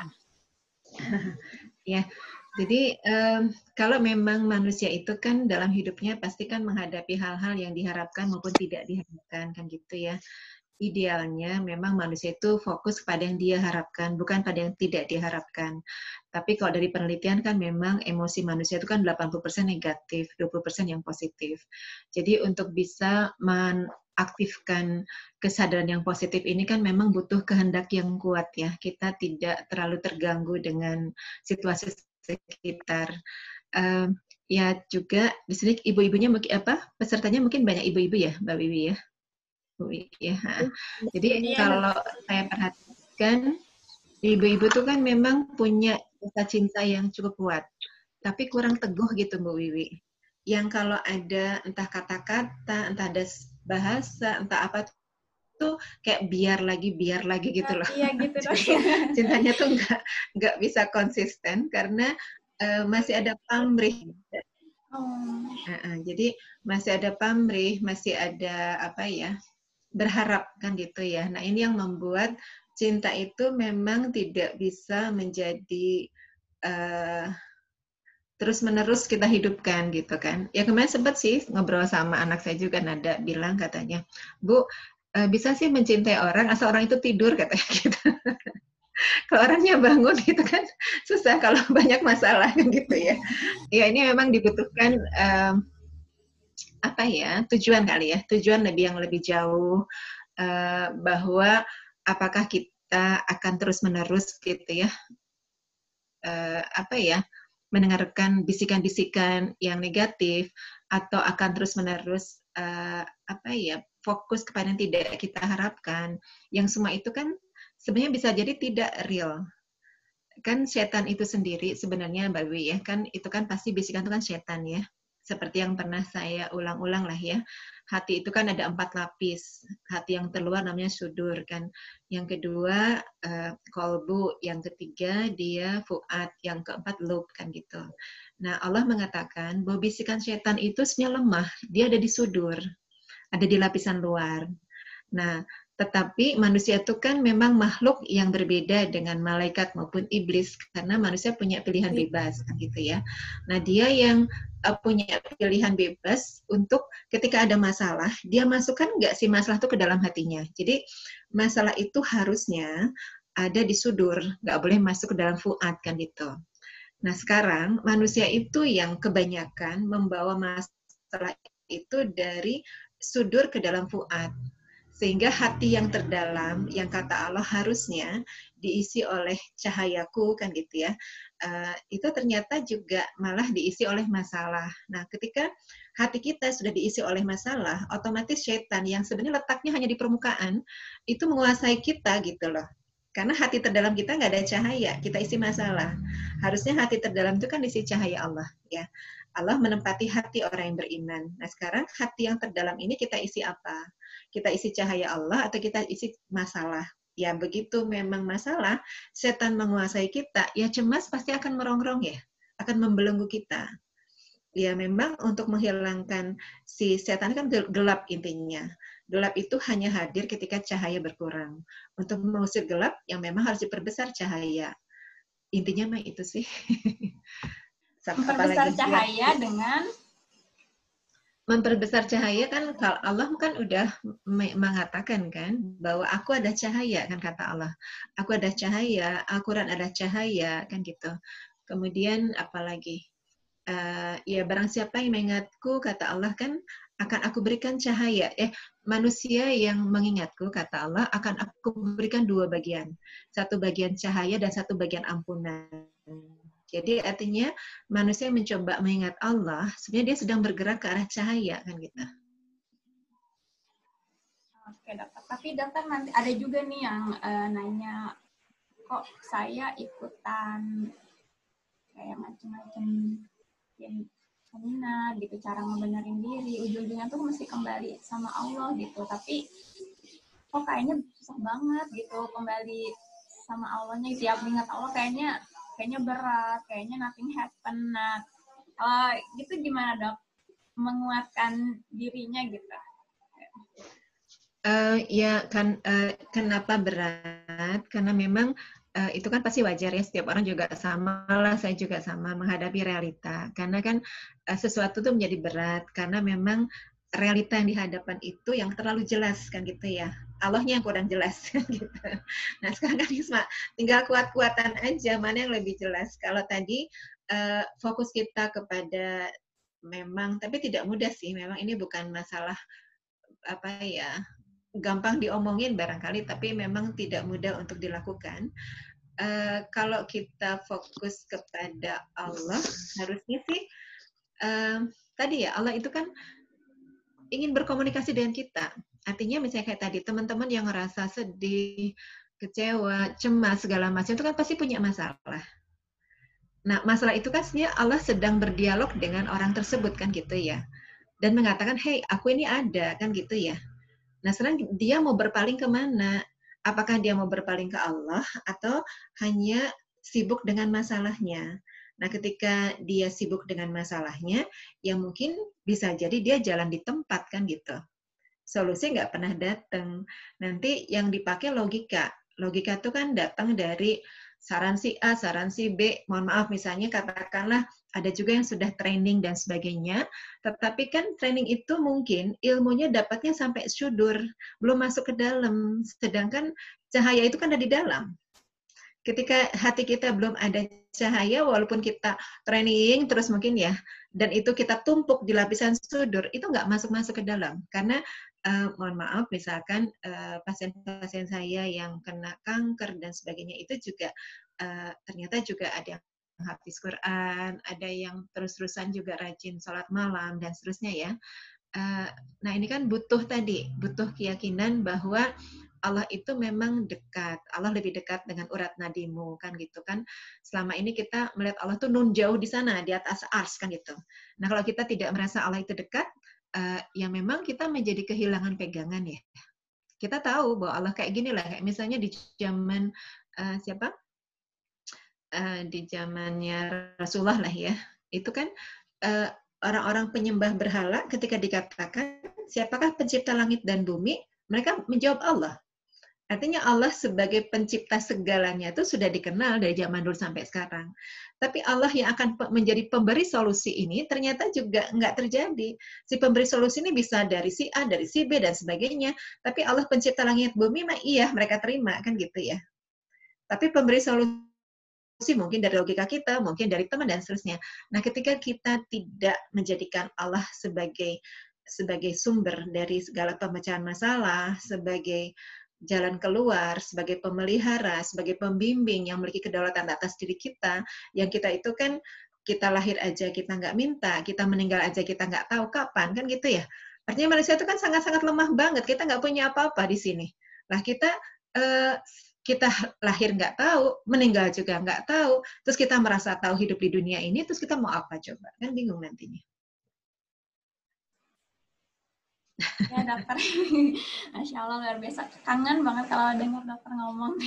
Ya, jadi um, kalau memang manusia itu kan dalam hidupnya pasti kan menghadapi hal-hal yang diharapkan maupun tidak diharapkan kan gitu ya. Idealnya memang manusia itu fokus pada yang dia harapkan, bukan pada yang tidak diharapkan. Tapi kalau dari penelitian kan memang emosi manusia itu kan delapan puluh persen negatif, dua puluh persen yang positif. Jadi untuk bisa mengaktifkan kesadaran yang positif ini kan memang butuh kehendak yang kuat ya. Kita tidak terlalu terganggu dengan situasi sekitar. Uh, ya juga di sini ibu-ibunya mungkin apa pesertanya mungkin banyak ibu-ibu ya Mbak Wiwi ya. Ya. Jadi kalau saya perhatikan ibu-ibu tuh kan memang punya rasa cinta yang cukup kuat, tapi kurang teguh gitu Bu Wiwi. Yang kalau ada entah kata-kata, entah ada bahasa, entah apa tuh kayak biar lagi, biar lagi gitu loh. Iya gitu dong. Cintanya tuh nggak nggak bisa konsisten karena uh, masih ada pamrih. Oh. Uh, uh, jadi masih ada pamrih, masih ada apa ya? Berharap kan gitu ya. Nah ini yang membuat cinta itu memang tidak bisa menjadi uh, terus-menerus kita hidupkan gitu kan. Ya kemarin sempat sih ngobrol sama anak saya juga, Nada bilang katanya, Bu, uh, bisa sih mencintai orang asal orang itu tidur katanya gitu. Kalau orangnya bangun gitu kan susah kalau banyak masalah kan gitu ya. Ya ini memang dibutuhkan um, apa ya tujuan kali ya tujuan lebih yang lebih jauh uh, bahwa apakah kita akan terus menerus gitu ya uh, apa ya mendengarkan bisikan-bisikan yang negatif atau akan terus menerus uh, apa ya fokus kepada yang tidak kita harapkan, yang semua itu kan sebenarnya bisa jadi tidak real. Kan setan itu sendiri sebenarnya Mbak Wi ya kan itu kan pasti bisikan itu kan setan ya. Seperti yang pernah saya ulang-ulang lah ya, hati itu kan ada empat lapis. Hati yang terluar namanya sudur kan. Yang kedua uh, kolbu, yang ketiga dia fuad, yang keempat lub kan gitu. Nah Allah mengatakan bahwa bisikan setan itu sebenarnya lemah, dia ada di sudur, ada di lapisan luar. Nah tetapi manusia itu kan memang makhluk yang berbeda dengan malaikat maupun iblis karena manusia punya pilihan bebas gitu ya. Nah dia yang uh, punya pilihan bebas untuk ketika ada masalah dia masukkan nggak sih masalah itu ke dalam hatinya. Jadi masalah itu harusnya ada di sudur, nggak boleh masuk ke dalam fuad kan gitu. Nah sekarang manusia itu yang kebanyakan membawa masalah itu dari sudur ke dalam fuad. Sehingga hati yang terdalam, yang kata Allah harusnya diisi oleh cahayaku, kan gitu ya, uh, itu ternyata juga malah diisi oleh masalah. Nah, ketika hati kita sudah diisi oleh masalah, otomatis setan yang sebenarnya letaknya hanya di permukaan, itu menguasai kita gitu loh. Karena hati terdalam kita nggak ada cahaya, kita isi masalah. Harusnya hati terdalam itu kan diisi cahaya Allah, ya. Allah menempati hati orang yang beriman. Nah, sekarang hati yang terdalam ini kita isi apa? Kita isi cahaya Allah atau kita isi masalah? Ya, begitu memang masalah, setan menguasai kita, ya cemas pasti akan merongrong ya, akan membelenggu kita. Ya, memang untuk menghilangkan si setan kan gelap intinya. Gelap itu hanya hadir ketika cahaya berkurang. Untuk mengusir gelap, yang memang harus diperbesar cahaya. Intinya mah itu sih. Memperbesar cahaya dengan memperbesar cahaya kan kalau Allah kan udah mengatakan kan bahwa aku ada cahaya kan kata Allah. Aku ada cahaya, Al-Qur'an ada cahaya kan gitu. Kemudian apalagi uh, ya barang siapa yang mengingatku kata Allah kan akan aku berikan cahaya. Eh manusia yang mengingatku kata Allah akan aku berikan dua bagian. Satu bagian cahaya dan satu bagian ampunan. Jadi artinya manusia yang mencoba mengingat Allah, sebenarnya dia sedang bergerak ke arah cahaya kan gitu. Oke dokter, tapi dokter nanti ada juga nih yang uh, nanya, kok saya ikutan kayak macam-macam yang seminar gitu, cara ngebenerin diri, ujung-ujungnya tuh mesti kembali sama Allah gitu, tapi kok kayaknya susah banget gitu kembali sama Allahnya, tiap ingat Allah kayaknya kayaknya berat, kayaknya nothing happen. Nah, uh, gitu gimana dok? menguatkan dirinya gitu? Uh, ya kan uh, kenapa berat? Karena memang uh, itu kan pasti wajar ya, setiap orang juga sama lah, saya juga sama menghadapi realita. Karena kan uh, sesuatu tuh menjadi berat karena memang realita yang dihadapan itu yang terlalu jelas kan gitu ya. Allahnya yang kurang jelas gitu. Nah sekarang kan Isma, tinggal kuat-kuatan aja mana yang lebih jelas. Kalau tadi uh, fokus kita kepada memang, tapi tidak mudah sih. Memang ini bukan masalah apa ya, gampang diomongin barangkali, tapi memang tidak mudah untuk dilakukan. Uh, kalau kita fokus kepada Allah, harusnya sih uh, tadi ya, Allah itu kan ingin berkomunikasi dengan kita. Artinya misalnya kayak tadi, teman-teman yang ngerasa sedih, kecewa, cemas, segala macam, itu kan pasti punya masalah. Nah, masalah itu kan sebenarnya Allah sedang berdialog dengan orang tersebut kan gitu ya. Dan mengatakan, hey, aku ini ada, kan gitu ya. Nah, sekarang dia mau berpaling kemana? Apakah dia mau berpaling ke Allah atau hanya sibuk dengan masalahnya? Nah, ketika dia sibuk dengan masalahnya, ya mungkin bisa jadi dia jalan di tempat, kan gitu. Solusi nggak pernah datang. Nanti yang dipakai logika. Logika itu kan datang dari saran si A, saran si B. Mohon maaf, misalnya katakanlah ada juga yang sudah training dan sebagainya, tetapi kan training itu mungkin ilmunya dapatnya sampai syudur, belum masuk ke dalam. Sedangkan cahaya itu kan ada di dalam. Ketika hati kita belum ada cahaya, walaupun kita training terus mungkin ya, dan itu kita tumpuk di lapisan sudur, itu nggak masuk-masuk ke dalam. Karena, uh, mohon maaf, misalkan uh, pasien-pasien saya yang kena kanker dan sebagainya, itu juga uh, ternyata juga ada yang hafiz Quran, ada yang terus-terusan juga rajin sholat malam, dan seterusnya ya. Uh, nah ini kan butuh tadi, butuh keyakinan bahwa Allah itu memang dekat. Allah lebih dekat dengan urat nadimu, kan gitu kan. Selama ini kita melihat Allah tuh nun jauh di sana, di atas ars, kan gitu. Nah kalau kita tidak merasa Allah itu dekat, uh, ya memang kita menjadi kehilangan pegangan ya. Kita tahu bahwa Allah kayak gini lah, kayak misalnya di zaman uh, siapa? Uh, di zamannya Rasulullah lah ya. Itu kan uh, orang-orang penyembah berhala ketika dikatakan siapakah pencipta langit dan bumi, mereka menjawab Allah. Artinya Allah sebagai pencipta segalanya itu sudah dikenal dari zaman dulu sampai sekarang. Tapi Allah yang akan menjadi pemberi solusi ini ternyata juga nggak terjadi. Si pemberi solusi ini bisa dari si A, dari si B, dan sebagainya. Tapi Allah pencipta langit bumi, mah iya mereka terima, kan gitu ya. Tapi pemberi solusi mungkin dari logika kita, mungkin dari teman, dan seterusnya. Nah ketika kita tidak menjadikan Allah sebagai sebagai sumber dari segala pemecahan masalah, sebagai jalan keluar, sebagai pemelihara, sebagai pembimbing yang memiliki kedaulatan atas diri kita, yang kita itu kan kita lahir aja kita nggak minta, kita meninggal aja kita nggak tahu kapan, kan gitu ya. Artinya manusia itu kan sangat-sangat lemah banget, kita nggak punya apa-apa di sini. Nah kita eh, kita lahir nggak tahu, meninggal juga nggak tahu, terus kita merasa tahu hidup di dunia ini, terus kita mau apa coba? Kan bingung nantinya. Ya dokter, Masya Allah luar biasa. Kangen banget kalau dengar dokter ngomong.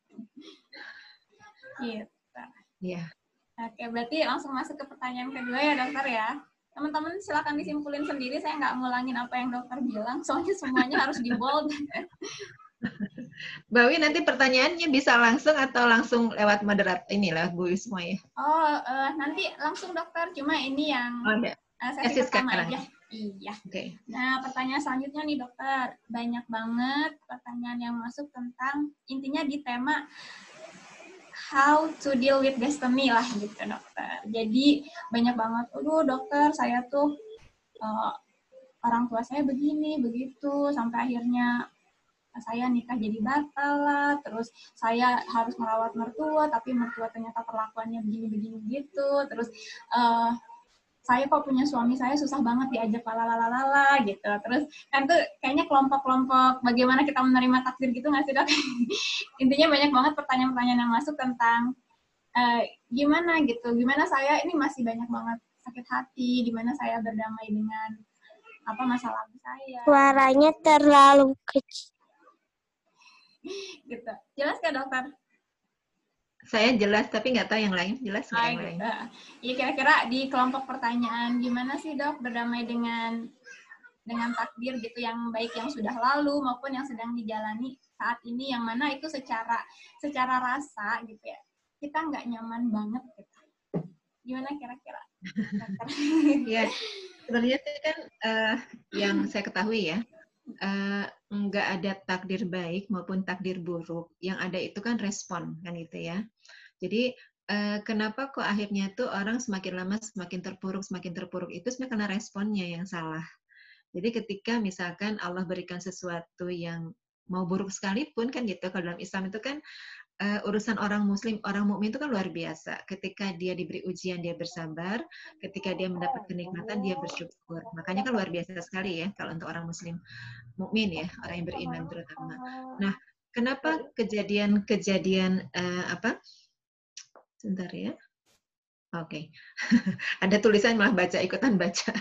Gitu. Iya. Oke, berarti langsung masuk ke pertanyaan kedua ya dokter ya. Teman-teman silakan disimpulin sendiri, saya nggak ngulangin apa yang dokter bilang, soalnya semuanya harus di bold. Mbak Wi, nanti pertanyaannya bisa langsung atau langsung lewat moderat inilah Bu Wisma ya? Oh, uh, nanti langsung dokter, cuma ini yang oh, ya. uh, sesi pertama sekarang. aja. Iya. Okay. Nah, pertanyaan selanjutnya nih dokter, banyak banget pertanyaan yang masuk tentang intinya di tema how to deal with destiny lah gitu dokter. Jadi banyak banget, aduh dokter saya tuh uh, orang tua saya begini begitu sampai akhirnya saya nikah jadi batal lah, terus saya harus merawat mertua tapi mertua ternyata perlakuannya begini-begini gitu, terus uh, saya kok punya suami saya susah banget diajak lalalalala gitu. Terus kan tuh kayaknya kelompok-kelompok bagaimana kita menerima takdir gitu nggak sih dok? Intinya banyak banget pertanyaan-pertanyaan yang masuk tentang uh, gimana gitu, gimana saya ini masih banyak banget sakit hati, gimana saya berdamai dengan apa masa lalu saya. Suaranya terlalu kecil. Gitu. Jelas nggak dokter? Saya jelas, tapi nggak tahu yang lain. Jelas nggak Ah, yang lain? gitu. Ya kira-kira di kelompok pertanyaan gimana sih dok berdamai dengan dengan takdir gitu yang baik yang sudah lalu maupun yang sedang dijalani saat ini, yang mana itu secara secara rasa gitu ya kita nggak nyaman banget gitu. Gimana kira-kira? Ya, sebenarnya sih kan uh, yang saya ketahui ya, uh, nggak ada takdir baik maupun takdir buruk. Yang ada itu kan respon kan gitu ya. Jadi uh, kenapa kok akhirnya tuh orang semakin lama semakin terpuruk, semakin terpuruk itu sebenarnya karena responnya yang salah. Jadi ketika misalkan Allah berikan sesuatu yang mau buruk sekalipun kan gitu, kalau dalam Islam itu kan uh, urusan orang muslim, orang mukmin itu kan luar biasa. Ketika dia diberi ujian dia bersabar, ketika dia mendapat kenikmatan dia bersyukur. Makanya kan luar biasa sekali ya kalau untuk orang muslim mukmin ya, orang yang beriman terutama. Nah, kenapa kejadian-kejadian uh, apa? Sebentar ya. Oke, okay. Ada tulisan malah baca ikutan baca.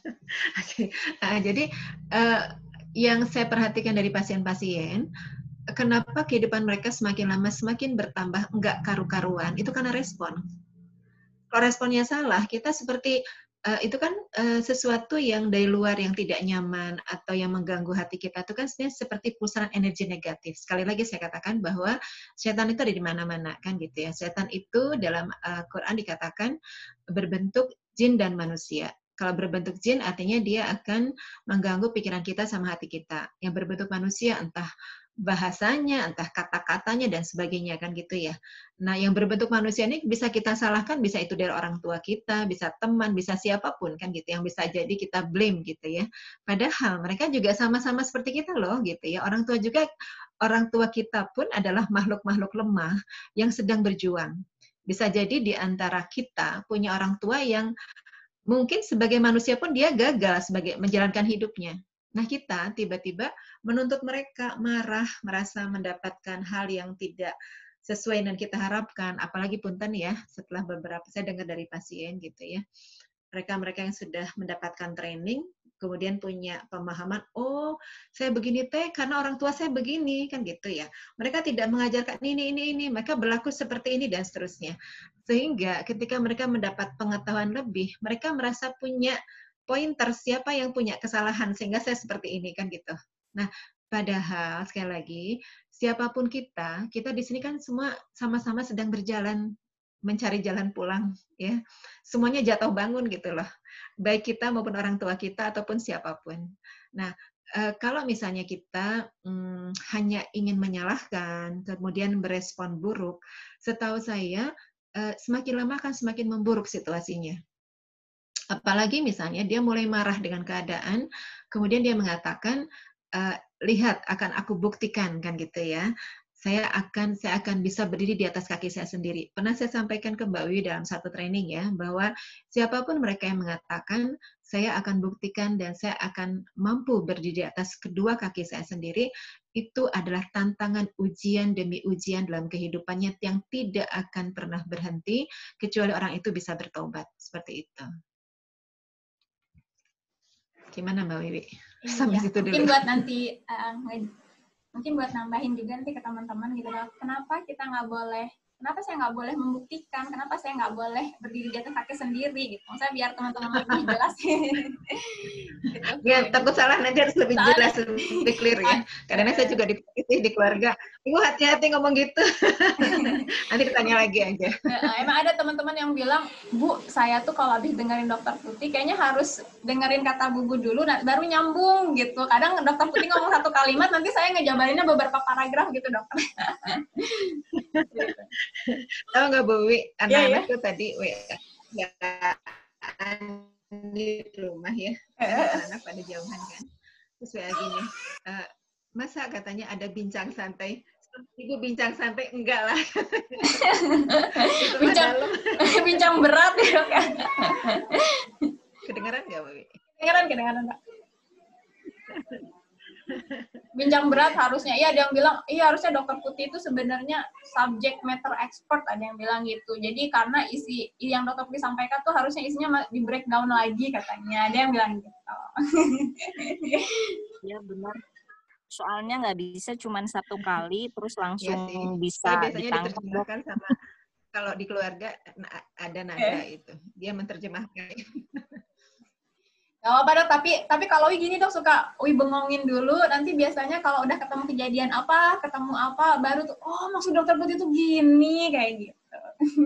Okay. Uh, jadi uh, yang saya perhatikan dari pasien-pasien, kenapa kehidupan mereka semakin lama semakin bertambah enggak karu-karuan, itu karena respon. Kalau responnya salah, kita seperti uh, itu kan uh, sesuatu yang dari luar yang tidak nyaman atau yang mengganggu hati kita itu kan sebenarnya seperti pusaran energi negatif. Sekali lagi saya katakan bahwa setan itu ada di mana-mana kan gitu ya. Setan itu dalam uh, Quran dikatakan berbentuk jin dan manusia. Kalau berbentuk jin artinya dia akan mengganggu pikiran kita sama hati kita. Yang berbentuk manusia entah bahasanya, entah kata-katanya dan sebagainya kan gitu ya. Nah, yang berbentuk manusia ini bisa kita salahkan, bisa itu dari orang tua kita, bisa teman, bisa siapapun kan gitu, yang bisa jadi kita blame gitu ya. Padahal mereka juga sama-sama seperti kita loh gitu ya. Orang tua juga, orang tua kita pun adalah makhluk-makhluk lemah yang sedang berjuang. Bisa jadi di antara kita punya orang tua yang mungkin sebagai manusia pun dia gagal sebagai menjalankan hidupnya. Nah, kita tiba-tiba menuntut mereka, marah, merasa mendapatkan hal yang tidak sesuai dan kita harapkan, apalagi punten ya, setelah beberapa, saya dengar dari pasien gitu ya, mereka-mereka yang sudah mendapatkan training, kemudian punya pemahaman, oh, saya begini teh karena orang tua saya begini, kan gitu ya. Mereka tidak mengajarkan ini, ini, ini, mereka berlaku seperti ini, dan seterusnya. Sehingga ketika mereka mendapat pengetahuan lebih, mereka merasa punya pointer siapa yang punya kesalahan sehingga saya seperti ini kan gitu. Nah, padahal sekali lagi siapapun kita, kita di sini kan semua sama-sama sedang berjalan mencari jalan pulang ya. Semuanya jatuh bangun gitu loh. Baik kita maupun orang tua kita ataupun siapapun. Nah, e, kalau misalnya kita hmm, hanya ingin menyalahkan kemudian berespon buruk, setahu saya e, semakin lama akan semakin memburuk situasinya. Apalagi misalnya dia mulai marah dengan keadaan, kemudian dia mengatakan, e, lihat akan aku buktikan kan gitu ya. Saya akan saya akan bisa berdiri di atas kaki saya sendiri. Pernah saya sampaikan ke Mbak Wiwi dalam satu training ya, bahwa siapapun mereka yang mengatakan, saya akan buktikan dan saya akan mampu berdiri di atas kedua kaki saya sendiri, itu adalah tantangan ujian demi ujian dalam kehidupannya yang tidak akan pernah berhenti, kecuali orang itu bisa bertobat. Seperti itu. Gimana Mbak Wiwi? Sampai Iya, situ dulu. mungkin buat nanti, uh, mungkin buat nambahin juga nanti ke teman-teman gitu, kenapa kita nggak boleh, kenapa saya nggak boleh membuktikan, kenapa saya nggak boleh berdiri di atas kaki sendiri gitu, maksudnya biar teman-teman lebih jelas. Gitu. Ya, takut salah nanti harus lebih jelas, lebih clear ya. Karena saya juga di, di keluarga, ibu hati-hati ngomong gitu. Nanti ditanya lagi aja. Ya, emang ada teman-teman yang bilang, Bu, saya tuh kalau habis dengerin dokter Putih, kayaknya harus dengerin kata Bubu dulu, nah, baru nyambung gitu. Kadang dokter Putih ngomong satu kalimat, nanti saya ngejabarinnya beberapa paragraf gitu, dokter. Tahu nggak Bu Wi, anak-anak yeah, tuh tadi, ya, di rumah ya, anak-anak pada jauhan kan. Terus kayak gini, uh, masa katanya ada bincang santai, Ibu bincang santai, enggak lah. bincang, bincang berat ya kan. Kedengeran nggak Bu Wi? Kedengeran, kedengeran Pak. Bincang berat harusnya, iya ada yang bilang, iya harusnya dokter Putih itu sebenarnya subject matter expert, ada yang bilang gitu. Jadi karena isi yang dokter Putih sampaikan tuh harusnya isinya di breakdown lagi katanya, ada yang bilang gitu. Iya benar. Soalnya nggak bisa cuman satu kali terus Iya langsung sih. bisa Saya biasanya ditangkap, Dok. diterjemahkan sama kalau di keluarga na- ada nada Eh. itu. Dia menerjemahkan. Gak apa-apa dok, tapi tapi kalau Wi gini dok, suka Wi bengongin dulu, nanti biasanya kalau udah ketemu kejadian apa, ketemu apa, baru tuh, oh maksud dokter Putih itu gini, kayak gitu.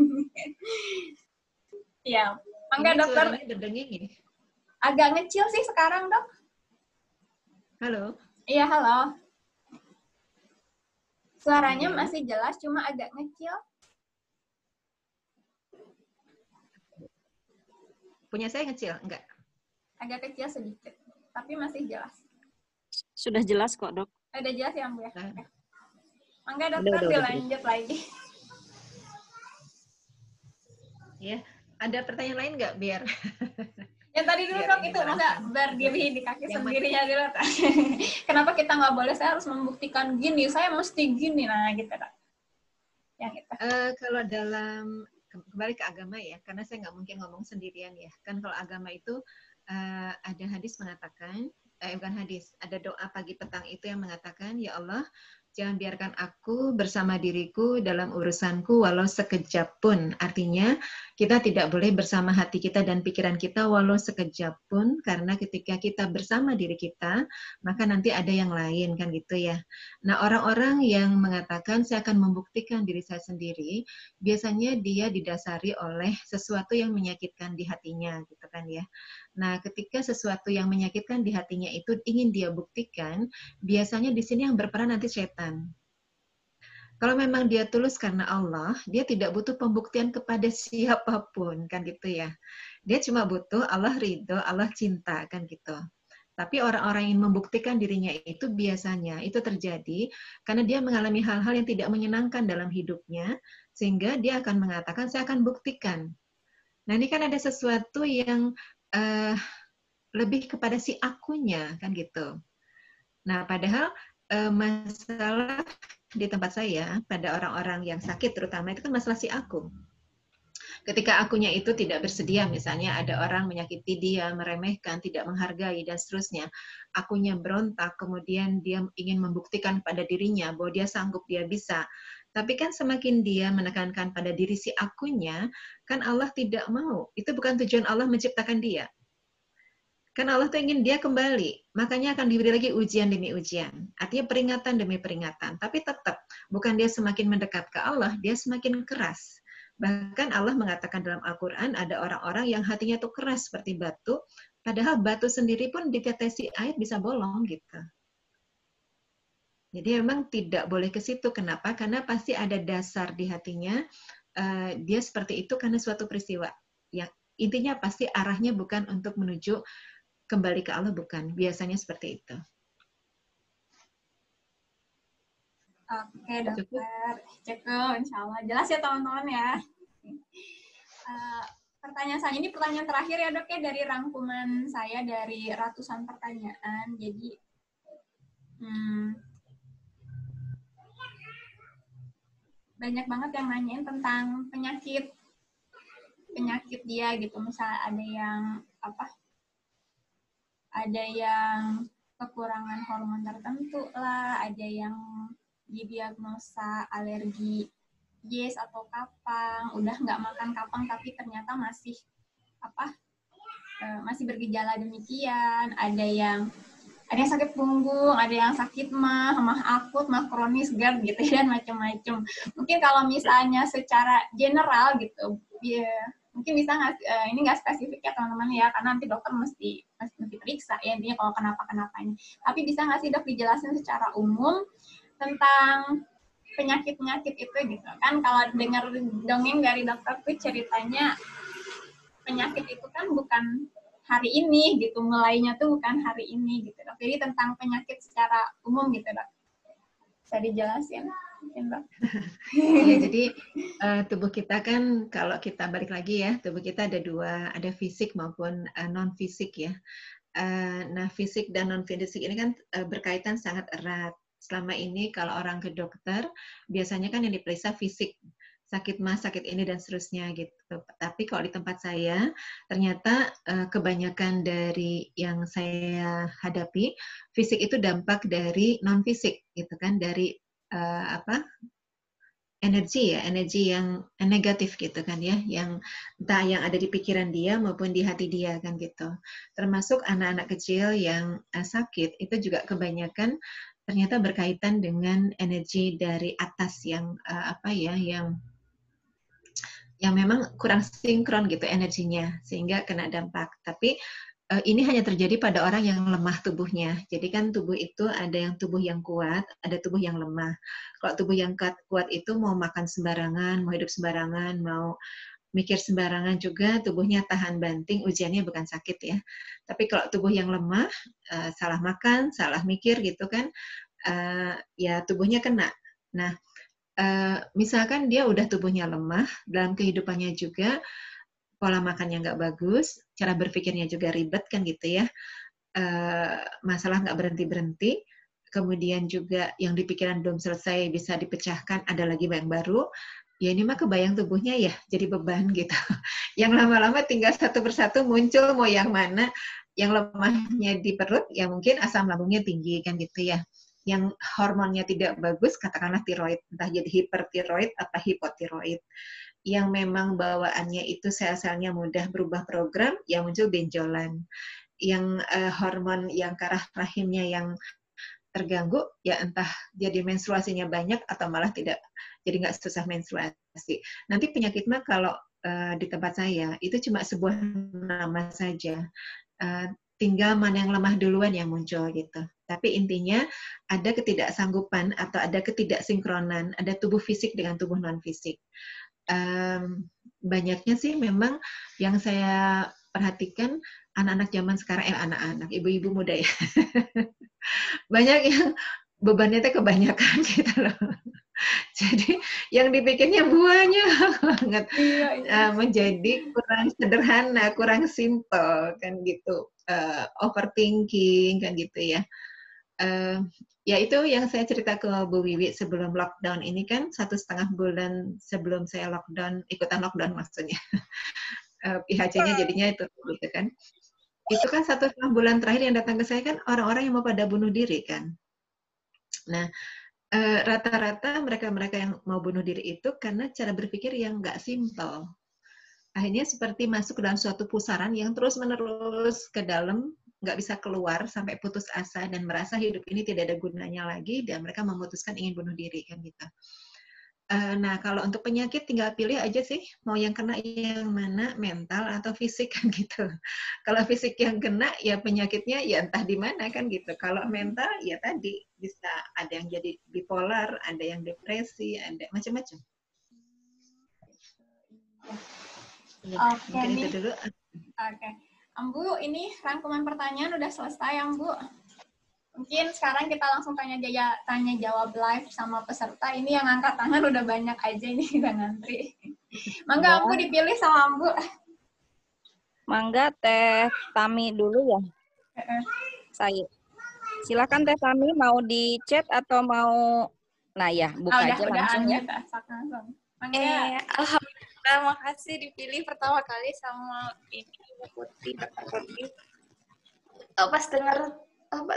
Ya, mangga Ini dokter, suaranya berdenging ini. agak ngecil sih sekarang dok. Halo. Iya, halo. Suaranya Iya. masih jelas, cuma agak ngecil. Punya saya kecil, enggak? Agak kecil sedikit, tapi masih jelas. Sudah jelas kok, Dok. Udah jelas ya, Bu ya? Nah. Oke. Mangga Udah, dokter, udah, udah dilanjut lagi. Ya, ada pertanyaan lain nggak biar? Yang tadi dulu Biar dok, ini itu langsung. masa berdiri di kaki Yang sendirinya dulu. Kenapa kita nggak boleh, saya harus membuktikan gini, saya mesti gini, nah gitu dok. Yang itu. Eh, kalau dalam, kembali ke agama ya, karena saya nggak mungkin ngomong sendirian ya. Kan kalau agama itu eh, ada hadis mengatakan, eh, bukan hadis, ada doa pagi petang itu yang mengatakan, ya Allah, jangan biarkan aku bersama diriku dalam urusanku walau sekejap pun. Artinya kita tidak boleh bersama hati kita dan pikiran kita walau sekejap pun, karena ketika kita bersama diri kita, maka nanti ada yang lain, kan gitu ya. Nah, orang-orang yang mengatakan saya akan membuktikan diri saya sendiri, biasanya dia didasari oleh sesuatu yang menyakitkan di hatinya, gitu kan ya. Nah, ketika sesuatu yang menyakitkan di hatinya itu ingin dia buktikan, biasanya di sini yang berperan nanti setan. Kalau memang dia tulus karena Allah, dia tidak butuh pembuktian kepada siapapun, kan gitu ya. Dia cuma butuh Allah ridho, Allah cinta, kan gitu. Tapi orang-orang yang membuktikan dirinya itu biasanya itu terjadi karena dia mengalami hal-hal yang tidak menyenangkan dalam hidupnya, sehingga dia akan mengatakan, saya akan buktikan. Nah, ini kan ada sesuatu yang uh, lebih kepada si akunya, kan gitu. Nah, padahal uh, masalah di tempat saya, pada orang-orang yang sakit terutama, itu kan masalah si aku. Ketika akunya itu tidak bersedia, misalnya ada orang menyakiti dia, meremehkan, tidak menghargai, dan seterusnya. Akunya berontak, kemudian dia ingin membuktikan pada dirinya bahwa dia sanggup, dia bisa. Tapi kan semakin dia menekankan pada diri si akunya, kan Allah tidak mau. Itu bukan tujuan Allah menciptakan dia. Kan Allah tuh ingin dia kembali, makanya akan diberi lagi ujian demi ujian. Artinya peringatan demi peringatan. Tapi tetap, bukan dia semakin mendekat ke Allah, dia semakin keras. Bahkan Allah mengatakan dalam Al-Quran, ada orang-orang yang hatinya tuh keras seperti batu, padahal batu sendiri pun ditetesi air bisa bolong gitu. Jadi memang tidak boleh ke situ. Kenapa? Karena pasti ada dasar di hatinya, uh, dia seperti itu karena suatu peristiwa. Yang intinya pasti arahnya bukan untuk menuju kembali ke Allah, bukan. Biasanya seperti itu. Oke dokter, cukup insya Allah. Jelas ya teman-teman ya. Uh, pertanyaan saya, ini pertanyaan terakhir ya dok ya, dari rangkuman saya dari ratusan pertanyaan. Jadi, hmm, banyak banget yang nanyain tentang penyakit penyakit dia gitu. Misalnya ada yang apa? Ada yang kekurangan hormon tertentu lah, ada yang didiagnosa alergi yes atau kapang, udah nggak makan kapang tapi ternyata masih apa e, masih bergejala demikian, ada yang ada yang sakit punggung, ada yang sakit mah, mah akut, mah kronis, GERD gitu dan macam-macam. Mungkin kalau misalnya secara general gitu, ya mungkin bisa nggak, uh, ini nggak spesifik ya teman-teman ya, karena nanti dokter mesti mesti periksa ya intinya kalau kenapa-kenapanya. Tapi bisa nggak sih dok dijelasin secara umum tentang penyakit-penyakit itu gitu kan? Kalau dengar dongeng dari dokter tuh ceritanya penyakit itu kan bukan hari ini gitu, mulainya tuh bukan hari ini gitu dok. Jadi tentang penyakit secara umum gitu dok. Bisa dijelasin? Dok. Ya, jadi uh, tubuh kita kan kalau kita balik lagi ya, tubuh kita ada dua, ada fisik maupun uh, non fisik ya. Uh, nah fisik dan non fisik ini kan uh, berkaitan sangat erat. Selama ini kalau orang ke dokter biasanya kan yang diperiksa fisik, sakit mas, sakit ini dan seterusnya gitu. Tapi kalau di tempat saya ternyata uh, kebanyakan dari yang saya hadapi fisik itu dampak dari non fisik gitu kan, dari uh, apa energi ya, energi yang negatif gitu kan ya, yang entah yang ada di pikiran dia maupun di hati dia kan gitu. Termasuk anak-anak kecil yang uh, sakit itu juga kebanyakan ternyata berkaitan dengan energi dari atas yang uh, apa ya, yang yang memang kurang sinkron gitu energinya sehingga kena dampak. Tapi uh, ini hanya terjadi pada orang yang lemah tubuhnya. Jadi kan tubuh itu ada yang tubuh yang kuat, ada tubuh yang lemah. Kalau tubuh yang kuat, kuat itu mau makan sembarangan, mau hidup sembarangan, mau mikir sembarangan juga, tubuhnya tahan banting, ujiannya bukan sakit ya. Tapi kalau tubuh yang lemah, uh, salah makan, salah mikir gitu kan, uh, ya tubuhnya kena. Nah, Uh, misalkan dia udah tubuhnya lemah, dalam kehidupannya juga pola makannya nggak bagus, cara berpikirnya juga ribet kan gitu ya, uh, masalah nggak berhenti-berhenti, kemudian juga yang di pikiran belum selesai bisa dipecahkan, ada lagi yang baru, ya ini mah kebayang tubuhnya ya, jadi beban gitu. Yang lama-lama tinggal satu persatu muncul mau yang mana, yang lemahnya di perut, ya mungkin asam lambungnya tinggi kan gitu ya. Yang hormonnya tidak bagus, katakanlah tiroid, entah jadi hipertiroid atau hipotiroid. Yang memang bawaannya itu sel-selnya mudah berubah program, yang muncul benjolan. Yang uh, hormon yang ke arah rahimnya yang terganggu, ya entah jadi menstruasinya banyak atau malah tidak, jadi nggak susah menstruasi. Nanti penyakit mah kalau uh, di tempat saya, itu cuma sebuah nama saja. Uh, tinggal mana yang lemah duluan yang muncul gitu. Tapi intinya ada ketidaksanggupan atau ada ketidaksinkronan, ada tubuh fisik dengan tubuh non-fisik. Um, banyaknya sih memang yang saya perhatikan anak-anak zaman sekarang, eh anak-anak, ibu-ibu muda ya. Banyak yang bebannya itu kebanyakan gitu loh. Jadi yang dipikirnya banyak banget. Iya, iya. Uh, menjadi kurang sederhana, kurang simple kan gitu. Uh, overthinking kan gitu ya. Uh, ya itu yang saya cerita ke Bu Wiwi sebelum lockdown ini kan satu setengah bulan sebelum saya lockdown, ikutan lockdown maksudnya. uh, P H C-nya jadinya itu gitu kan. Itu kan satu setengah bulan terakhir yang datang ke saya kan orang-orang yang mau pada bunuh diri kan. Nah, uh, rata-rata mereka-mereka yang mau bunuh diri itu karena cara berpikir yang nggak simpel. Akhirnya seperti masuk ke dalam suatu pusaran yang terus-menerus ke dalam, nggak bisa keluar sampai putus asa dan merasa hidup ini tidak ada gunanya lagi dan mereka memutuskan ingin bunuh diri kan gitu. Uh, nah kalau untuk penyakit tinggal pilih aja sih mau yang kena yang mana, mental atau fisik kan gitu. Kalau fisik yang kena ya penyakitnya ya entah di mana kan gitu. Kalau mental ya tadi bisa ada yang jadi bipolar, ada yang depresi, ada macam-macam. Oke okay, nih. Itu dulu. Oke. Okay. Ambu, ini rangkuman pertanyaan udah selesai, Ambu. Mungkin sekarang kita langsung tanya jaya, tanya jawab live sama peserta. Ini yang angkat tangan udah banyak aja ini udah ngantri. Mangga Ambu dipilih sama Ambu. Mangga Teh Tami dulu ya. Uh-uh. Saya. Silakan Teh Tami mau di chat atau mau, nah ya buka oh, udah, aja udah langsung ya. langsung. Mangga. Eh, alhamdulillah, makasih dipilih pertama kali sama ini Ibu Putih, Dokter Putih. Oh, pas dengar apa?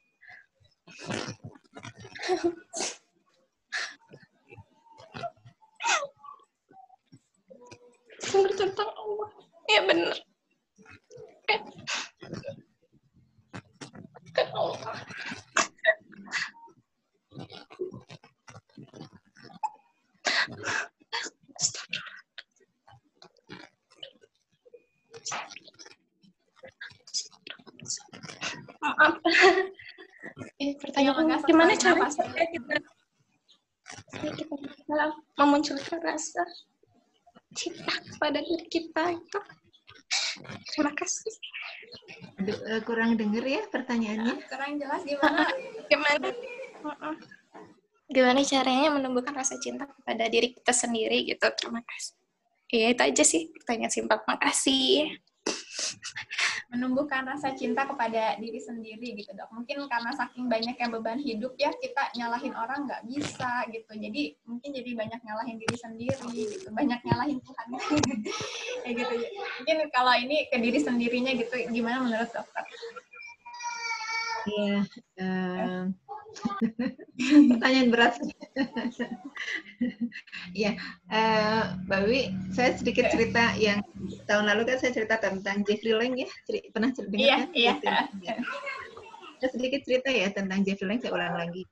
Dengar tentang Allah. Ya benar. Kan Allah. Maaf. Eh, pertanyaan gimana cara kita kita kita memunculkan rasa cinta pada diri kita itu? Terima kasih. Kurang dengar ya pertanyaannya? Kurang jelas gimana? Gimana? Gimana caranya menumbuhkan rasa cinta kepada diri kita sendiri gitu? Terima kasih. Ya itu aja sih pertanyaan simpel. Makasih. menumbuhkan rasa cinta kepada diri sendiri gitu dok. Mungkin karena saking banyaknya beban hidup ya kita nyalahin orang nggak bisa gitu. Jadi mungkin jadi banyak nyalahin diri sendiri gitu, banyak nyalahin Tuhan ya gitu. Mungkin kalau ini ke diri sendirinya gitu, gimana menurut dokter? Iya, uh, pertanyaan berat. Iya, uh, Mbak Wiwi, saya sedikit cerita yang tahun lalu kan saya cerita tentang Jeffrey Lang ya, Ceri, pernah dengar iya, kan? Iya, iya. Saya sedikit cerita ya tentang Jeffrey Lang, saya ulang lagi.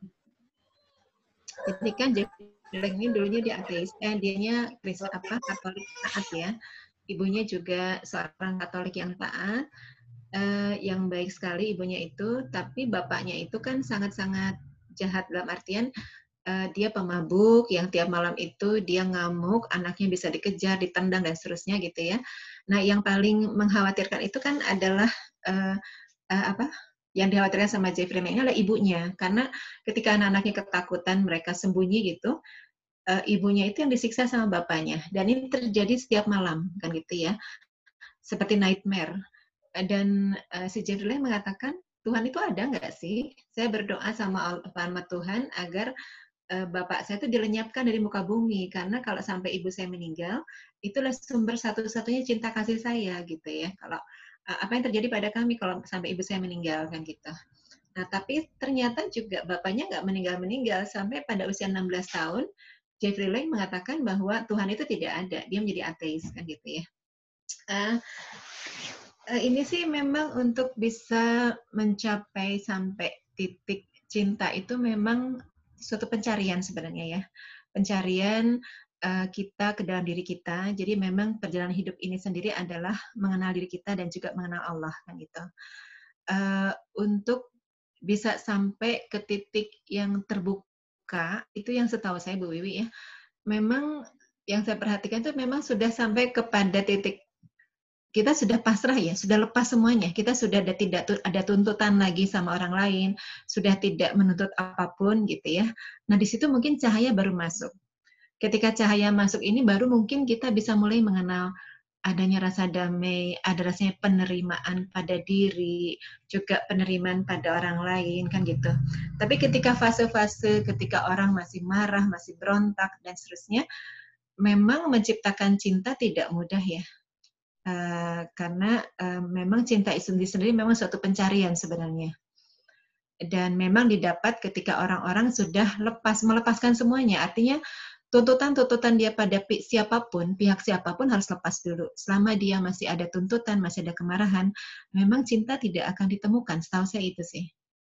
Jadi kan Jeffrey Lang ini dulunya dia ateis, eh, dianya Kristen apa Katolik taat ya, ibunya juga seorang Katolik yang taat. Uh, yang baik sekali ibunya itu, tapi bapaknya itu kan sangat-sangat jahat dalam artian uh, dia pemabuk yang tiap malam itu dia ngamuk, anaknya bisa dikejar, ditendang dan seterusnya gitu ya. Nah, yang paling mengkhawatirkan itu kan adalah uh, uh, apa? Yang dikhawatirkan sama Jeffrey Lang ini adalah ibunya, karena ketika anak-anaknya ketakutan mereka sembunyi gitu, uh, ibunya itu yang disiksa sama bapaknya, dan ini terjadi setiap malam kan gitu ya, seperti nightmare. Dan uh, si Jeffrey Lang mengatakan, Tuhan itu ada nggak sih? Saya berdoa sama, sama Tuhan agar uh, bapak saya itu dilenyapkan dari muka bumi, karena kalau sampai ibu saya meninggal, itulah sumber satu-satunya cinta kasih saya gitu ya. Kalau uh, apa yang terjadi pada kami kalau sampai ibu saya meninggal kan gitu. Nah tapi ternyata juga bapaknya nggak meninggal-meninggal sampai pada usia enam belas tahun, Jeffrey Lang mengatakan bahwa Tuhan itu tidak ada, dia menjadi ateis kan gitu ya. Uh, Ini sih memang untuk bisa mencapai sampai titik cinta itu memang suatu pencarian sebenarnya ya. Pencarian uh, kita ke dalam diri kita. Jadi memang perjalanan hidup ini sendiri adalah mengenal diri kita dan juga mengenal Allah kan gitu. Uh, untuk bisa sampai ke titik yang terbuka, itu yang setahu saya Bu Wiwi ya. Memang yang saya perhatikan itu memang sudah sampai kepada titik kita sudah pasrah ya, sudah lepas semuanya. Kita sudah ada, tidak ada tuntutan lagi sama orang lain, sudah tidak menuntut apapun gitu ya. Nah di situ mungkin cahaya baru masuk. Ketika cahaya masuk ini baru mungkin kita bisa mulai mengenal adanya rasa damai, ada rasanya penerimaan pada diri, juga penerimaan pada orang lain kan gitu. Tapi ketika fase-fase, ketika orang masih marah, masih berontak dan seterusnya, memang menciptakan cinta tidak mudah ya. Uh, karena uh, memang cinta itu sendiri memang suatu pencarian sebenarnya, dan memang didapat ketika orang-orang sudah lepas melepaskan semuanya. Artinya tuntutan-tuntutan dia pada siapapun, pihak siapapun harus lepas dulu. Selama dia masih ada tuntutan, masih ada kemarahan, memang cinta tidak akan ditemukan. Setahu saya itu sih.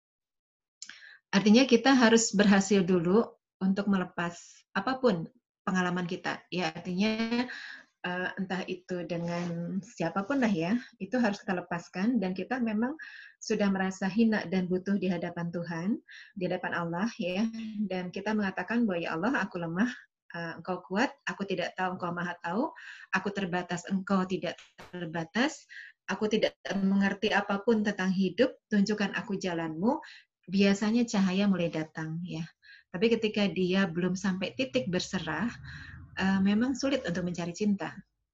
Artinya kita harus berhasil dulu untuk melepas apapun pengalaman kita. Ya artinya Uh, entah itu dengan siapapun lah ya, itu harus kita lepaskan, dan kita memang sudah merasa hina dan butuh di hadapan Tuhan, di hadapan Allah ya, dan kita mengatakan bahwa ya Allah, aku lemah, uh, Engkau kuat, aku tidak tahu, Engkau maha tahu, aku terbatas, Engkau tidak terbatas, aku tidak mengerti apapun tentang hidup, tunjukkan aku jalanmu. Biasanya cahaya mulai datang ya, tapi ketika dia belum sampai titik berserah, Uh, memang sulit untuk mencari cinta.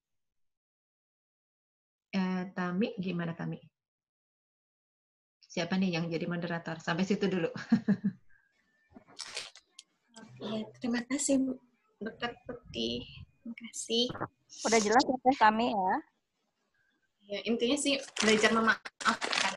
Uh, Tami, gimana Tami? Siapa nih yang jadi moderator? Sampai situ dulu. Oke, terima kasih Dokter Putih. Terima kasih. Udah jelas ya Teh Tami ya? Ya, intinya sih belajar memaafkan.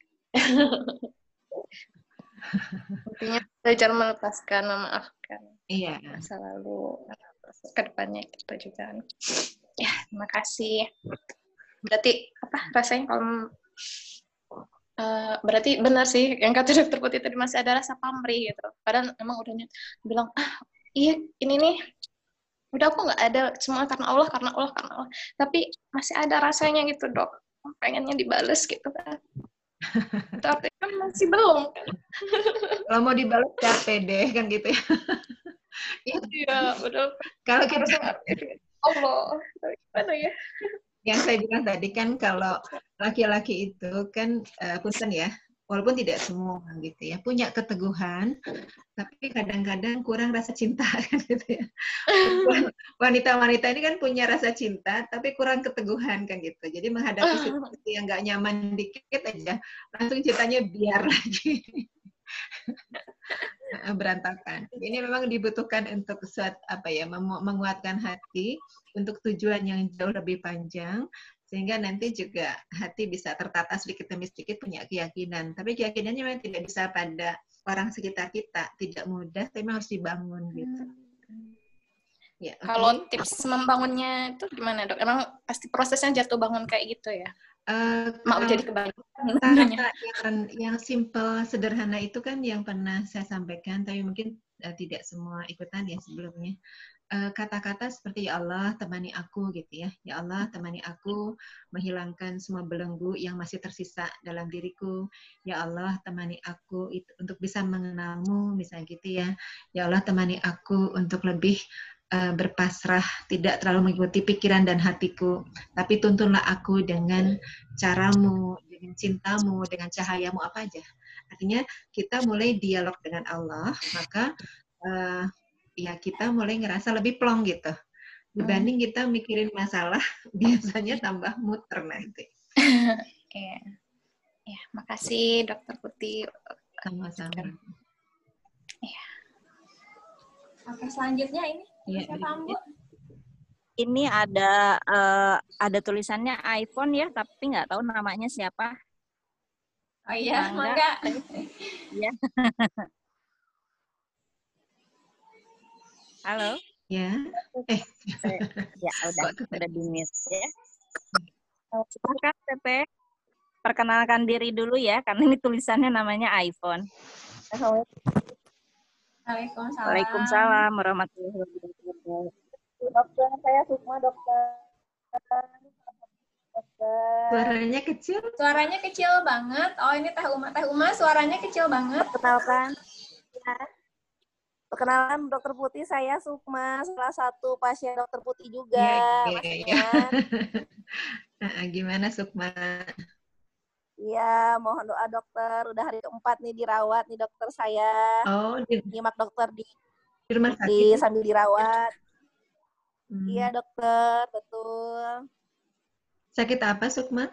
Intinya belajar melepaskan, memaafkan. Iya. Masa lalu. Ke depannya kita juga. Ya, terima kasih. Berarti apa rasanya kalau uh, berarti benar sih yang kata Dokter Putih tadi, masih ada rasa pamrih gitu. Padahal emang udah bilang, ah iya ini nih udah aku nggak ada, semua karena Allah, karena Allah, karena Allah. Tapi masih ada rasanya gitu Dok, pengennya dibales gitu kan. Tapi kan masih belum kan. Kalau mau dibales capek deh kan gitu ya. Iya, udah. Kalau kita Allah, gimana ya? Yang saya bilang tadi kan kalau laki-laki itu kan uh, punten ya, walaupun tidak semua gitu ya, punya keteguhan, tapi kadang-kadang kurang rasa cinta kan gitu ya. Wanita-wanita ini kan punya rasa cinta, tapi kurang keteguhan kan gitu. Jadi menghadapi situasi yang nggak nyaman dikit aja, langsung cintanya biar lagi. Berantakan. Ini memang dibutuhkan untuk suatu apa ya, menguatkan hati untuk tujuan yang jauh lebih panjang, sehingga nanti juga hati bisa tertata sedikit demi sedikit punya keyakinan. Tapi keyakinannya memang tidak bisa pada orang sekitar kita, tidak mudah, tapi memang harus dibangun gitu. Hmm. Ya, okay. Kalau tips membangunnya itu gimana dok? Emang pasti prosesnya jatuh bangun kayak gitu ya? Uh, Mau jadi kebanyakan. Yang, yang simple, sederhana itu kan yang pernah saya sampaikan, tapi mungkin uh, tidak semua ikutan ya sebelumnya. Kata-kata uh, seperti ya Allah temani aku gitu ya, ya Allah temani aku menghilangkan semua belenggu yang masih tersisa dalam diriku, ya Allah temani aku itu untuk bisa mengenalmu misalnya gitu ya, ya Allah temani aku untuk lebih uh, berpasrah, tidak terlalu mengikuti pikiran dan hatiku, tapi tuntunlah aku dengan caramu, dengan cintamu, dengan cahayamu apa aja. Artinya kita mulai dialog dengan Allah, maka uh, ya kita mulai ngerasa lebih plong gitu. Dibanding kita mikirin masalah, biasanya tambah muter nanti. Iya. Ya, makasih Dokter Putih. Sama-sama. Iya. Oke, selanjutnya ini ya, siapa, Bu? Ini ada uh, ada tulisannya iPhone ya, tapi nggak tahu namanya siapa. Oh iya, mangga. Iya. Halo. Ya. Eh. Ya udah, udah di mute ya. Silakan Pepe. Perkenalkan diri dulu ya, karena ini tulisannya namanya iPhone. Waalaikumsalam. Waalaikumsalam warahmatullahi wabarakatuh. Dokter, saya Sukma, dokter. Dokter. Suaranya kecil? Suaranya kecil banget. Oh, ini Teh Uma. Teh Uma suaranya kecil banget. Perkenalkan. Ya. Perkenalan Dokter Putih, saya Sukma, salah satu pasien Dokter Putih juga. Ya, ya, ya. Gimana Sukma? Iya, mohon doa dokter. Udah hari keempat nih dirawat nih dokter saya. Oh, di... nyimak dokter di, di rumah sakit di, sambil dirawat. Hmm. Iya dokter, betul. Sakit apa Sukma?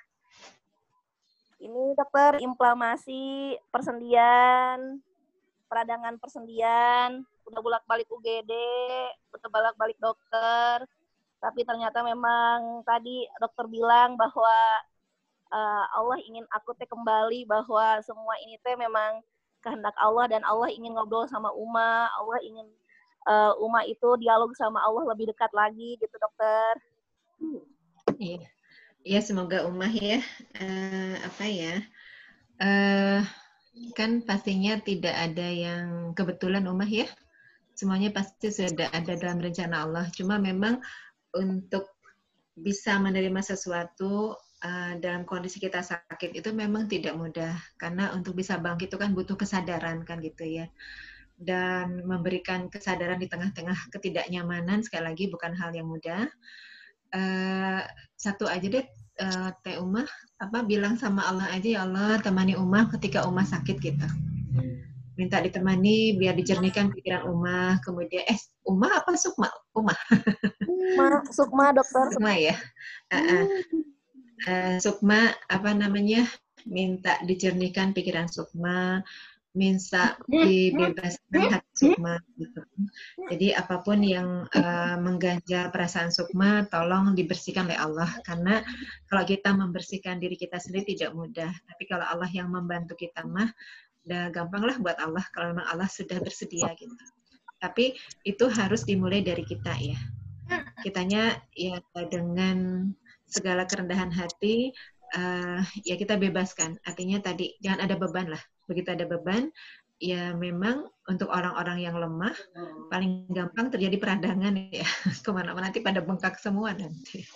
Ini dokter inflamasi persendian. Peradangan persendian, udah bolak-balik U G D, udah bolak-balik dokter, tapi ternyata memang tadi dokter bilang bahwa uh, Allah ingin aku teh kembali, bahwa semua ini teh memang kehendak Allah dan Allah ingin ngobrol sama Uma, Allah ingin uh, Uma itu dialog sama Allah lebih dekat lagi gitu dokter. Iya, ya, semoga Uma ya, uh, apa ya, uh, kan pastinya tidak ada yang kebetulan Umah ya. Semuanya pasti sudah ada dalam rencana Allah. Cuma memang untuk bisa menerima sesuatu uh, dalam kondisi kita sakit itu memang tidak mudah. Karena untuk bisa bangkit itu kan butuh kesadaran kan gitu ya. Dan memberikan kesadaran di tengah-tengah ketidaknyamanan sekali lagi bukan hal yang mudah. Uh, satu aja deh. Uh, Teh Umah apa bilang sama Allah aja, ya Allah temani Umah ketika Umah sakit gitu, minta ditemani biar dijernihkan pikiran Umah. Kemudian eh Umah apa Sukma? Umah Ma, Sukma dokter. Sukma ya. uh, uh, uh, Sukma apa namanya minta dijernihkan pikiran Sukma, minta dibebaskan hati Sukma gitu. Jadi apapun yang uh, mengganjal perasaan Sukma tolong dibersihkan oleh Allah, karena kalau kita membersihkan diri kita sendiri tidak mudah, tapi kalau Allah yang membantu kita mah udah gampang lah buat Allah kalau memang Allah sudah bersedia gitu. Tapi itu harus dimulai dari kita ya. Kitanya ya dengan segala kerendahan hati uh, ya kita bebaskan. Artinya tadi jangan ada beban lah. Begitu ada beban, ya memang untuk orang-orang yang lemah, paling gampang terjadi peradangan ya. Kemana-mana nanti pada bengkak semua nanti.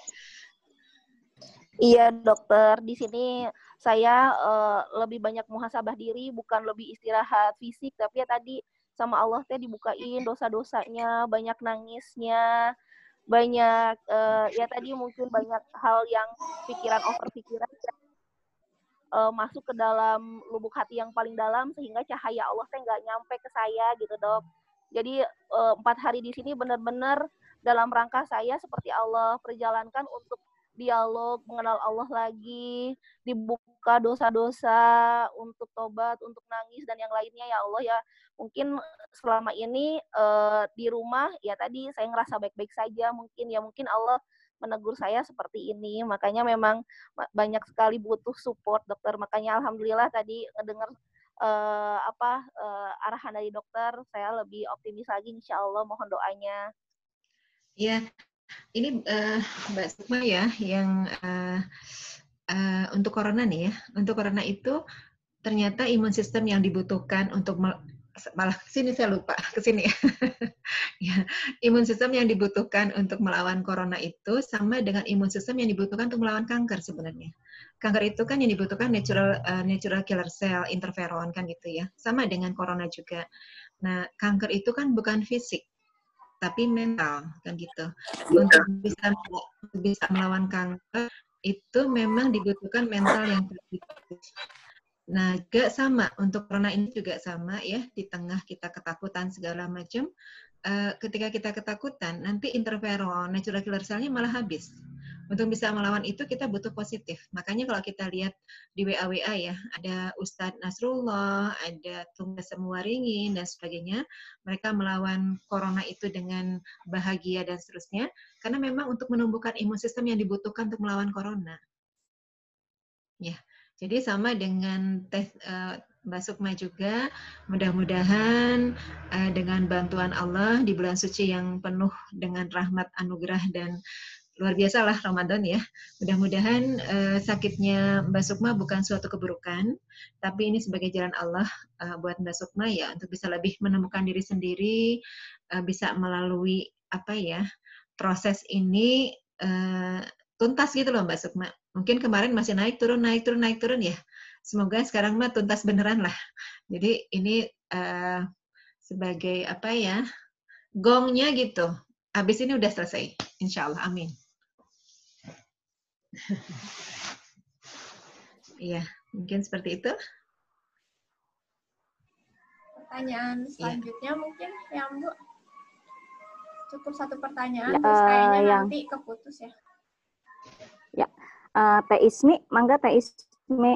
Iya dokter, di sini saya uh, lebih banyak muhasabah diri, bukan lebih istirahat fisik, tapi ya tadi sama Allah teh dibukain dosa-dosanya, banyak nangisnya, banyak uh, ya tadi mungkin banyak hal yang pikiran over pikiran uh, masuk ke dalam lubuk hati yang paling dalam sehingga cahaya Allah teh nggak nyampe ke saya gitu dok. Jadi uh, empat hari di sini benar-benar dalam rangka saya seperti Allah perjalankan untuk dialog, mengenal Allah lagi, dibuka dosa-dosa, untuk tobat, untuk nangis, dan yang lainnya ya Allah ya. Mungkin selama ini uh, di rumah, ya tadi saya ngerasa baik-baik saja, mungkin ya mungkin Allah menegur saya seperti ini. Makanya memang banyak sekali butuh support dokter. Makanya Alhamdulillah tadi ngedengar uh, apa uh, arahan dari dokter, saya lebih optimis lagi insya Allah, mohon doanya. Ya. Ini uh, Mbak Sukma ya, yang uh, uh, untuk corona nih ya, untuk corona itu ternyata imun sistem yang dibutuhkan untuk mel- malah kesini saya lupa kesini ya, imun sistem yang dibutuhkan untuk melawan corona itu sama dengan imun sistem yang dibutuhkan untuk melawan kanker sebenarnya. Kanker itu kan yang dibutuhkan natural uh, natural killer cell interferon kan gitu ya, sama dengan corona juga. Nah kanker itu kan bukan fisik, tapi mental kan gitu. Untuk bisa untuk bisa melawan kanker itu memang dibutuhkan mental yang positif. Nah, juga sama untuk corona ini juga sama ya, di tengah kita ketakutan segala macam, uh, ketika kita ketakutan nanti interferon, natural killer cell-nya malah habis. Untuk bisa melawan itu kita butuh positif. Makanya kalau kita lihat di W A W A ya, ada Ustadz Nasrullah, ada Tugas Semuaringin dan sebagainya, mereka melawan corona itu dengan bahagia dan seterusnya, karena memang untuk menumbuhkan imun sistem yang dibutuhkan untuk melawan corona. Ya, jadi sama dengan tes uh, Mbak Sukma juga, mudah-mudahan uh, dengan bantuan Allah di bulan suci yang penuh dengan rahmat, anugerah, dan luar biasa lah Ramadan ya. Mudah-mudahan uh, sakitnya Mbak Sukma bukan suatu keburukan, tapi ini sebagai jalan Allah uh, buat Mbak Sukma ya, untuk bisa lebih menemukan diri sendiri, uh, bisa melalui apa ya proses ini uh, tuntas gitu loh Mbak Sukma. Mungkin kemarin masih naik turun naik turun naik turun ya. Semoga sekarang mah tuntas beneran lah. Jadi ini uh, sebagai apa ya gongnya gitu. Habis ini udah selesai, insya Allah. Amin. Iya, mungkin seperti itu. Pertanyaan selanjutnya ya. Mungkin ya Bu. Cukup satu pertanyaan, ya, terus kayaknya yang... nanti keputus ya. Ya, uh, Teh Ismi, mangga Teh Ismi.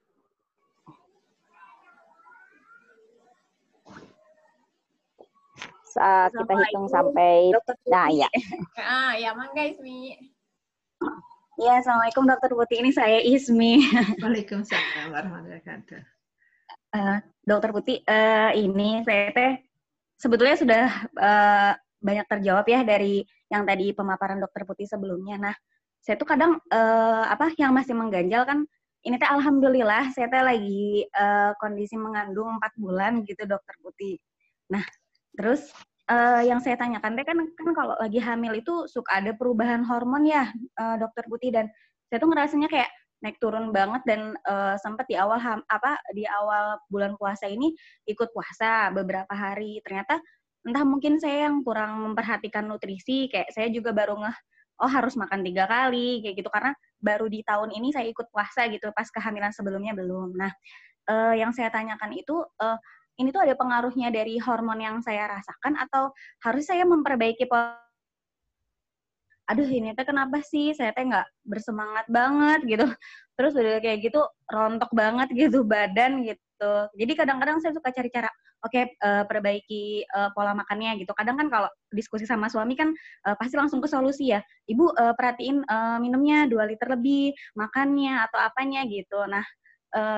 Saat kita hitung sampai, nah ya. Ah, ya mangga Ismi. Ya, Assalamualaikum Dokter Putih, ini saya Ismi. Waalaikumsalam warahmatullahi wabarakatuh. Uh, Dokter Putih, uh, ini saya teh sebetulnya sudah uh, banyak terjawab ya dari yang tadi pemaparan Dokter Putih sebelumnya. Nah, saya tuh kadang uh, apa yang masih mengganjal kan, ini teh alhamdulillah saya teh lagi uh, kondisi mengandung empat bulan gitu Dokter Putih. Nah, terus uh, yang saya tanyakan teh kan kan kalau lagi hamil itu suka ada perubahan hormon ya uh, Dokter Putih, dan saya tuh ngerasanya kayak naik turun banget, dan uh, sempat di awal ham, apa di awal bulan puasa ini ikut puasa beberapa hari. Ternyata entah mungkin saya yang kurang memperhatikan nutrisi, kayak saya juga baru ngeh oh harus makan tiga kali kayak gitu, karena baru di tahun ini saya ikut puasa gitu, pas kehamilan sebelumnya belum. Nah, uh, yang saya tanyakan itu uh, ini tuh ada pengaruhnya dari hormon yang saya rasakan, atau harus saya memperbaiki pola? Aduh ini teh kenapa sih saya teh nggak bersemangat banget gitu, terus udah kayak gitu rontok banget gitu badan gitu. Jadi kadang-kadang saya suka cari cara, oke okay, uh, perbaiki uh, pola makannya gitu. Kadang kan kalau diskusi sama suami kan uh, pasti langsung ke solusi ya, ibu uh, perhatiin uh, minumnya dua liter lebih, makannya atau apanya gitu. Nah